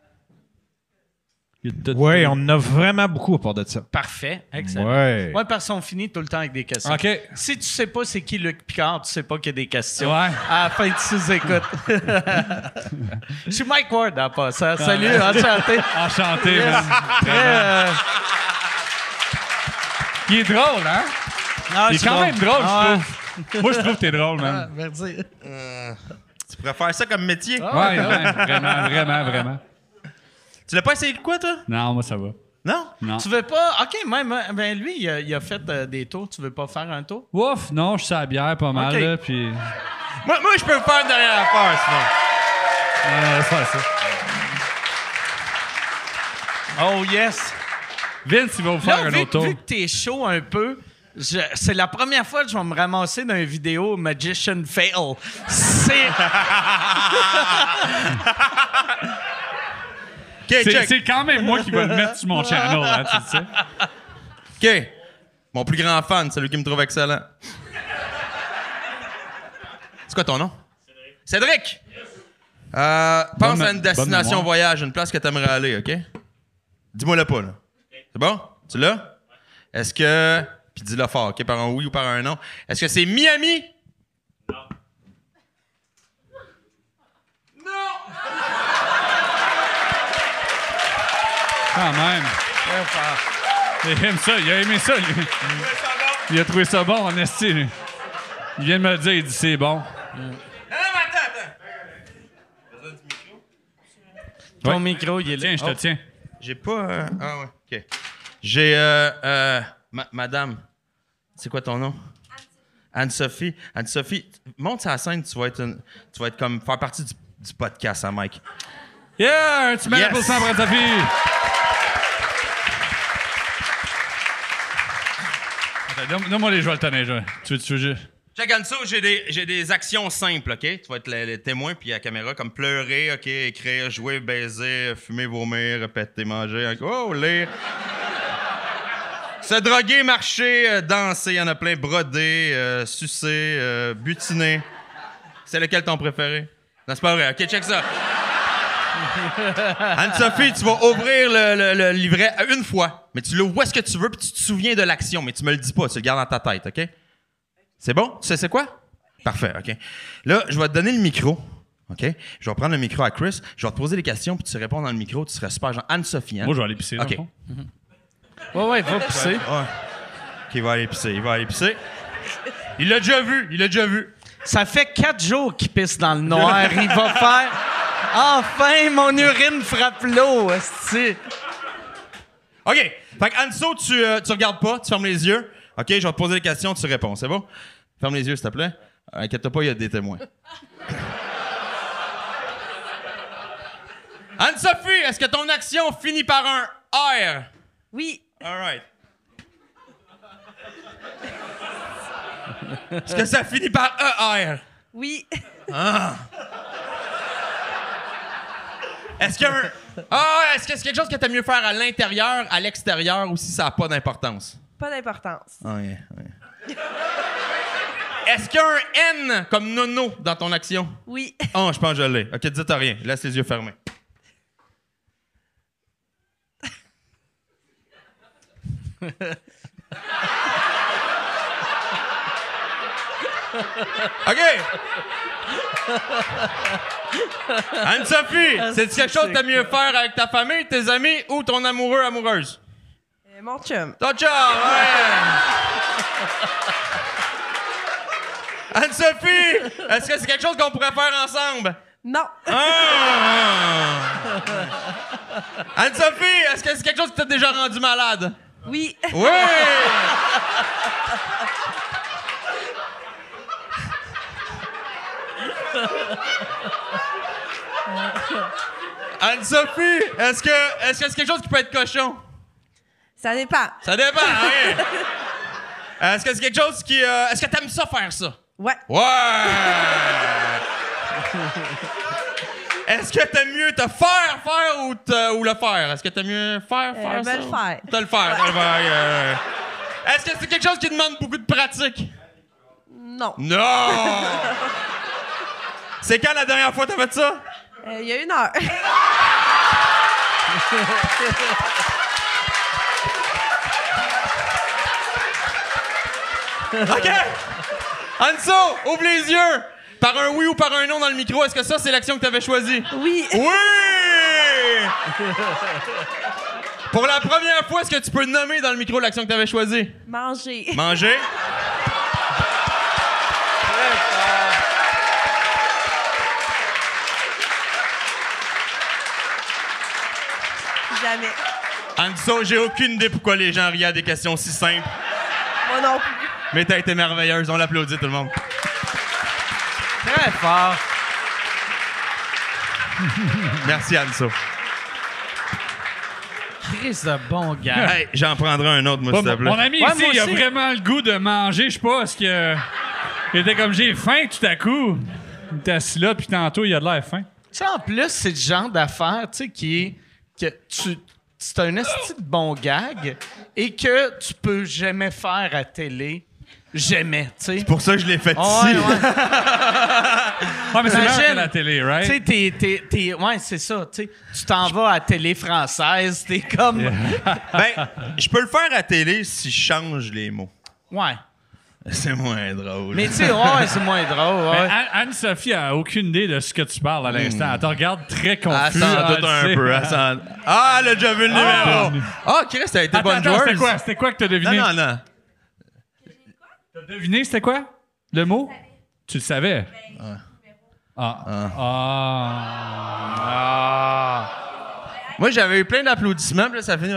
Oui, on en a vraiment beaucoup à part de ça. Parfait. Excellent. Ouais. Ouais, parce qu'on finit tout le temps avec des questions. OK. Si tu sais pas c'est qui Luc Picard, tu sais pas qu'il y a des questions. Ouais. À la fin, tu sous-écoutes. Je suis Mike Ward en passant. Salut, enchanté. Enchanté, man. Très, Il est drôle, hein? Ah, Il est quand même drôle, je trouve. Moi, je trouve que t'es drôle, Ah, man. merci. Tu pourrais faire ça comme métier. Ouais, vraiment. Tu l'as pas essayé de quoi, toi? Non, moi, ça va. Non? Non. Tu veux pas... OK, même... Ben lui, il a fait des tours. Tu veux pas faire un tour? Ouf, non, je suis à la bière pas mal, OK. là, puis... Moi, je peux faire une dernière affaire, sinon. c'est ça. Oh, yes. Vince, il va vous faire Là, un vu autre tour. que t'es chaud un peu, c'est la première fois que je vais me ramasser dans une vidéo Magician Fail. C'est... OK, check. C'est quand même moi qui vais le mettre sur mon channel, hein, tu sais. OK. Mon plus grand fan, celui qui me trouve excellent. C'est quoi ton nom? Cédric. Pense à une destination mémoire. voyage, une place que tu aimerais aller, OK? Dis-moi-le pas, là. C'est bon? Tu l'as? Est-ce que... Puis dis-le fort, OK? Par un oui ou par un non. Est-ce que c'est Miami? Quand même. Il aime ça, il a aimé ça, lui. Il a trouvé ça bon, en esti, lui. Il vient de me le dire, il dit c'est bon. Non, attends. Ton micro, il est là. Tiens, je te tiens. J'ai pas... Ah ouais, OK. J'ai... Madame, c'est quoi ton nom? Anne-Sophie. Anne-Sophie, monte sur la scène, tu vas être comme... faire partie du podcast, hein, Mike? Yeah! Un petit Yes. pour ça, Sophie! Donne-moi les jouets le tonner, tu veux juste... Check en dessous, j'ai des actions simples, OK? Tu vas être le témoin, puis à la caméra, comme pleurer, OK? Écrire, jouer, baiser, fumer, vomir, répéter, manger, oh, lire. Se droguer, marcher, danser, il y en a plein, broder, sucer, butiner. C'est lequel ton préféré? Non, c'est pas vrai. OK, check ça. Anne-Sophie, tu vas ouvrir le livret une fois, mais tu l'ouvres où est-ce que tu veux, puis tu te souviens de l'action, mais tu me le dis pas, tu le gardes dans ta tête, OK? C'est bon? Tu sais c'est quoi? Parfait, OK. Là, je vais te donner le micro, OK? Je vais prendre le micro à Chris, je vais te poser des questions, puis tu réponds dans le micro, tu serais super genre Anne-Sophie, hein? Moi, je vais aller pisser, OK. dans le fond. Ouais, va pisser. Ouais. OK, il va aller pisser. Il l'a déjà vu. Ça fait 4 jours qu'il pisse dans le noir. Il va faire... Enfin, mon urine frappe l'eau, esti. OK. Fait que Anso, tu regardes pas, tu fermes les yeux. OK, je vais te poser des questions, tu réponds. C'est bon? Ferme les yeux, s'il te plaît. Inquiète-toi pas, il y a des témoins. Anne-Sophie, est-ce que ton action finit par un R? Oui. All right. Est-ce que ça finit par ER? Oui. Est-ce que c'est quelque chose que t'aimes mieux faire à l'intérieur, à l'extérieur, ou si ça n'a pas d'importance? Pas d'importance. Ouais. Est-ce qu'il y a un N comme nono dans ton action? Oui. Oh, je pense que je l'ai. OK, dites rien. Laisse les yeux fermés. OK. Anne-Sophie, c'est quelque chose que t'aimes mieux faire avec ta famille, tes amis ou ton amoureux, amoureuse? Mon chum. Ton chum, ouais! Anne-Sophie, est-ce que c'est quelque chose qu'on pourrait faire ensemble? Non. Ah! Anne-Sophie, est-ce que c'est quelque chose qui t'a déjà rendu malade? Oui. Oui! Anne-Sophie, est-ce que c'est quelque chose qui peut être cochon? Ça dépend. Ça dépend, OK. Est-ce que c'est quelque chose qui... est-ce que t'aimes ça faire ça? Ouais. Ouais! Est-ce que t'aimes mieux te faire ou le faire? Est-ce que t'aimes mieux faire ça? Le faire. Te le faire. Est-ce que c'est quelque chose qui demande beaucoup de pratique? Non. Non! C'est quand la dernière fois que t'as fait ça? Il y a 1 heure. OK! Anso, ouvre les yeux! Par un oui ou par un non dans le micro, est-ce que ça, c'est l'action que t'avais choisie? Oui. Oui! Pour la première fois, est-ce que tu peux nommer dans le micro l'action que t'avais choisie? Manger. Manger? Jamais. Anso, j'ai aucune idée pourquoi les gens riaient à des questions si simples. Moi non plus. Mais t'as été merveilleuse. On l'applaudit, tout le monde. Très fort. Merci, Anso. Chris de bon gars. Hey, j'en prendrai un autre, moi, s'il te plaît. Mon ami Ouais, ici, moi il a aussi. vraiment le goût de manger. Je sais pas, est-ce que... Il était comme, j'ai faim tout à coup. Il était assis là, puis tantôt, il a de l'air faim. Ça, en plus, c'est le genre d'affaire, tu sais, qui est que c'est un esti de bon gag et que tu peux jamais faire à télé. Jamais, tu sais. C'est pour ça que je l'ai fait Ouais, ici. ouais. Ah, mais c'est meilleur Imagine. que la télé, Tu right? sais, ouais, c'est ça, tu sais. Tu t'en vas à télé française, t'es comme... Ben, je peux le faire à télé si je change les mots. Ouais. C'est moins drôle. Mais tu sais, ouais, c'est moins drôle, Mais ouais. Anne-Sophie a aucune idée de ce que tu parles à l'instant. Elle te regarde très Elle confus. s'en doute elle un sait. peu. Ah, elle a déjà vu le numéro. Ah, Chris, t'as été bonne Attends, joueuse. c'était quoi? C'était quoi que t'as deviné? Non. T'as deviné, c'était quoi? Le mot? Tu le savais? Moi, j'avais eu plein d'applaudissements, puis là, ça finit.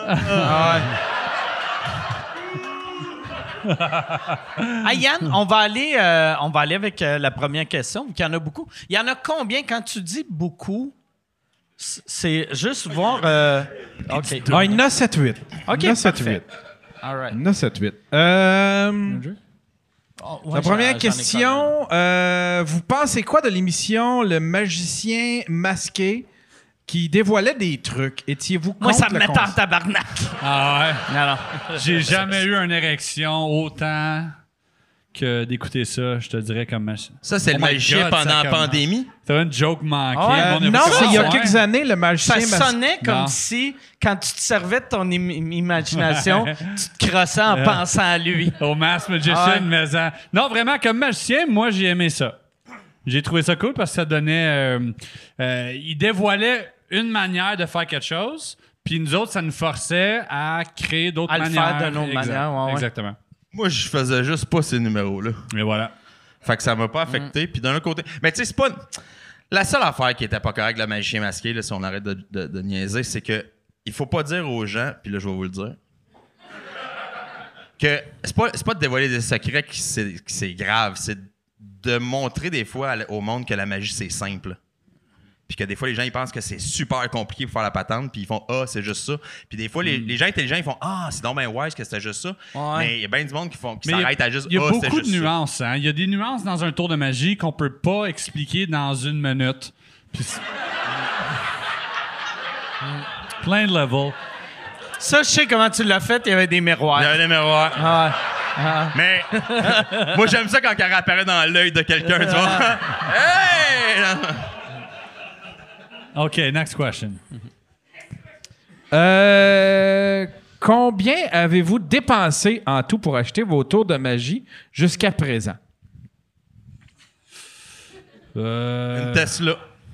Ah, Yann, on va aller avec la première question, vu qu'il y en a beaucoup. Il y en a combien quand tu dis beaucoup? C'est juste voir. OK. Ah, il y en a 7-8. OK, Il y en a 7-8. parfait. All right. Il y en a 7-8. Oh, ouais, La première j'en ai question, vous pensez quoi de l'émission Le Magicien Masqué qui dévoilait des trucs? Étiez-vous contre Moi, ça me le met en concept? tabarnak. Ah ouais? Non. J'ai jamais eu une érection autant que d'écouter ça, je te dirais comme... Ça, c'est Oh le my magicien God, pendant ça la commence. pandémie. C'était une joke manquée. Ah ouais? On a Non, fait c'est il y a ça. quelques années, Le Magicien Ça Masqué. sonnait comme Non. si, quand tu te servais de ton imagination, tu te crossais en pensant à lui. Au Mass Magician, Ah ouais. mais non, vraiment, comme magicien, moi, j'ai aimé ça. J'ai trouvé ça cool parce que ça donnait... il dévoilait une manière de faire quelque chose, puis nous autres, ça nous forçait à créer d'autres À le manières. faire d'une autre manière, ouais, ouais. Exactement. Moi, je faisais juste pas ces numéros-là. Et voilà. Fait que ça m'a pas affecté. Puis d'un autre côté... Mais tu sais, c'est pas... La seule affaire qui était pas correcte, le magicien masqué, là, si on arrête de niaiser, c'est que il faut pas dire aux gens, puis là, je vais vous le dire, que c'est pas de dévoiler des secrets qui c'est grave, c'est de montrer des fois au monde que la magie, c'est simple. Puis que des fois, les gens, ils pensent que c'est super compliqué pour faire la patente, puis ils font « Ah, c'est juste ça ». Puis des fois, les gens intelligents, ils font « Ah, c'est donc bien wise que c'était juste ça Ouais. ». Mais il y a bien du monde qui Mais s'arrête à juste « Il y a Ah, c'était beaucoup de juste ça ». nuances. Hein? Il y a des nuances dans un tour de magie qu'on peut pas expliquer dans une minute. Puis plein de levels. Ça, je sais comment tu l'as fait, il y avait des miroirs. Il y a un miroir. Ah, Mais moi, j'aime ça quand elle réapparaît dans l'œil de quelqu'un, tu vois. Hey! OK, next question. Combien avez-vous dépensé en tout pour acheter vos tours de magie jusqu'à présent? Une Tesla.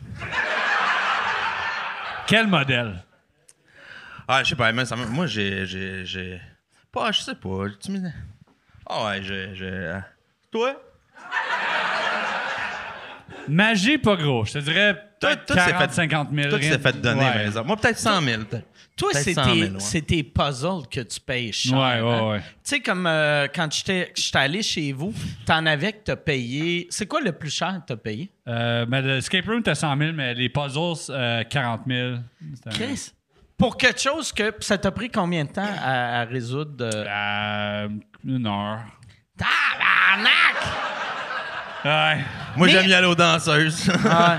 Quel modèle? Ah, je sais pas, mais moi, j'ai... Pas, je sais pas. Ah ouais, Toi? Magie, pas gros. Je te dirais peut-être Toi, c'est 40, 50 000. Toi, tu t'es fait donner, Ouais. par exemple. Moi, peut-être 100 000. toi, Peut-être c'est 100 000, ouais. c'est tes puzzles que tu payes cher. Ouais, ouais, hein. ouais. Tu sais, comme quand j'étais allé chez vous, t'en avais que t'as payé... C'est quoi le plus cher que t'as payé? Mais le escape room, t'as 100 000, mais les puzzles, 40 000. C'était- Chris? Pour quelque chose que ça t'a pris combien de temps à résoudre? 1 heure. Tabarnak! Ouais. Moi, Mais- j'aime y aller aux danseuses. Ouais.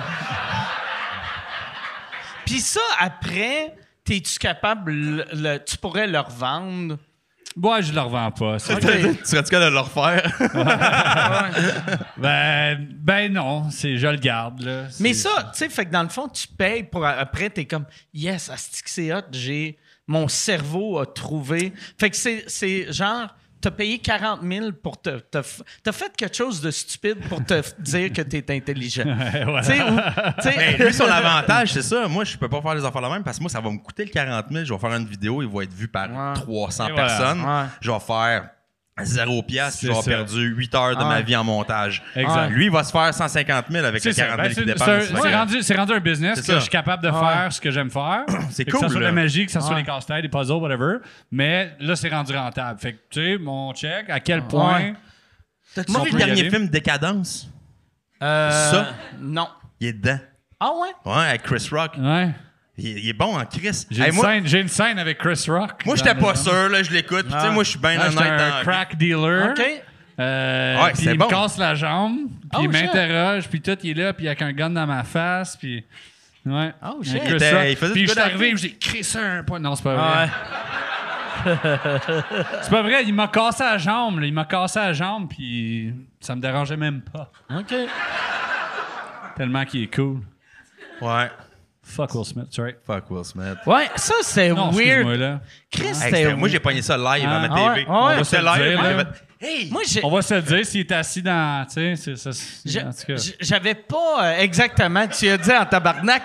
Puis ça, après, t'es-tu capable, tu pourrais le revendre? Moi, je le revends pas. Tu serais-tu capable de le refaire? Ben non, je le garde. Là. Mais C'est- ça, tu sais, fait que dans le fond, tu payes pour. Après, t'es comme, yes, asti que c'est hot, mon cerveau a trouvé. Fait que c'est genre, t'as payé 40 000 pour t'as fait quelque chose de stupide pour te dire que t'es intelligent. Voilà. Tu sais, Mais lui, son avantage, c'est ça. Moi, je peux pas faire les affaires la même parce que moi, ça va me coûter le 40 000. Je vais faire une vidéo, il va être vu par Ouais. 300 Et voilà. personnes. Ouais. Je vais faire 0 piastre, C'est je vais avoir ça. perdu 8 heures de ma vie en montage. Exact. Lui, il va se faire 150 000 avec C'est le ça. 40 Ben, 000 qu'il c'est dépense. c'est rendu un business C'est que ça. je suis capable de faire ce que j'aime faire. C'est Que cool, ça soit là. la magie, que ça soit Ouais. les casse-têtes, les puzzles, whatever. Mais là, c'est rendu rentable. Fait que, tu sais, mon check, à quel point... Ouais. T'as-tu On vu peut le y dernier aller. film Décadence? ça? Non. Il est dedans. Ah ouais? Ouais, avec Chris Rock. Ouais. Il est bon en Chris. J'ai Hey, j'ai une scène avec Chris Rock. moi, j'étais pas sûr, là, je l'écoute. Puis, tu sais, moi, je suis bien honnête J'étais dans un la vie. crack dealer. OK. Ouais, Puis c'est il bon. me casse la jambe, puis Oh, il shit. m'interroge, puis tout, il est là, puis avec un gun dans ma face, puis... Ouais. Oh, Avec shit. Chris Il Rock. faisait Puis du je suis good arrivé, acting. j'ai crissé un point. Non, c'est pas Ah vrai. ouais. C'est pas vrai, il m'a cassé la jambe, là. Il m'a cassé la jambe, puis ça me dérangeait même pas. OK. Tellement qu'il est cool. Ouais. Fuck Will Smith, tu right? Fuck Will Smith. Ouais, ça, c'est Non, excuse-moi, weird. là. Chris, Hey, c'était moi, j'ai pogné ça live à ma Ah, TV. ouais, ouais. On se c'était le live. dire, j'ai là. fait, hey! Moi, On va se le dire, s'il est assis dans... Tu sais, Je- en tout cas. J'avais pas exactement, tu as dit en tabarnak.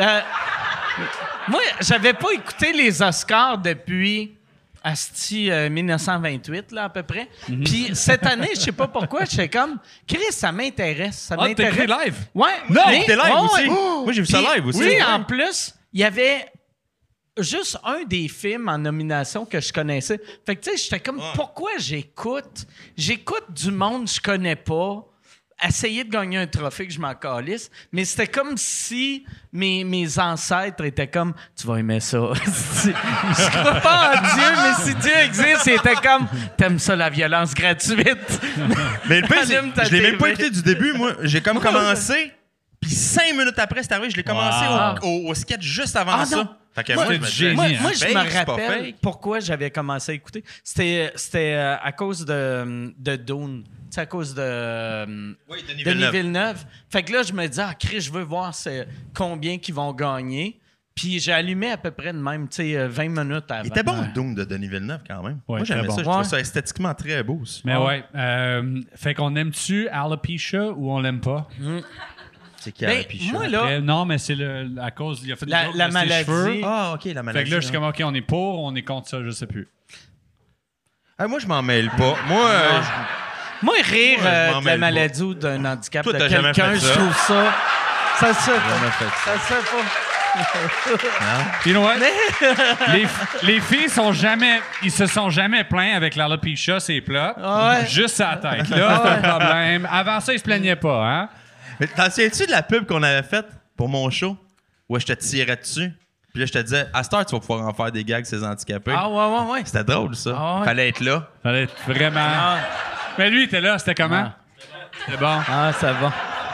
Moi, j'avais pas écouté les Oscars depuis asti 1928 là à peu près. Puis cette année, je sais pas pourquoi, j'étais comme Chris, ça m'intéresse, ça Ah, t'as m'intéresse. écouté live? Ouais. Non, mais- t'es live ouais, aussi. ouais. Moi, j'ai vu ça Puis, live aussi. Oui, en plus, il y avait juste un des films en nomination que je connaissais. Fait que tu sais, j'étais comme pourquoi j'écoute du monde que je connais pas. Essayer de gagner un trophée que je m'en calisse, mais c'était comme si mes ancêtres étaient comme tu vas aimer ça. Je crois pas en Dieu, mais si Dieu existe, il était comme t'aimes ça la violence gratuite. Mais le pire, Allume ta je l'ai même pas TV. écouté du début, moi. J'ai comme commencé, puis 5 minutes après, c'est arrivé, je l'ai commencé au sketch juste avant Ah, ça. non. Fait que Moi, moi, je c'est me du disais, génie, Moi, hein. je fake, me c'est pas rappelle fake. pourquoi j'avais commencé à écouter. C'était à cause de Dune. C'est à cause de Oui, Denis Denis Villeneuve. Villeneuve. Fait que là, je me disais, Chris, je veux voir combien qu'ils vont gagner. Puis j'ai allumé à peu près de même, tu sais, 20 minutes avant. Il était bon, le Doom de Denis Villeneuve, quand même. Ouais, Moi, j'aimais très ça. bon. Je trouvais Ouais. ça esthétiquement très beau aussi. Mais ouais. Fait qu'on aime-tu Alopecia ou on l'aime pas? C'est qui Ben, a piché? moi, là, Après, non, mais c'est à cause... Il a fait une joke la de ses maladie. cheveux. Ah, OK, la maladie. Fait que là, je suis hein. comme, OK, on est pour, on est contre ça, je sais plus. Ah, moi, je m'en mêle pas. Moi, Moi, rire Ouais, je m'en de la mêle maladie ou d'un handicap Toi, de t'as jamais quelqu'un, fait je ça. trouve ça... Ça se fait jamais pas. fait ça. Ça se fait pas. You know what? les filles ils se sont jamais plaints avec l'alopecia, c'est plat. Ouais. Juste sa tête. Là, c'est un problème. Avant ça, ils se plaignaient pas, hein? Mais t'en souviens-tu de la pub qu'on avait faite pour mon show? Où je te tirais dessus. Puis là, je te disais, à cette heure, tu vas pouvoir en faire des gags, ces handicapés. Ah ouais, ouais. C'était drôle, ça. Ah ouais. Fallait être là. Fallait être vraiment... Ah, Mais lui, il était là, c'était comment? C'était bon. ah ça va.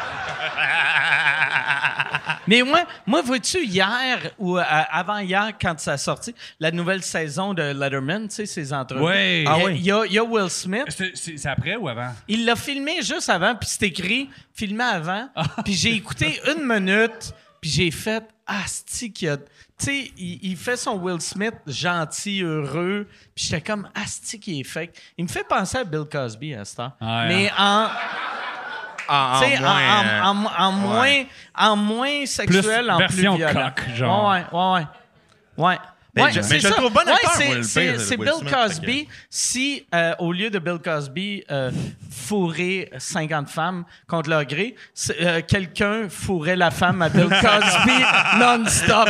Mais moi vois-tu, hier ou avant-hier, quand ça a sorti, la nouvelle saison de Letterman, tu sais, ses entrevues. Ouais. Ah oui. Il y a Will Smith. C'est après ou avant? Il l'a filmé juste avant, puis c'est écrit « filmé avant ». Puis j'ai écouté 1 minute, puis j'ai fait « asti qu'il y a... » Tu sais, il fait son Will Smith gentil, heureux, puis j'étais comme « asti qui est fake ». Il me fait penser à Bill Cosby à ce temps. Ah, Mais En tu sais, moins, en moins sexuel, Plus en version plus violent. coque, genre. Ouais. Mais Ouais, je- c'est mais je le ça. trouve bon acteur, Ouais, moi, le c'est pire, c'est Will Bill Smith, Cosby. Si, au lieu de Bill Cosby fourrer 50 femmes contre leur gré, quelqu'un fourrait la femme à Bill Cosby non-stop.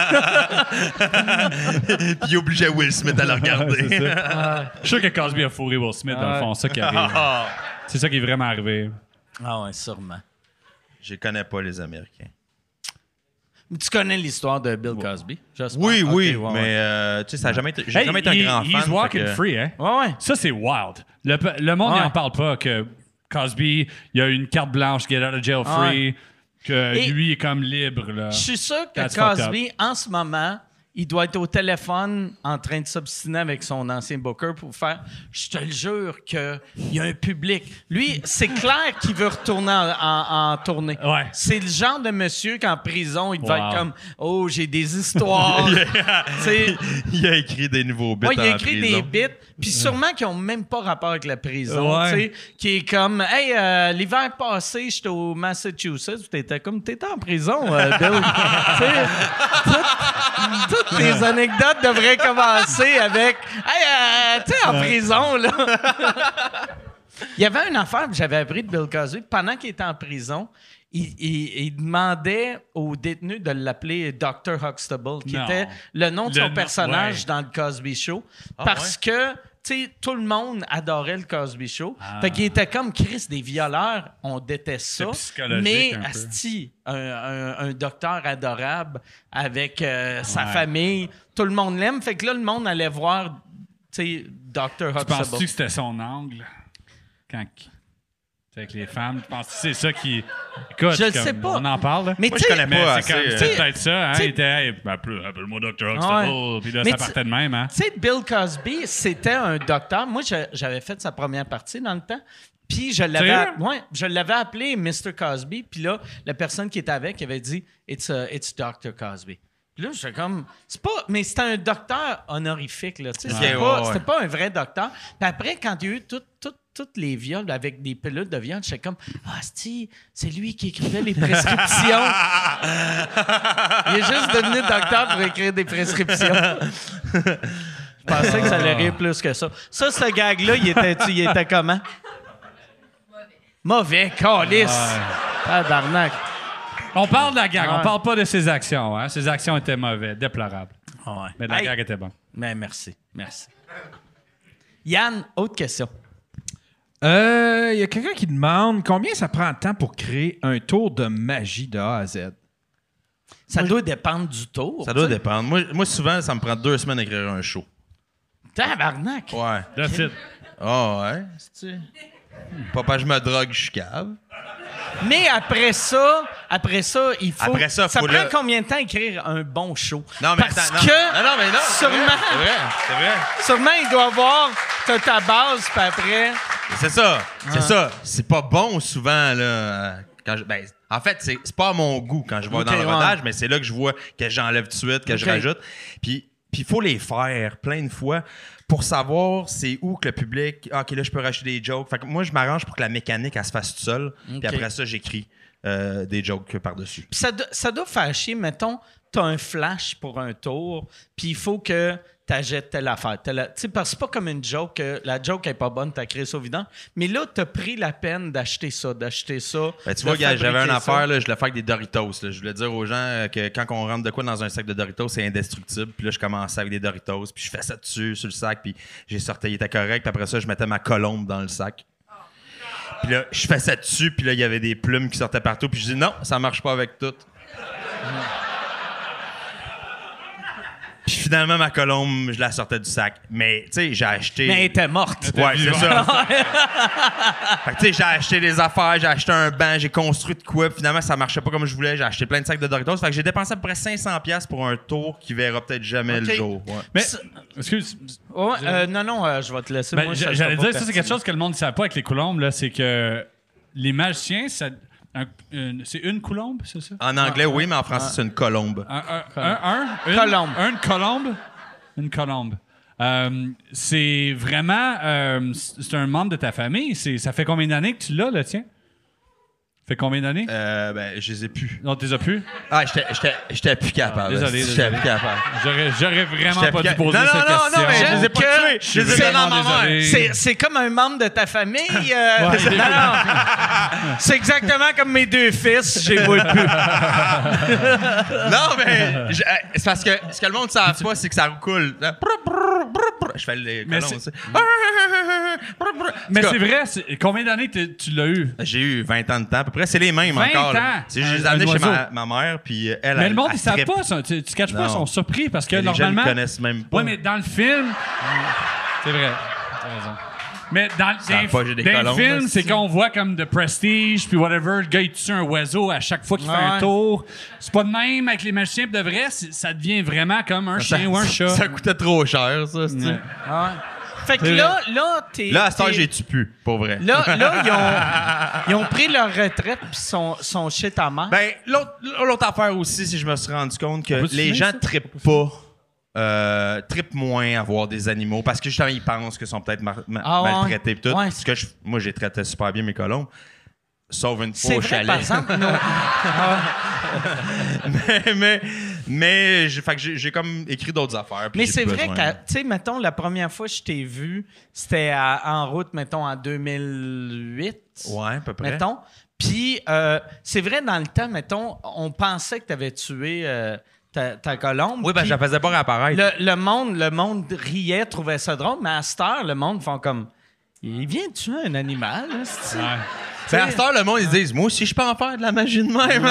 Puis il obligeait Will Smith à le regarder. C'est ça. Je suis sûr que Cosby a fourré Will Smith, dans le fond. Ça qui arrive. Ah, C'est ça qui est vraiment arrivé. Ah ouais, sûrement. je connais pas les Américains. Tu connais l'histoire de Bill Cosby, j'espère? Oui, Ok, oui, ouais, ouais. mais tu sais, ça a jamais été, j'ai Hey, jamais été un grand fan. He's walking fait que- free, hein? Ouais. Ça, c'est wild. Le monde Ouais. n'en parle pas que Cosby, il a une carte blanche, get out of jail free, que Et- lui est comme libre. Là. Je suis sûr que That's fucked Cosby, en ce moment, il doit être au téléphone en train de s'obstiner avec son ancien booker pour faire « Je te le jure qu'il y a un public. » Lui, c'est clair qu'il veut retourner en tournée. Ouais. C'est le genre de monsieur qu'en prison, il devait Wow. être comme « Oh, j'ai des histoires. » Tu sais, Il a écrit des nouveaux bits ouais, il a en écrit prison. des bits, puis sûrement qui n'ont même pas rapport avec la prison. Ouais. Tu sais, qui est comme, hey, l'hiver passé, j'étais au Massachusetts, t'étais en prison, Bill. Tu sais, toutes tes anecdotes devraient commencer avec, hey, tu sais, en prison, là. Il y avait une affaire que j'avais appris de Bill Cosby. Pendant qu'il était en prison, il demandait aux détenus de l'appeler Dr. Huxtable, qui Non. était le nom de Le son nom, personnage ouais. dans le Cosby Show. Parce que, tu sais, tout le monde adorait le Cosby Show. Fait qu'il était comme Chris, des violeurs, on déteste ça. C'est psychologique Mais, un peu. asti, un docteur adorable avec sa famille, tout le monde l'aime. Fait que là, le monde allait voir, tu sais, Dr. Tu Huxtable. penses-tu que c'était son angle? Quand... Avec les femmes, tu penses que c'est ça qui... Écoute, Je le comme, sais pas. on en parle, là. Mais Moi, tu je sais, connais Mais pas c'est assez. comme, c'est peut-être ça, hein? t'sais- Il était, hey, appelle-moi Dr. Huxtable. Ouais. Puis là, Mais ça tu- partait de même, hein? Tu sais, Bill Cosby, c'était un docteur. Moi, j'avais fait sa première partie dans le temps. Puis je l'avais appelé Mr. Cosby. Puis là, la personne qui était avec avait dit It's Dr. Cosby. Puis là, j'étais comme, mais c'était un docteur honorifique, là. Tu sais, c'était pas un vrai docteur. Puis après, quand il y a eu toutes les viols avec des pilules de viol, j'étais comme, c'est lui qui écrivait les prescriptions. Il est juste devenu docteur pour écrire des prescriptions. Je pensais que ça allait rire plus que ça. Ça, ce gag-là, il était comment? Mauvais, calice. Tabarnak. On parle de la gag, Ouais. on parle pas de ses actions. Hein? Ses actions étaient mauvaises, déplorables. Ouais. Mais la Hey. gag était bonne. Mais merci. Yann, autre question. Il y a quelqu'un qui demande combien ça prend de temps pour créer un tour de magie de A à Z. Ça doit dépendre du tour. Ça doit tu sais. dépendre. Moi, souvent, ça me prend 2 semaines d'écrire un show. Tabarnak. Ouais. That's it. Ah ouais, c'est-tu? Papa, je me drogue, je suis cave. Mais après ça, il faut. Après ça, faut prend le- combien de temps écrire un bon show? Non, mais Parce attends, que non, mais non. c'est vrai, sûrement, C'est vrai. sûrement, il doit avoir ta base, puis après. C'est ça. C'est ça. C'est pas bon souvent, là. En fait, c'est pas à mon goût quand je vais Ok, dans le ouais. rodage, mais c'est là que je vois que j'enlève tout de suite, que je Ok. rajoute. Puis il faut les faire plein de fois pour savoir c'est où que le public... Ah, OK, là, je peux rajouter des jokes. Fait que moi, je m'arrange pour que la mécanique, elle se fasse toute seule. Ok. Puis après ça, j'écris des jokes par-dessus. Puis ça doit faire chier, mettons, t'as un flash pour un tour, puis il faut que t'achètes telle affaire. Tu sais, parce que c'est pas comme une joke, la joke est pas bonne, t'as créé ça au vidange, mais là, t'as pris la peine d'acheter ça. Ben, tu de vois, gars, j'avais une fabriquer ça. affaire, là, je le fais avec des Doritos. Là. Je voulais dire aux gens que quand on rentre de quoi dans un sac de Doritos, c'est indestructible. Puis là, je commençais avec des Doritos, puis je fais ça dessus, sur le sac, puis j'ai sorti, il était correct. Puis après ça, je mettais ma colombe dans le sac. Puis là, je fais ça dessus, puis là, il y avait des plumes qui sortaient partout. Puis je dis non, ça marche pas avec tout. Puis finalement, ma colombe, je la sortais du sac. Mais, tu sais, j'ai acheté... Mais elle était morte. Ouais, c'est ça. Fait que, tu sais, j'ai acheté des affaires, j'ai acheté un banc, j'ai construit de quoi, puis finalement, ça marchait pas comme je voulais. J'ai acheté plein de sacs de Doritos. Fait que j'ai dépensé à peu près 500$ pour un tour qui verra peut-être jamais Ok. le jour. Ouais. Mais, excuse, Ouais, non, je vais te laisser. ben, Moi, ça j'allais sera dire, pas ça, c'est quelque pertinent. chose que le monde ne savait pas avec les colombes, là, c'est que les magiciens, c'est une colombe, c'est ça? En anglais, oui, mais en français, c'est une colombe. Colombe. Une colombe. Une colombe. C'est vraiment... c'est un membre de ta famille. Ça fait combien d'années que tu l'as, le tien? Fait combien d'années? Ben, je les ai plus. Non, tu les as plus? Ah, j'étais plus capable. Désolé, J'étais désolé. plus capable. J'aurais vraiment J'étais pas plus dû poser non, cette non, question. non, mais je les ai pas Que- tués. Je les ai c'est- donnés à ma mère. désolé. C'est comme un membre de ta famille. Non. C'est exactement comme mes 2 fils. Je les vois plus. Non, mais c'est parce que ce que le monde ne savent pas, c'est que ça coule. Je fais les Mais colons, c'est- tu sais. Mais c'est vrai, combien d'années tu l'as eu? J'ai eu 20 ans de temps, à peu près. C'est les mêmes 20 encore. ans? Là. C'est juste, je les ai Un amenés chez oiseau. ma mère, puis elle. Mais le monde, elle ils savent trippe. pas ça. Tu catches pas, ils Non. sont surpris parce que Les normalement. gens ne connaissent même pas. Oui, mais dans le film. C'est vrai. T'as raison. Mais dans savent pas, j'ai des le colombes, film, là, c'est c'est-tu? qu'on voit comme The Prestige, puis whatever, le gars, il tue un oiseau à chaque fois qu'il fait un Ouais. tour. C'est pas de même avec les magiciens, puis de vrai, ça devient vraiment comme un chien ou un chat. Ça coûtait trop cher, ça. c'est-tu? Ouais. Fait que C'est là, t'es... Là, à ce temps, t'es- j'ai tu pu, pour vrai. Là, ils ont pris leur retraite puis sont chez ta mère. Ben, l'autre affaire aussi, si je me suis rendu compte que On peut-tu les filmer gens ça? trippent pas. Trippent moins à voir des animaux parce que justement, ils pensent qu'ils sont peut-être Ah ouais. maltraités pis tout. Ouais. Parce que moi, j'ai traité super bien mes colombes. Sauf une fois C'est au vrai, chalet. par exemple, mais j'ai comme écrit d'autres affaires. puis mais j'ai c'est plus vrai besoin. que, tu sais, mettons, la première fois que je t'ai vu, c'était en route, mettons, en 2008. Ouais, à peu près. Mettons. Puis, c'est vrai, dans le temps, mettons, on pensait que tu avais tué ta colombe. Oui, ben, puis je la faisais pas réapparaître. le monde riait, trouvait ça drôle, mais à cette heure, le monde font comme... Il vient tuer un animal, là, c'est-tu? Ouais. Ben, à cette heure, le monde, ils disent, moi aussi, je peux en faire de la magie de même.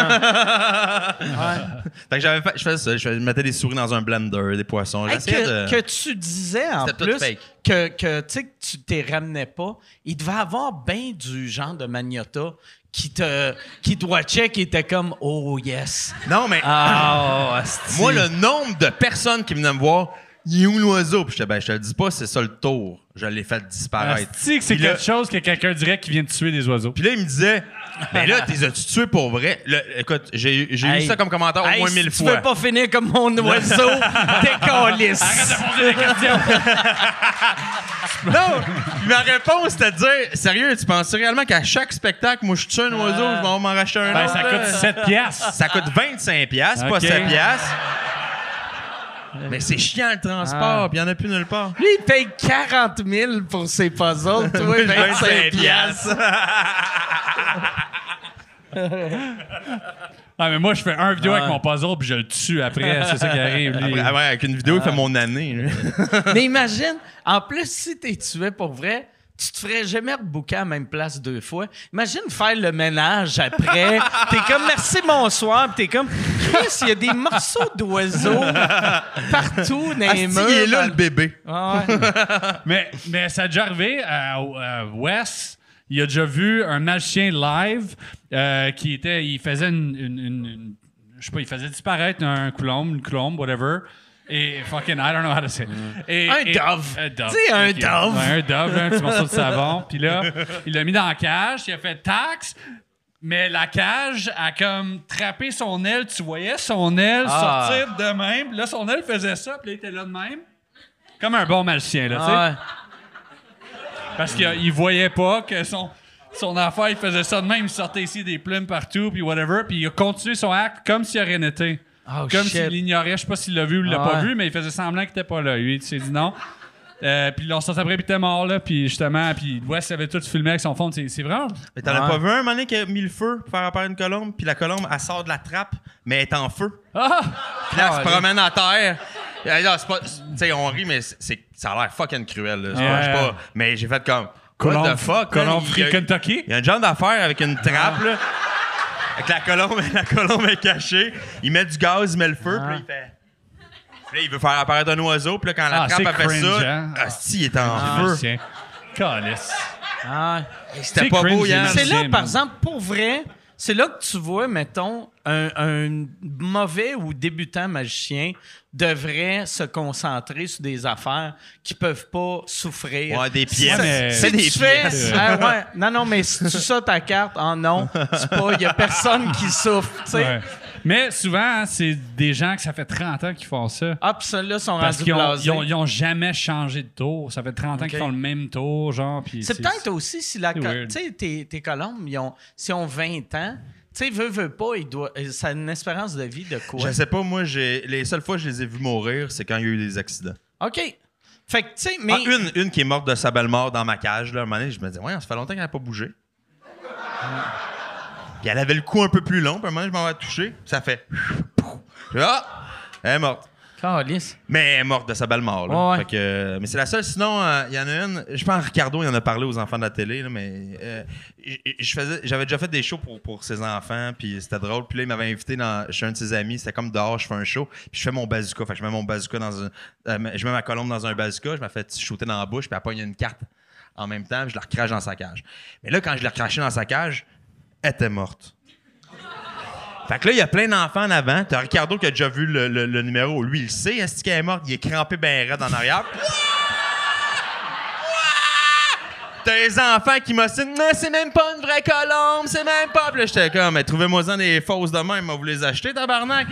Fait que je faisais ça. Je mettais des souris dans un blender, des poissons. Hey, J'essayais de... que tu disais en C'était tout plus fake. que tu sais que tu t'es ramenais pas, il devait avoir bien du genre de magnata qui te watchait, qui était comme oh yes. Non, mais moi, le nombre de personnes qui venaient me voir, il est où l'oiseau? Puis je te le dis pas, c'est ça le tour. Je l'ai fait disparaître. Asti que c'est Puis là- quelque chose que quelqu'un dirait qui vient de tuer des oiseaux. Puis là, il me disait, ben là, t'es as-tu tué pour vrai? Là, écoute, j'ai eu Hey. ça comme commentaire au moins Si 1000 tu fois. veux pas finir comme mon oiseau, décalisse. Arrête de poser des questions! Non! Ma réponse, c'était de dire, sérieux, tu penses réellement qu'à chaque spectacle, moi, je tue un oiseau, je vais m'en racheter un Ben, autre? ça là? coûte 7 piastres. Ça coûte 25 piastres, pas Ok. 7 piastres. Mais c'est chiant le transport, puis il n'y en a plus nulle part. Lui, il paye 40 000 pour ses puzzles, toi, Moi, je 25 piastres. Ah, mais moi, je fais un vidéo avec mon puzzle puis je le tue après. C'est ça qui arrive. lui. Après, ouais, avec une vidéo, il fait mon année. lui. Mais imagine, en plus, si t'es tué pour vrai, tu te ferais jamais rebooker à la même place 2 fois. Imagine faire le ménage après. T'es comme merci, bonsoir. Puis t'es comme Chris, il y a des morceaux d'oiseaux partout dans les Asti, murs. il est là, dans le bébé. Ah ouais. Mais ça a déjà arrivé à Wes. Il a déjà vu un magicien live il faisait je sais pas, il faisait disparaître une colombe, whatever. Et fucking, I don't know how to say. Un dove. Un dove. Tu sais, un Ok. dove. Ouais, un dove, un petit morceau de savon. Puis là, il l'a mis dans la cage, il a fait taxe. Mais la cage a comme trappé son aile. Tu voyais son aile sortir de même. Puis là, son aile faisait ça, puis là, il était là de même. Comme un bon magicien, là, tu sais. Ah ouais. Parce qu'il voyait pas que son affaire, il faisait ça de même. Il sortait ici des plumes partout, puis whatever. Puis il a continué son acte comme s'il n'y a rien été. Oh, Comme shit. s'il l'ignorait. Je sais pas s'il l'a vu ou il l'a Ah pas ouais. vu, mais il faisait semblant qu'il était pas là. Lui, il s'est dit non. Puis là, on sortait après, puis il était mort, là. Puis justement, puis Wes avait tout filmé avec son fond. C'est vraiment... Mais t'en as Ouais. pas vu un moment donné qui a mis le feu pour faire apparaître une colombe, puis la colombe, elle sort de la trappe, mais elle est en feu. Ah! Puis là, elle se promène à terre. Là, c'est pas... Tu sais, on rit, mais ça a l'air fucking cruel. Là. C'est Ouais. pas... Mais j'ai fait comme... What the fuck? man? Colombe Il y Free a- Kentucky? Il y a une genre d'affaire avec une trappe, là. Avec la colombe est cachée. Il met du gaz, il met le feu, puis là, il fait... Puis là, il veut faire apparaître un oiseau, puis là, quand la Ah, trappe c'est a fait cringe, ça, hein? asti, il est en feu. Tiens. Calice. Ah ouais. C'était C'est pas beau, cringe, Yann. les C'est là, Magicien, par man. exemple, pour vrai, c'est là que tu vois, mettons, un mauvais ou débutant magicien devrait se concentrer sur des affaires qui peuvent pas souffrir. Ouais, des pièces. mais- C'est Si des tu fais, pièces. ah ouais, non, mais si tu ça ta carte, oh non, c'est pas, il y a personne qui souffre, tu sais. Ouais. Mais souvent, hein, c'est des gens que ça fait 30 ans qu'ils font ça. Ah, pis ceux-là sont Parce rendus qu'ils blasés. ils ont jamais changé de tour. Ça fait 30 ans qu'ils font le même tour, genre. Puis C'est peut-être aussi si la c'est weird. tu sais, tes colombes, s'ils ont 20 ans, tu sais, veut pas, ça a une espérance de vie de quoi? Je sais pas, moi, les seules fois que je les ai vus mourir, c'est quand il y a eu des accidents. OK. Fait que, tu sais, mais... Ah, une qui est morte de sa belle mort dans ma cage, là, un moment donné, je me disais, ouais, ça fait longtemps qu'elle n'a pas bougé. Puis elle avait le cou un peu plus long, puis un moment donné, je m'en vais toucher, puis ça fait... Ah! Elle est morte. Calice. Mais elle est morte de sa belle mort. Là. Ouais. Fait que, mais c'est la seule. Sinon, il y en a une. Je pense que Ricardo, il en a parlé aux enfants de la télé. Là, mais j'avais déjà fait des shows pour ses enfants. Puis c'était drôle. Puis là, il m'avait invité chez un de ses amis. C'était comme dehors, je fais un show. Puis je fais mon bazooka. Fait que je mets mon bazooka je mets ma colombe dans un bazooka. Je me fais shooter dans la bouche. Puis elle pogne une carte en même temps. Puis je la recrache dans sa cage. Mais là, quand je l'ai recraché dans sa cage, elle était morte. Fait que là, il y a plein d'enfants en avant. T'as Ricardo qui a déjà vu le numéro. Lui, il le sait. Est-ce qu'elle est morte? Il est crampé ben raide en arrière. T'as les enfants qui m'ostinent. Non, c'est même pas une vraie colombe. C'est même pas. Puis là, j'étais comme, mais trouvez-moi-en des fausses de même. Vous les acheter, tabarnak?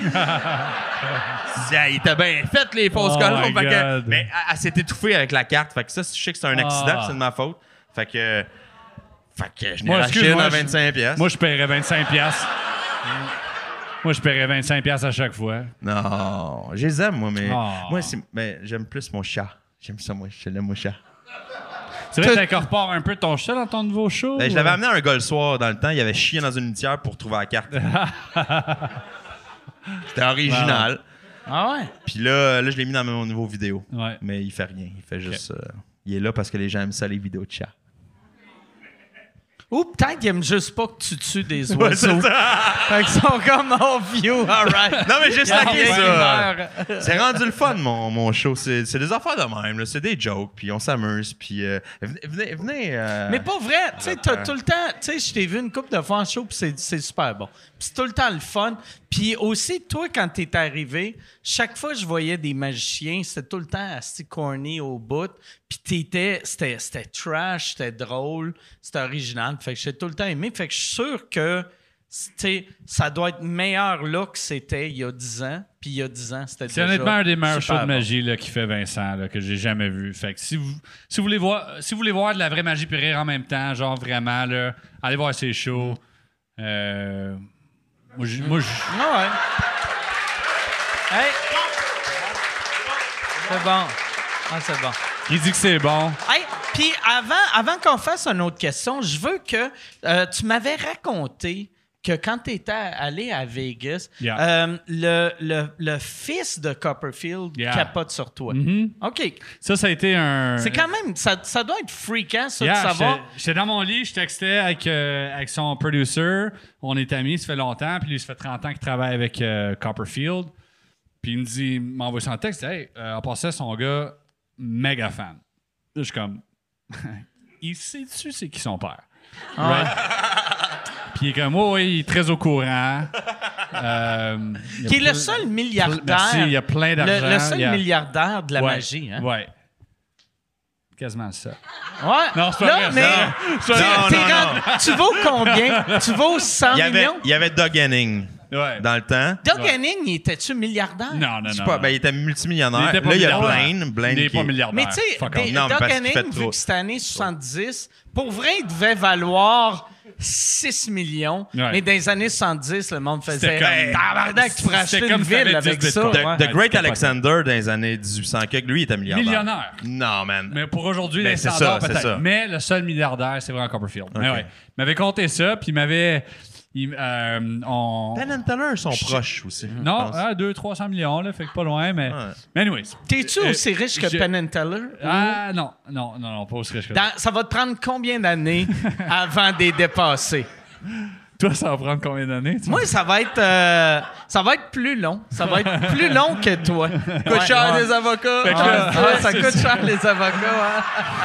Il était bien fait, les fausses colombes. Fait que, mais elle s'est étouffée avec la carte. Fait que ça, je sais que c'est un accident. Puis c'est de ma faute. Fait que je n'ai racheté une à 25$. Moi, je paierais 25$. Moi, je paierais 25$ à chaque fois. Non, je les aime, moi, mais moi, j'aime plus mon chat. J'aime ça, moi. Je l'aime, mon chat. C'est vrai que t'incorpores un peu ton chat dans ton nouveau show? Je l'avais amené à un gars le soir dans le temps. Il avait chié dans une litière pour trouver la carte. C'était original. Wow. Ah ouais? Puis là, je l'ai mis dans mon nouveau vidéo. Ouais. Mais il fait rien. Il fait juste... il est là parce que les gens aiment ça, les vidéos de chat. Ou peut-être qu'ils aiment juste pas que tu tues des oiseaux. Fait qu'ils sont comme oh view, alright. Non, mais j'ai slacké ça. meurt. C'est rendu le fun, mon show. C'est des affaires de même. Là. C'est des jokes, puis on s'amuse. Puis venez. Mais pas vrai, tu sais, t'as tout le temps, tu sais, je t'ai vu une couple de fois en show, puis c'est super bon. Puis c'est tout le temps le fun. Puis aussi, toi, quand t'es arrivé, chaque fois que je voyais des magiciens, c'était tout le temps assez corny au bout. Puis c'était trash, c'était drôle, c'était original. Fait que j'ai tout le temps aimé. Fait que je suis sûr que ça doit être meilleur là que c'était il y a 10 ans. Puis il y a 10 ans, c'était déjà C'est honnêtement un des meilleurs shows de bon. magie là, qui fait Vincent, là, que j'ai jamais vu. Fait que si vous voulez voir de la vraie magie puis rire en même temps, genre vraiment, là, allez voir ses shows. Moi, Ah ouais. Hey! C'est bon. Ah, c'est bon. il dit que c'est bon. Hey, puis avant qu'on fasse une autre question, je veux que tu m'avais raconté que quand tu étais allé à Vegas, le fils de Copperfield capote sur toi. OK. Ça a été un... C'est quand même... Ça doit être freakant, ça, de savoir... J'étais dans mon lit, je textais avec son producer. On est amis, ça fait longtemps. Puis lui, ça fait 30 ans qu'il travaille avec Copperfield. Puis il m'envoie son texte. Hey, en passant, son gars, méga fan. Là, je suis comme... il sait-tu c'est qui son père? Right? Puis il est comme, oui, il est très au courant. Qui est le seul milliardaire. Merci, il y a plein d'argent. Le seul milliardaire de la magie. Hein? Ouais. Quasiment ça. Ouais. Non, c'est pas vrai, mais Non. tu vaux combien? Tu vaux 100 millions? Il y avait Doug Henning dans le temps. Doug Henning, il était-tu milliardaire? Non. Il était multimillionnaire. Il était pas Là, il y a milliardaire. Blaine Il n'est qui pas milliardaire. Mais tu sais, Fuck off. Non, mais Doug parce qu'il fait Henning, vu trop. que c'était années 70, pour vrai, il devait valoir 6 millions. Ouais. Mais dans les années 70, le monde faisait C'était comme- hey, tabarnak, tu pourrais C'était acheter comme une si t'avais ville 10 avec ça. bitcoins. ouais. The Great c'est Alexander dans les années 1800, lui, il était milliardaire. Millionnaire. Non, man. Mais pour aujourd'hui, Ben, les c'est standards, ça, c'est peut-être. ça. Mais le seul milliardaire, c'est vraiment Copperfield. Mais Ok. ouais. Il m'avait compté ça, puis il m'avait... Penn and Teller sont proches aussi. je Non, pense. 200-300 millions, là, fait que pas loin, mais... Ouais. Mais anyways. T'es-tu aussi riche que je- Penn and Teller? Ah, non, pas aussi riche que ça. Ça va te prendre combien d'années avant de les dépasser? Toi, ça va prendre combien d'années? tu Moi, ça va être plus long. Ça va être plus long que toi. Coûte cher des avocats. Fait que là, ça coûte cher les avocats.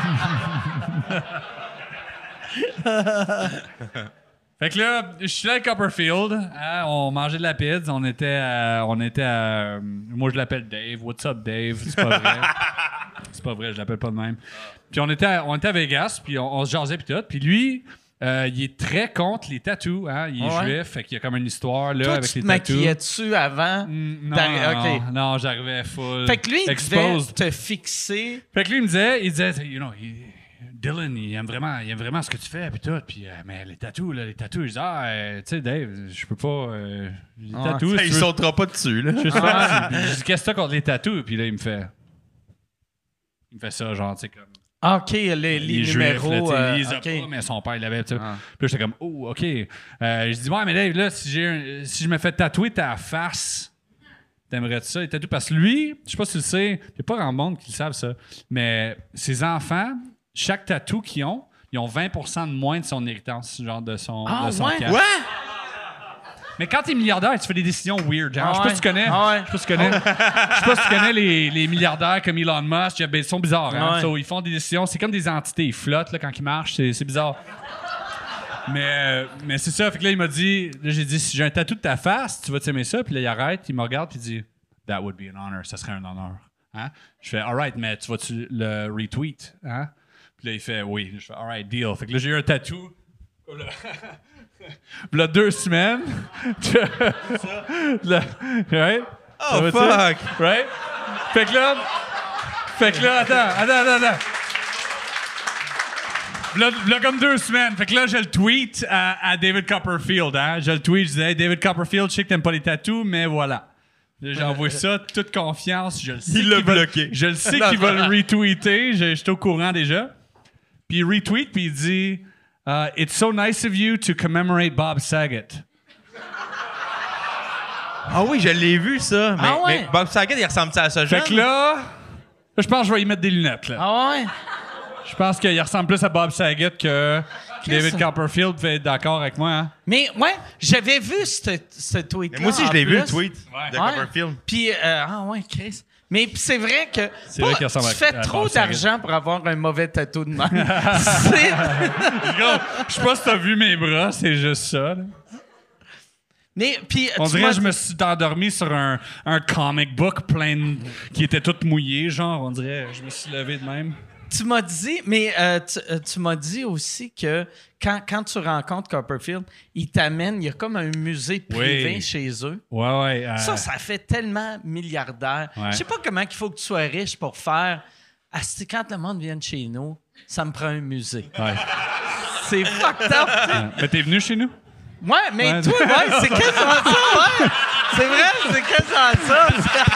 Hein? Fait que là, je suis là avec Copperfield. Hein, on mangeait de la pizza. On était à... moi, je l'appelle Dave. What's up, Dave? C'est pas vrai. C'est pas vrai, je l'appelle pas de même. Puis on était à Vegas, puis on se jasait, puis tout. Puis lui, il est très contre les tattoos. Hein? Il est juif, fait qu'il y a comme une histoire là, Toi, avec tu les te tattoos. maquillais-tu avant? Non, j'arrivais full Fait que lui, il devait exposed. te fixer. Fait que lui, il me disait, Dylan, il aime vraiment ce que tu fais, puis tout. Puis, mais les tattoos, il dit, tu sais, Dave, je peux pas. Les tattoos, Il sautera pas dessus, là. je suis fancy. Puis je dis, qu'est-ce que t'as contre les tattoos? Puis là, il me fait ça, genre, tu sais, comme. OK, les numéros. Là, il les a OK. pas, mais son père, il l'avait, tu sais. Puis là, j'étais comme, oh, OK. Je dis, ouais, mais Dave, là, si je me fais tatouer ta face T'aimerais ça, les tatous? Parce que lui, je sais pas si tu le sais, il n'y a pas grand monde qui le savent ça, mais ses enfants, chaque tatou qu'ils ont, ils ont 20% de moins de son inheritance, genre de son cash. Ouais! Mais quand t'es milliardaire, tu fais des décisions weird. Genre, je sais pas si tu connais. Ah ouais. Je sais pas si tu connais les milliardaires comme Elon Musk. Ils sont bizarres. Hein? Ouais. So, ils font des décisions. C'est comme des entités. Ils flottent là, quand ils marchent. C'est bizarre. Mais c'est ça. Fait que là, il m'a dit... Là, j'ai dit, si j'ai un tatou de ta face, tu vas t'aimer ça? Puis là, il arrête. Il me regarde puis il dit, that would be an honor. Ça serait un honneur. Hein? Je fais, all right, mais tu vas-tu le retweet? Hein? Puis là, il fait, oui. Je fais, all right, deal. Fait que là, j'ai eu un tatou. Là, 2 semaines. Là, right? Oh, fuck! Right? Fait que là, attends. Là, comme 2 semaines. Fait que là, je le tweet à David Copperfield. Hein? Je le tweet, je disais, hey, David Copperfield, je sais que t'aimes pas les tatous, mais voilà. Là, j'ai envoyé ça, toute confiance. Je le sais Il l'a bloqué. Je le sais qu'il va le retweeter. J'étais au courant déjà. Puis il retweet, puis il dit... it's so nice of you to commemorate Bob Saget. Ah oui, je l'ai vu, ça. Mais, Ah ouais? mais Bob Saget, il ressemble à ça jeune? Fait que là, je pense que je vais y mettre des lunettes. Là. Ah ouais? Je pense qu'il ressemble plus à Bob Saget que David Copperfield. Fait être d'accord avec moi. Hein? Mais ouais, j'avais vu ce tweet-là. Mais moi aussi, je l'ai vu, le tweet de Ouais. Copperfield. Puis, ah ouais, Chris. Mais c'est vrai que C'est vrai qu'il ressemble tu fais à trop Bob Saget. d'argent pour avoir un mauvais tatou de même. C'est- Je sais pas si t'as vu mes bras, c'est juste ça. Là. Mais puis On tu dirait m'as- que je me suis endormi sur un comic book qui était tout mouillé, genre. On dirait je me suis levé de même. tu m'as dit, mais tu m'as dit aussi que quand tu rencontres Copperfield, il t'amène, il y a comme un musée privé Oui. chez eux. Ouais. Ça fait tellement milliardaire. Ouais. Je sais pas comment il faut que tu sois riche pour faire. Ah, c'est quand le monde vient de chez nous, ça me prend un musée. Ouais. C'est fucked up. tu sais. Mais t'es venu chez nous? Ouais, mais Ouais. toi, ouais, c'est quasiment ça, ouais. C'est vrai, c'est quasiment ça.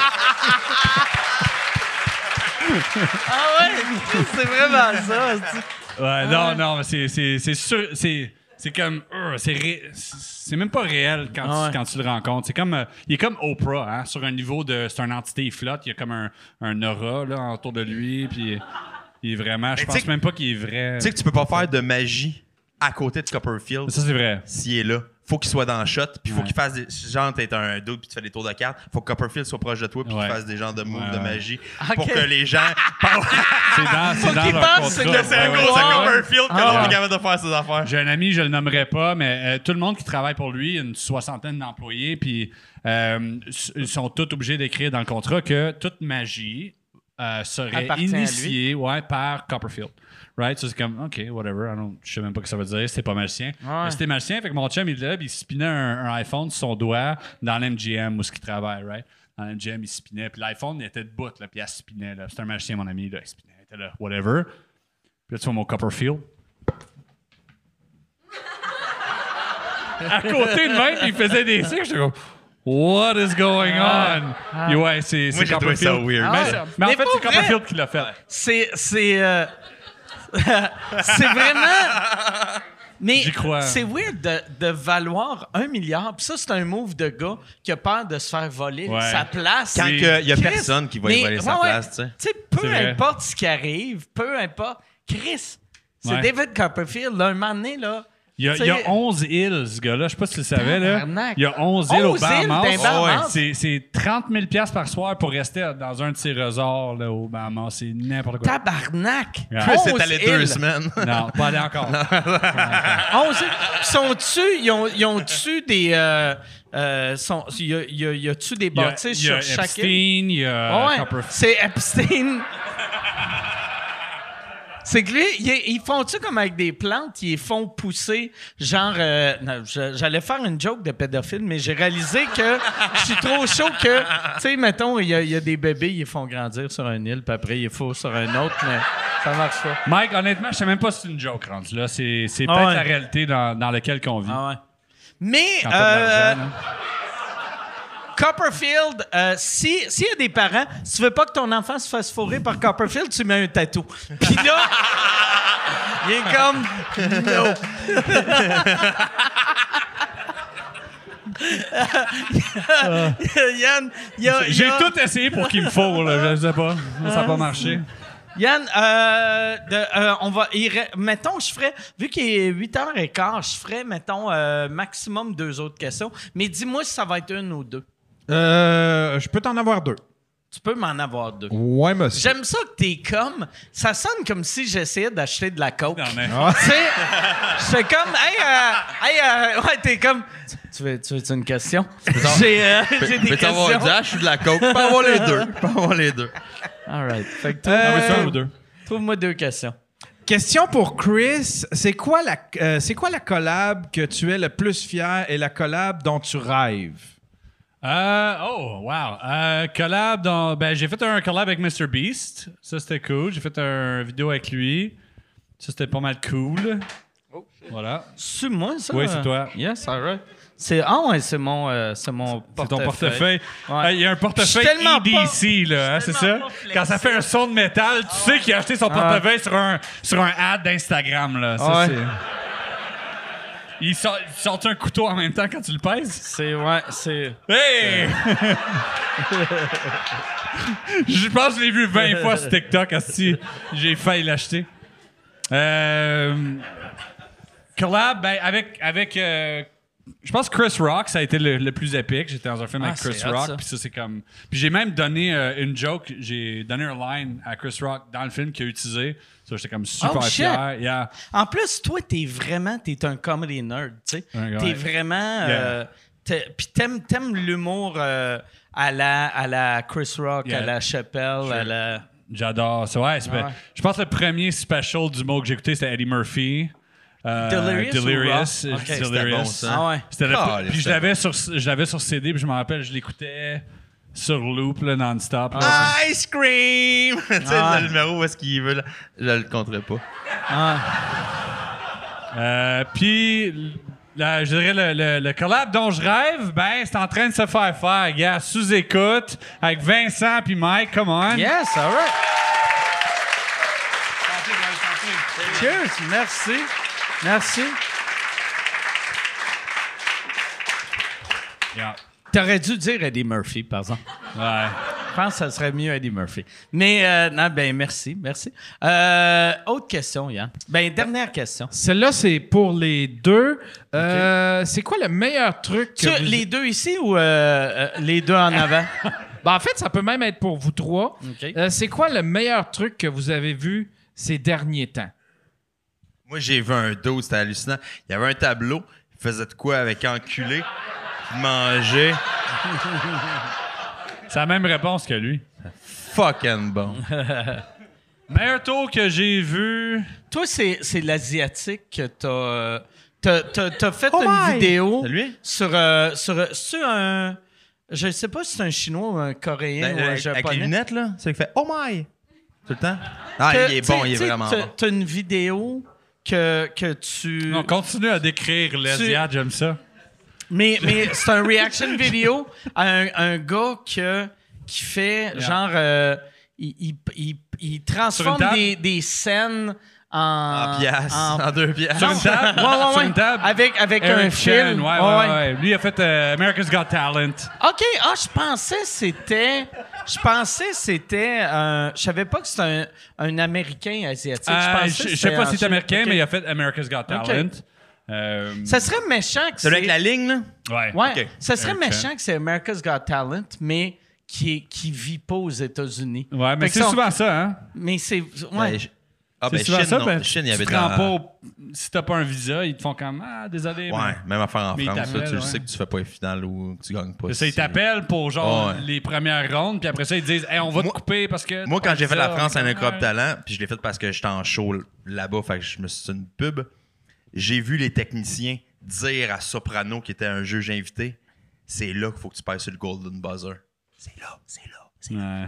Ah ouais, c'est vraiment ça. Ouais, non, mais c'est sûr, c'est comme, c'est même pas réel quand tu le rencontres. C'est comme, il est comme Oprah, hein, sur un niveau de, c'est une entité, il flotte, il y a comme un aura là autour de lui, puis il est vraiment, je Mais pense tu sais- même pas qu'il est vrai. Tu sais que tu peux pas faire de magie à côté de Copperfield Ça c'est vrai. s'il est là. Faut qu'il soit dans le shot, puis faut Ouais. qu'il fasse des... Genre, t'es un dude, puis tu fais des tours de cartes. Faut que Copperfield soit proche de toi, puis Ouais. qu'il fasse des genres de moves Ouais, de ouais. magie Ok. pour que les gens... C'est dans qu'il leur pense contrat. que c'est un Ouais, gros, ouais. c'est Copperfield que Ah. l'on est capable de faire ses affaires. J'ai un ami, je le nommerai pas, mais tout le monde qui travaille pour lui, une 60aine d'employés, puis ils sont tous obligés d'écrire dans le contrat que toute magie serait Appartient à lui. initiée par Copperfield. Right? So, c'est comme, OK, whatever. Je sais même pas ce que ça veut dire. C'était pas malsien. Mais c'était malsien. Fait que mon chum, il est là, puis il spinait un iPhone sur son doigt dans l'MGM où il travaille, right? Dans l'MGM, il spinait. Puis l'iPhone, il était debout, là, puis il spinait. Là. C'était un malsien, mon ami. Là, il spinait. Il était là, whatever. Puis là, tu vois mon Copperfield. À côté de même, il faisait des signes. J'étais comme, what is going on? Puis ouais, c'est Moi, j'ai trouvé ça Copperfield. weird. Mais en Mais fait, pour c'est vrai- Copperfield qui l'a fait. C'est c'est vraiment. Mais J'y crois. c'est weird de valoir 1 milliard. Puis ça, c'est un move de gars qui a peur de se faire voler Ouais. sa place. Quand Oui. il y a Chris, personne qui va y mais- voler sa ouais, place, tu sais. Tu sais, peu C'est vrai. importe ce qui arrive, peu importe. Chris, c'est Ouais. David Copperfield. Là, un moment donné, là. Il y a tu sais, 11 îles, ce gars-là. Je sais pas si tu le savais, là. Tabarnak. Il y a 11 îles aux 11 îles Bahamas. dans les Bahamas? C'est 30 000 $ par soir pour rester dans un de ces resorts là, aux Bahamas. C'est n'importe quoi. Tabarnak! Ouais. Chris 11 est allé îles. 2 semaines. Non, pas aller encore. 11 îles. Ils ont-tu des. Y a-tu des Il y a, bâtisses il y a sur chaque île? Epstein, il y a Ouais, Copperfield. c'est Epstein. C'est que lui, ils font-tu comme avec des plantes, ils les font pousser, genre... non, j'allais faire une joke de pédophile, mais j'ai réalisé que je suis trop chaud que... Tu sais, mettons, il y a des bébés, ils les font grandir sur une île, puis après, ils les font sur un autre, mais ça marche pas. Mike, honnêtement, je sais même pas si c'est une joke rendu là. C'est peut-être ouais. la réalité dans laquelle on vit. Ah ouais. Mais... Quand t'as de l'argent, là. Copperfield, s'il y a des parents, si tu veux pas que ton enfant se fasse fourrer par Copperfield, tu mets un tatou. Puis là, il est comme... No. Yann, J'ai tout essayé pour qu'il me fourre, là. Je sais pas. Ça n'a pas marché. Yann, on va. Mettons, je ferais. Vu qu'il est 8h15, je ferais, mettons, maximum 2 autres questions. Mais dis-moi si ça va être une ou 2. Je peux t'en avoir 2. Tu peux m'en avoir 2. Ouais, monsieur. J'aime ça que t'es comme. Ça sonne comme si j'essayais d'acheter de la coke. Non, mais- Tu sais, j'étais comme. Ouais, t'es comme. Tu veux une question? J'ai des Peux-tu avoir questions. dit, je suis de la coke? Pas avoir les deux. Pas avoir les deux. All right. Fait que Ah oui, c'est un ou deux. trouve-moi 2 questions. Question pour Chris. C'est quoi la collab que tu es le plus fier et la collab dont tu rêves? Collab j'ai fait un collab avec Mr. Beast. Ça, c'était cool. J'ai fait une vidéo avec lui. Ça, c'était pas mal cool. Voilà. C'est moi, ça? Oui, c'est toi. Yes, all right. C'est mon portefeuille. C'est ton portefeuille. Ouais. Il y a un portefeuille Je suis tellement EDC, là, hein, c'est ça? tellement pas flexible. Quand ça fait un son de métal, tu sais qu'il a acheté son portefeuille sur un ad d'Instagram, là. Ça, Ouais. c'est... Il sort un couteau en même temps quand tu le pèses? C'est. Hey! Je pense que je l'ai vu 20 fois sur TikTok, asti. J'ai failli l'acheter. Collab, avec je pense que Chris Rock, ça a été le plus épique. J'étais dans un film avec Chris c'est hot, Rock, ça. puis ça, c'est comme... Puis j'ai même donné une joke, j'ai donné un line à Chris Rock dans le film qu'il a utilisé. Ça, j'étais comme super Oh, shit! fier. Yeah. En plus, toi, t'es un comedy nerd, tu sais. Ouais. T'es vraiment... Yeah. Puis t'aimes l'humour à la Chris Rock, Yeah. à la Chappelle, à la... J'adore ça. Ouais, Ouais. je pense que le premier special du mot que j'ai écouté, c'était Eddie Murphy. Delirious ou Raw? Ok. Delirious. C'était bon, ça. Ah ouais. C'était Caliste, puis je l'avais sur CD, puis je me rappelle, je l'écoutais sur loop, là, non-stop. là. Ice cream! Tu sais, le numéro où est-ce qu'il veut, là. Je le compterai pas. Puis, je dirais le collab dont je rêve, c'est en train de se faire, gars, sous-écoute, avec Vincent puis Mike, come on. Yes, all right. Cheers, merci. Merci. Yeah. T'aurais dû dire Eddie Murphy, par exemple. Ouais. Je pense que ça serait mieux Eddie Murphy. Mais, merci. Autre question, Yann. Dernière question. Celle-là, c'est pour les deux. C'est quoi le meilleur truc que Les deux ici ou les deux en avant? En fait, ça peut même être pour vous trois. OK. C'est quoi le meilleur truc que vous avez vu ces derniers temps? Moi, j'ai vu un dos, c'était hallucinant. Il y avait un tableau, il faisait de quoi avec enculé, il mangeait. C'est la même réponse que lui. Fucking bon. Meilleur tour que j'ai vu. Toi, c'est l'asiatique que t'as fait une vidéo C'est lui? sur c'est un... Je sais pas si c'est un Chinois ou un Coréen ou un Avec les Japonais. lunettes, là, c'est qui fait Oh my! Tout le temps. Ah, il est T'sais, bon, il est t'sais, vraiment bon. T'as une vidéo que tu... On continue à décrire l'Asiate, j'aime ça. Mais c'est un reaction vidéo à un gars qui fait genre... il transforme Sur une table? des scènes en... En piastres, en 2 piastres. Sur une table? Ouais. Sur une table? Avec Eric un Chen, film. ouais. Lui, il a fait America's Got Talent. OK. Je pensais c'était... Je savais pas que c'était un Américain asiatique. Je sais pas si c'est américain, mais il a fait America's Got Talent. Ça serait méchant que Celui avec la ligne, là? Ouais. Ouais, OK. ça serait Eric méchant que c'est America's Got Talent, mais qui vit pas aux États-Unis. Ouais, mais Fait que c'est souvent ça, hein? Mais c'est... Ben, Ouais. C'est souvent Chine, ça, non. Chine, il y avait tu te rends pas si t'as pas un visa, ils te font comme désolé. Ouais, même affaire en Mais ils France, ça, tu t'appellent, le sais ouais. que tu fais pas les finales ou que tu gagnes pas. Ça, ils t'appellent pour genre Ouais. les premières rondes, puis après ça, ils disent hey, on va te couper parce que. Moi, quand j'ai fait la France à un un Incroyable Talent, puis je l'ai fait parce que j'étais en show là-bas, fait que je me suis fait une pub, j'ai vu les techniciens dire à Soprano, qui était un juge invité, c'est là qu'il faut que tu passes sur le Golden Buzzer. C'est là. Ouais.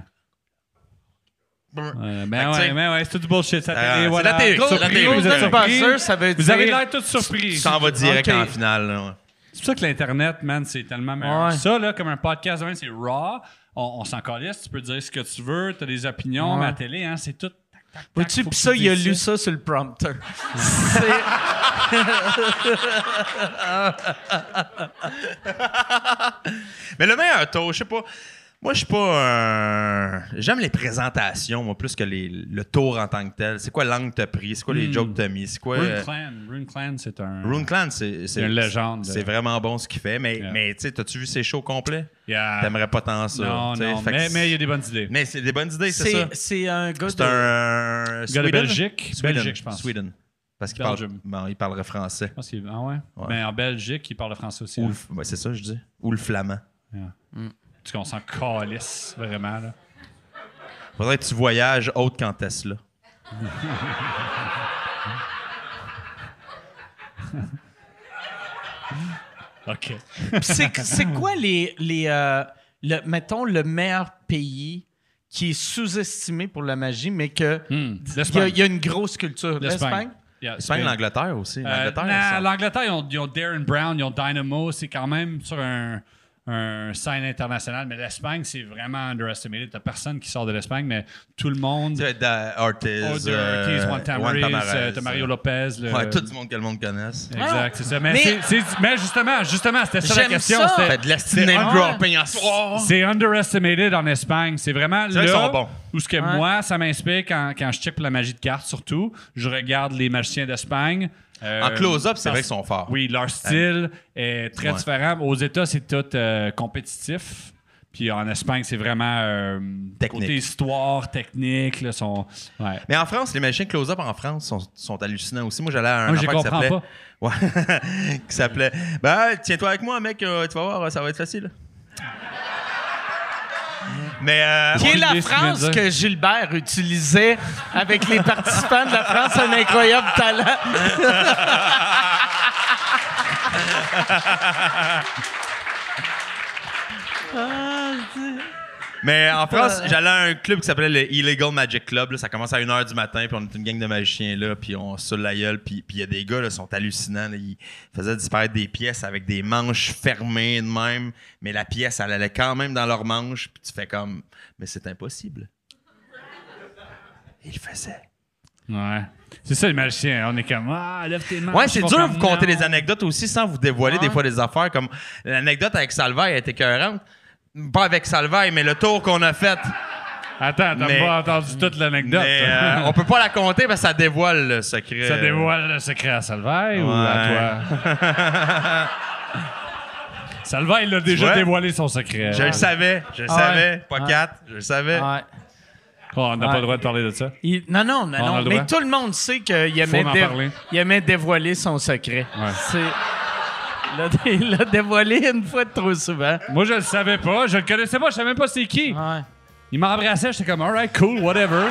Fait Ben que, tu sais, ouais, c'est tout du bullshit. Ça c'est télé, voilà. la télé, c'est la Surpris, télé. vous êtes Golden surpris. Buzzer, ça veut Vous avez dire- l'air tous surpris. Tu s'en vas direct Ok. en finale. Là, ouais. C'est pour ça que l'Internet, man, c'est tellement meilleur. Ouais. Ça, là, comme un podcast, c'est raw. On s'en calisse, tu peux dire ce que tu veux, tu as des opinions, Ouais. mais à la télé, hein, c'est tout tac, Vois-tu, faut puis que ça, tu il a dises lu ça. ça sur le prompteur. C'est- Mais le meilleur tour, je sais pas. Moi, je suis pas un. J'aime les présentations, moi, plus que le tour en tant que tel. C'est quoi l'angle que t'as pris? C'est quoi les jokes que t'as mis? C'est quoi. Rune Clan, c'est un. Rune Clan, c'est une légende. C'est vraiment bon ce qu'il fait. Mais, Yeah. mais tu sais, t'as-tu vu ses shows complets? Yeah. T'aimerais pas tant ça. Non, tu sais, non, fait que mais il y a des bonnes idées. Mais c'est des bonnes idées, c'est ça. C'est un gars C'est de... un. Gars de Sweden? Belgique. Sweden, Belgique, je pense. Sweden. Parce qu'il parle, Belgium. bon, il parlerait français. Je pense qu'il- Ah ouais? Ouais. Mais en Belgique, il parle le français aussi. Ou hein. le, ouais, c'est ça, je dis. Ou le flamand. Parce qu'on s'en calisse, vraiment. Là. Faudrait que tu voyages autre qu'en Tesla. OK. Puis c'est quoi mettons, le meilleur pays qui est sous-estimé pour la magie, mais que L'Espagne. il y a une grosse culture? L'Espagne? Yeah, L'Espagne, Spain. l'Angleterre aussi. L'Angleterre, ils ont Darren Brown, ils ont Dynamo. C'est quand même sur un scène international. Mais l'Espagne, c'est vraiment underestimated. T'as personne qui sort de l'Espagne, mais tout le monde. Ortiz. Ortiz, Juan Tamariz, Tamariz, t'as Mario Lopez. Ouais, tout le monde que le monde connaisse. Exact, c'est ça. Mais, Mais- mais justement, c'était ça la J'aime question. ça. c'était- Fait de la name dropping en soir. C'est underestimated en Espagne. C'est vraiment C'est vrai qu'ils là sont bons. où ce que moi, ça m'inspire quand je check pour la magie de cartes, surtout. Je regarde les magiciens d'Espagne. En close-up, c'est vrai qu'ils sont forts. Oui, leur style est très Ouais. différent. Aux États, c'est tout compétitif. Puis en Espagne, c'est vraiment Technique. côté histoire, technique. Là, ouais. Mais en France, les magiciens close-up en France sont hallucinants aussi. Moi, j'allais à un Moi, je affaire qui comprends s'appelait... pas. Ouais. Qui s'appelait... Ben, tiens-toi avec moi, mec. Tu vas voir, ça va être facile. Mais... Qui est la idée, ce qu'il vient de phrase dire. que Gilbert utilisait avec les participants de la France, un incroyable talent. Mais en France, j'allais à un club qui s'appelait le Illegal Magic Club. Là. Ça commence à 1h du matin, puis on est une gang de magiciens là, puis on se saoule la gueule, puis il y a des gars là, sont hallucinants. Là. Ils faisaient disparaître des pièces avec des manches fermées de même, mais la pièce, elle allait quand même dans leurs manches, puis tu fais comme, mais c'est impossible. Ils le faisaient. Ouais. C'est ça, les magiciens. On est comme, lève tes mains. Ouais, c'est Ils font dur de comme, vous conter non. des anecdotes aussi sans vous dévoiler des fois des affaires. Comme l'anecdote avec Salvaille a été écœurante. Pas avec Salvaille, mais le tour qu'on a fait. Attends, t'as Mais- pas entendu toute l'anecdote. Mais on peut pas la compter parce que ça dévoile le secret. Ça dévoile le secret à Salvaille ou à toi? Salvaille, il a déjà vois? dévoilé son secret. Je le savais, pas Ouais. 4, je le savais. Ouais. Oh, on n'a pas le droit de parler de ça. Non, On a le mais droit. tout le monde sait qu'il Faut en parler. aimait dévoiler son secret. Ouais. Il l'a dévoilé une fois de trop souvent. Moi, je le savais pas. Je le connaissais pas. Je savais même pas c'est qui. Ouais. Il m'embrassait. J'étais comme, alright, cool, whatever.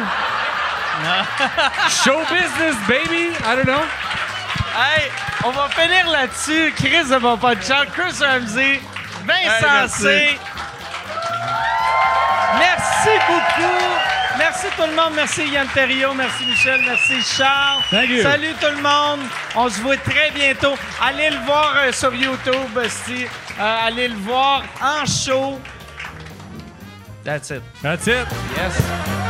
Show business, baby. I don't know. Hey, on va finir là-dessus. Chris de mon pas de chance. Chris Ramsey, Vincent Hey, merci. C. Merci beaucoup. Merci tout le monde. Merci Yann Terriot. Merci Michel. Merci Charles. Thank you. Salut tout le monde. On se voit très bientôt. Allez le voir sur YouTube. Allez le voir en show. That's it. That's it. Yes.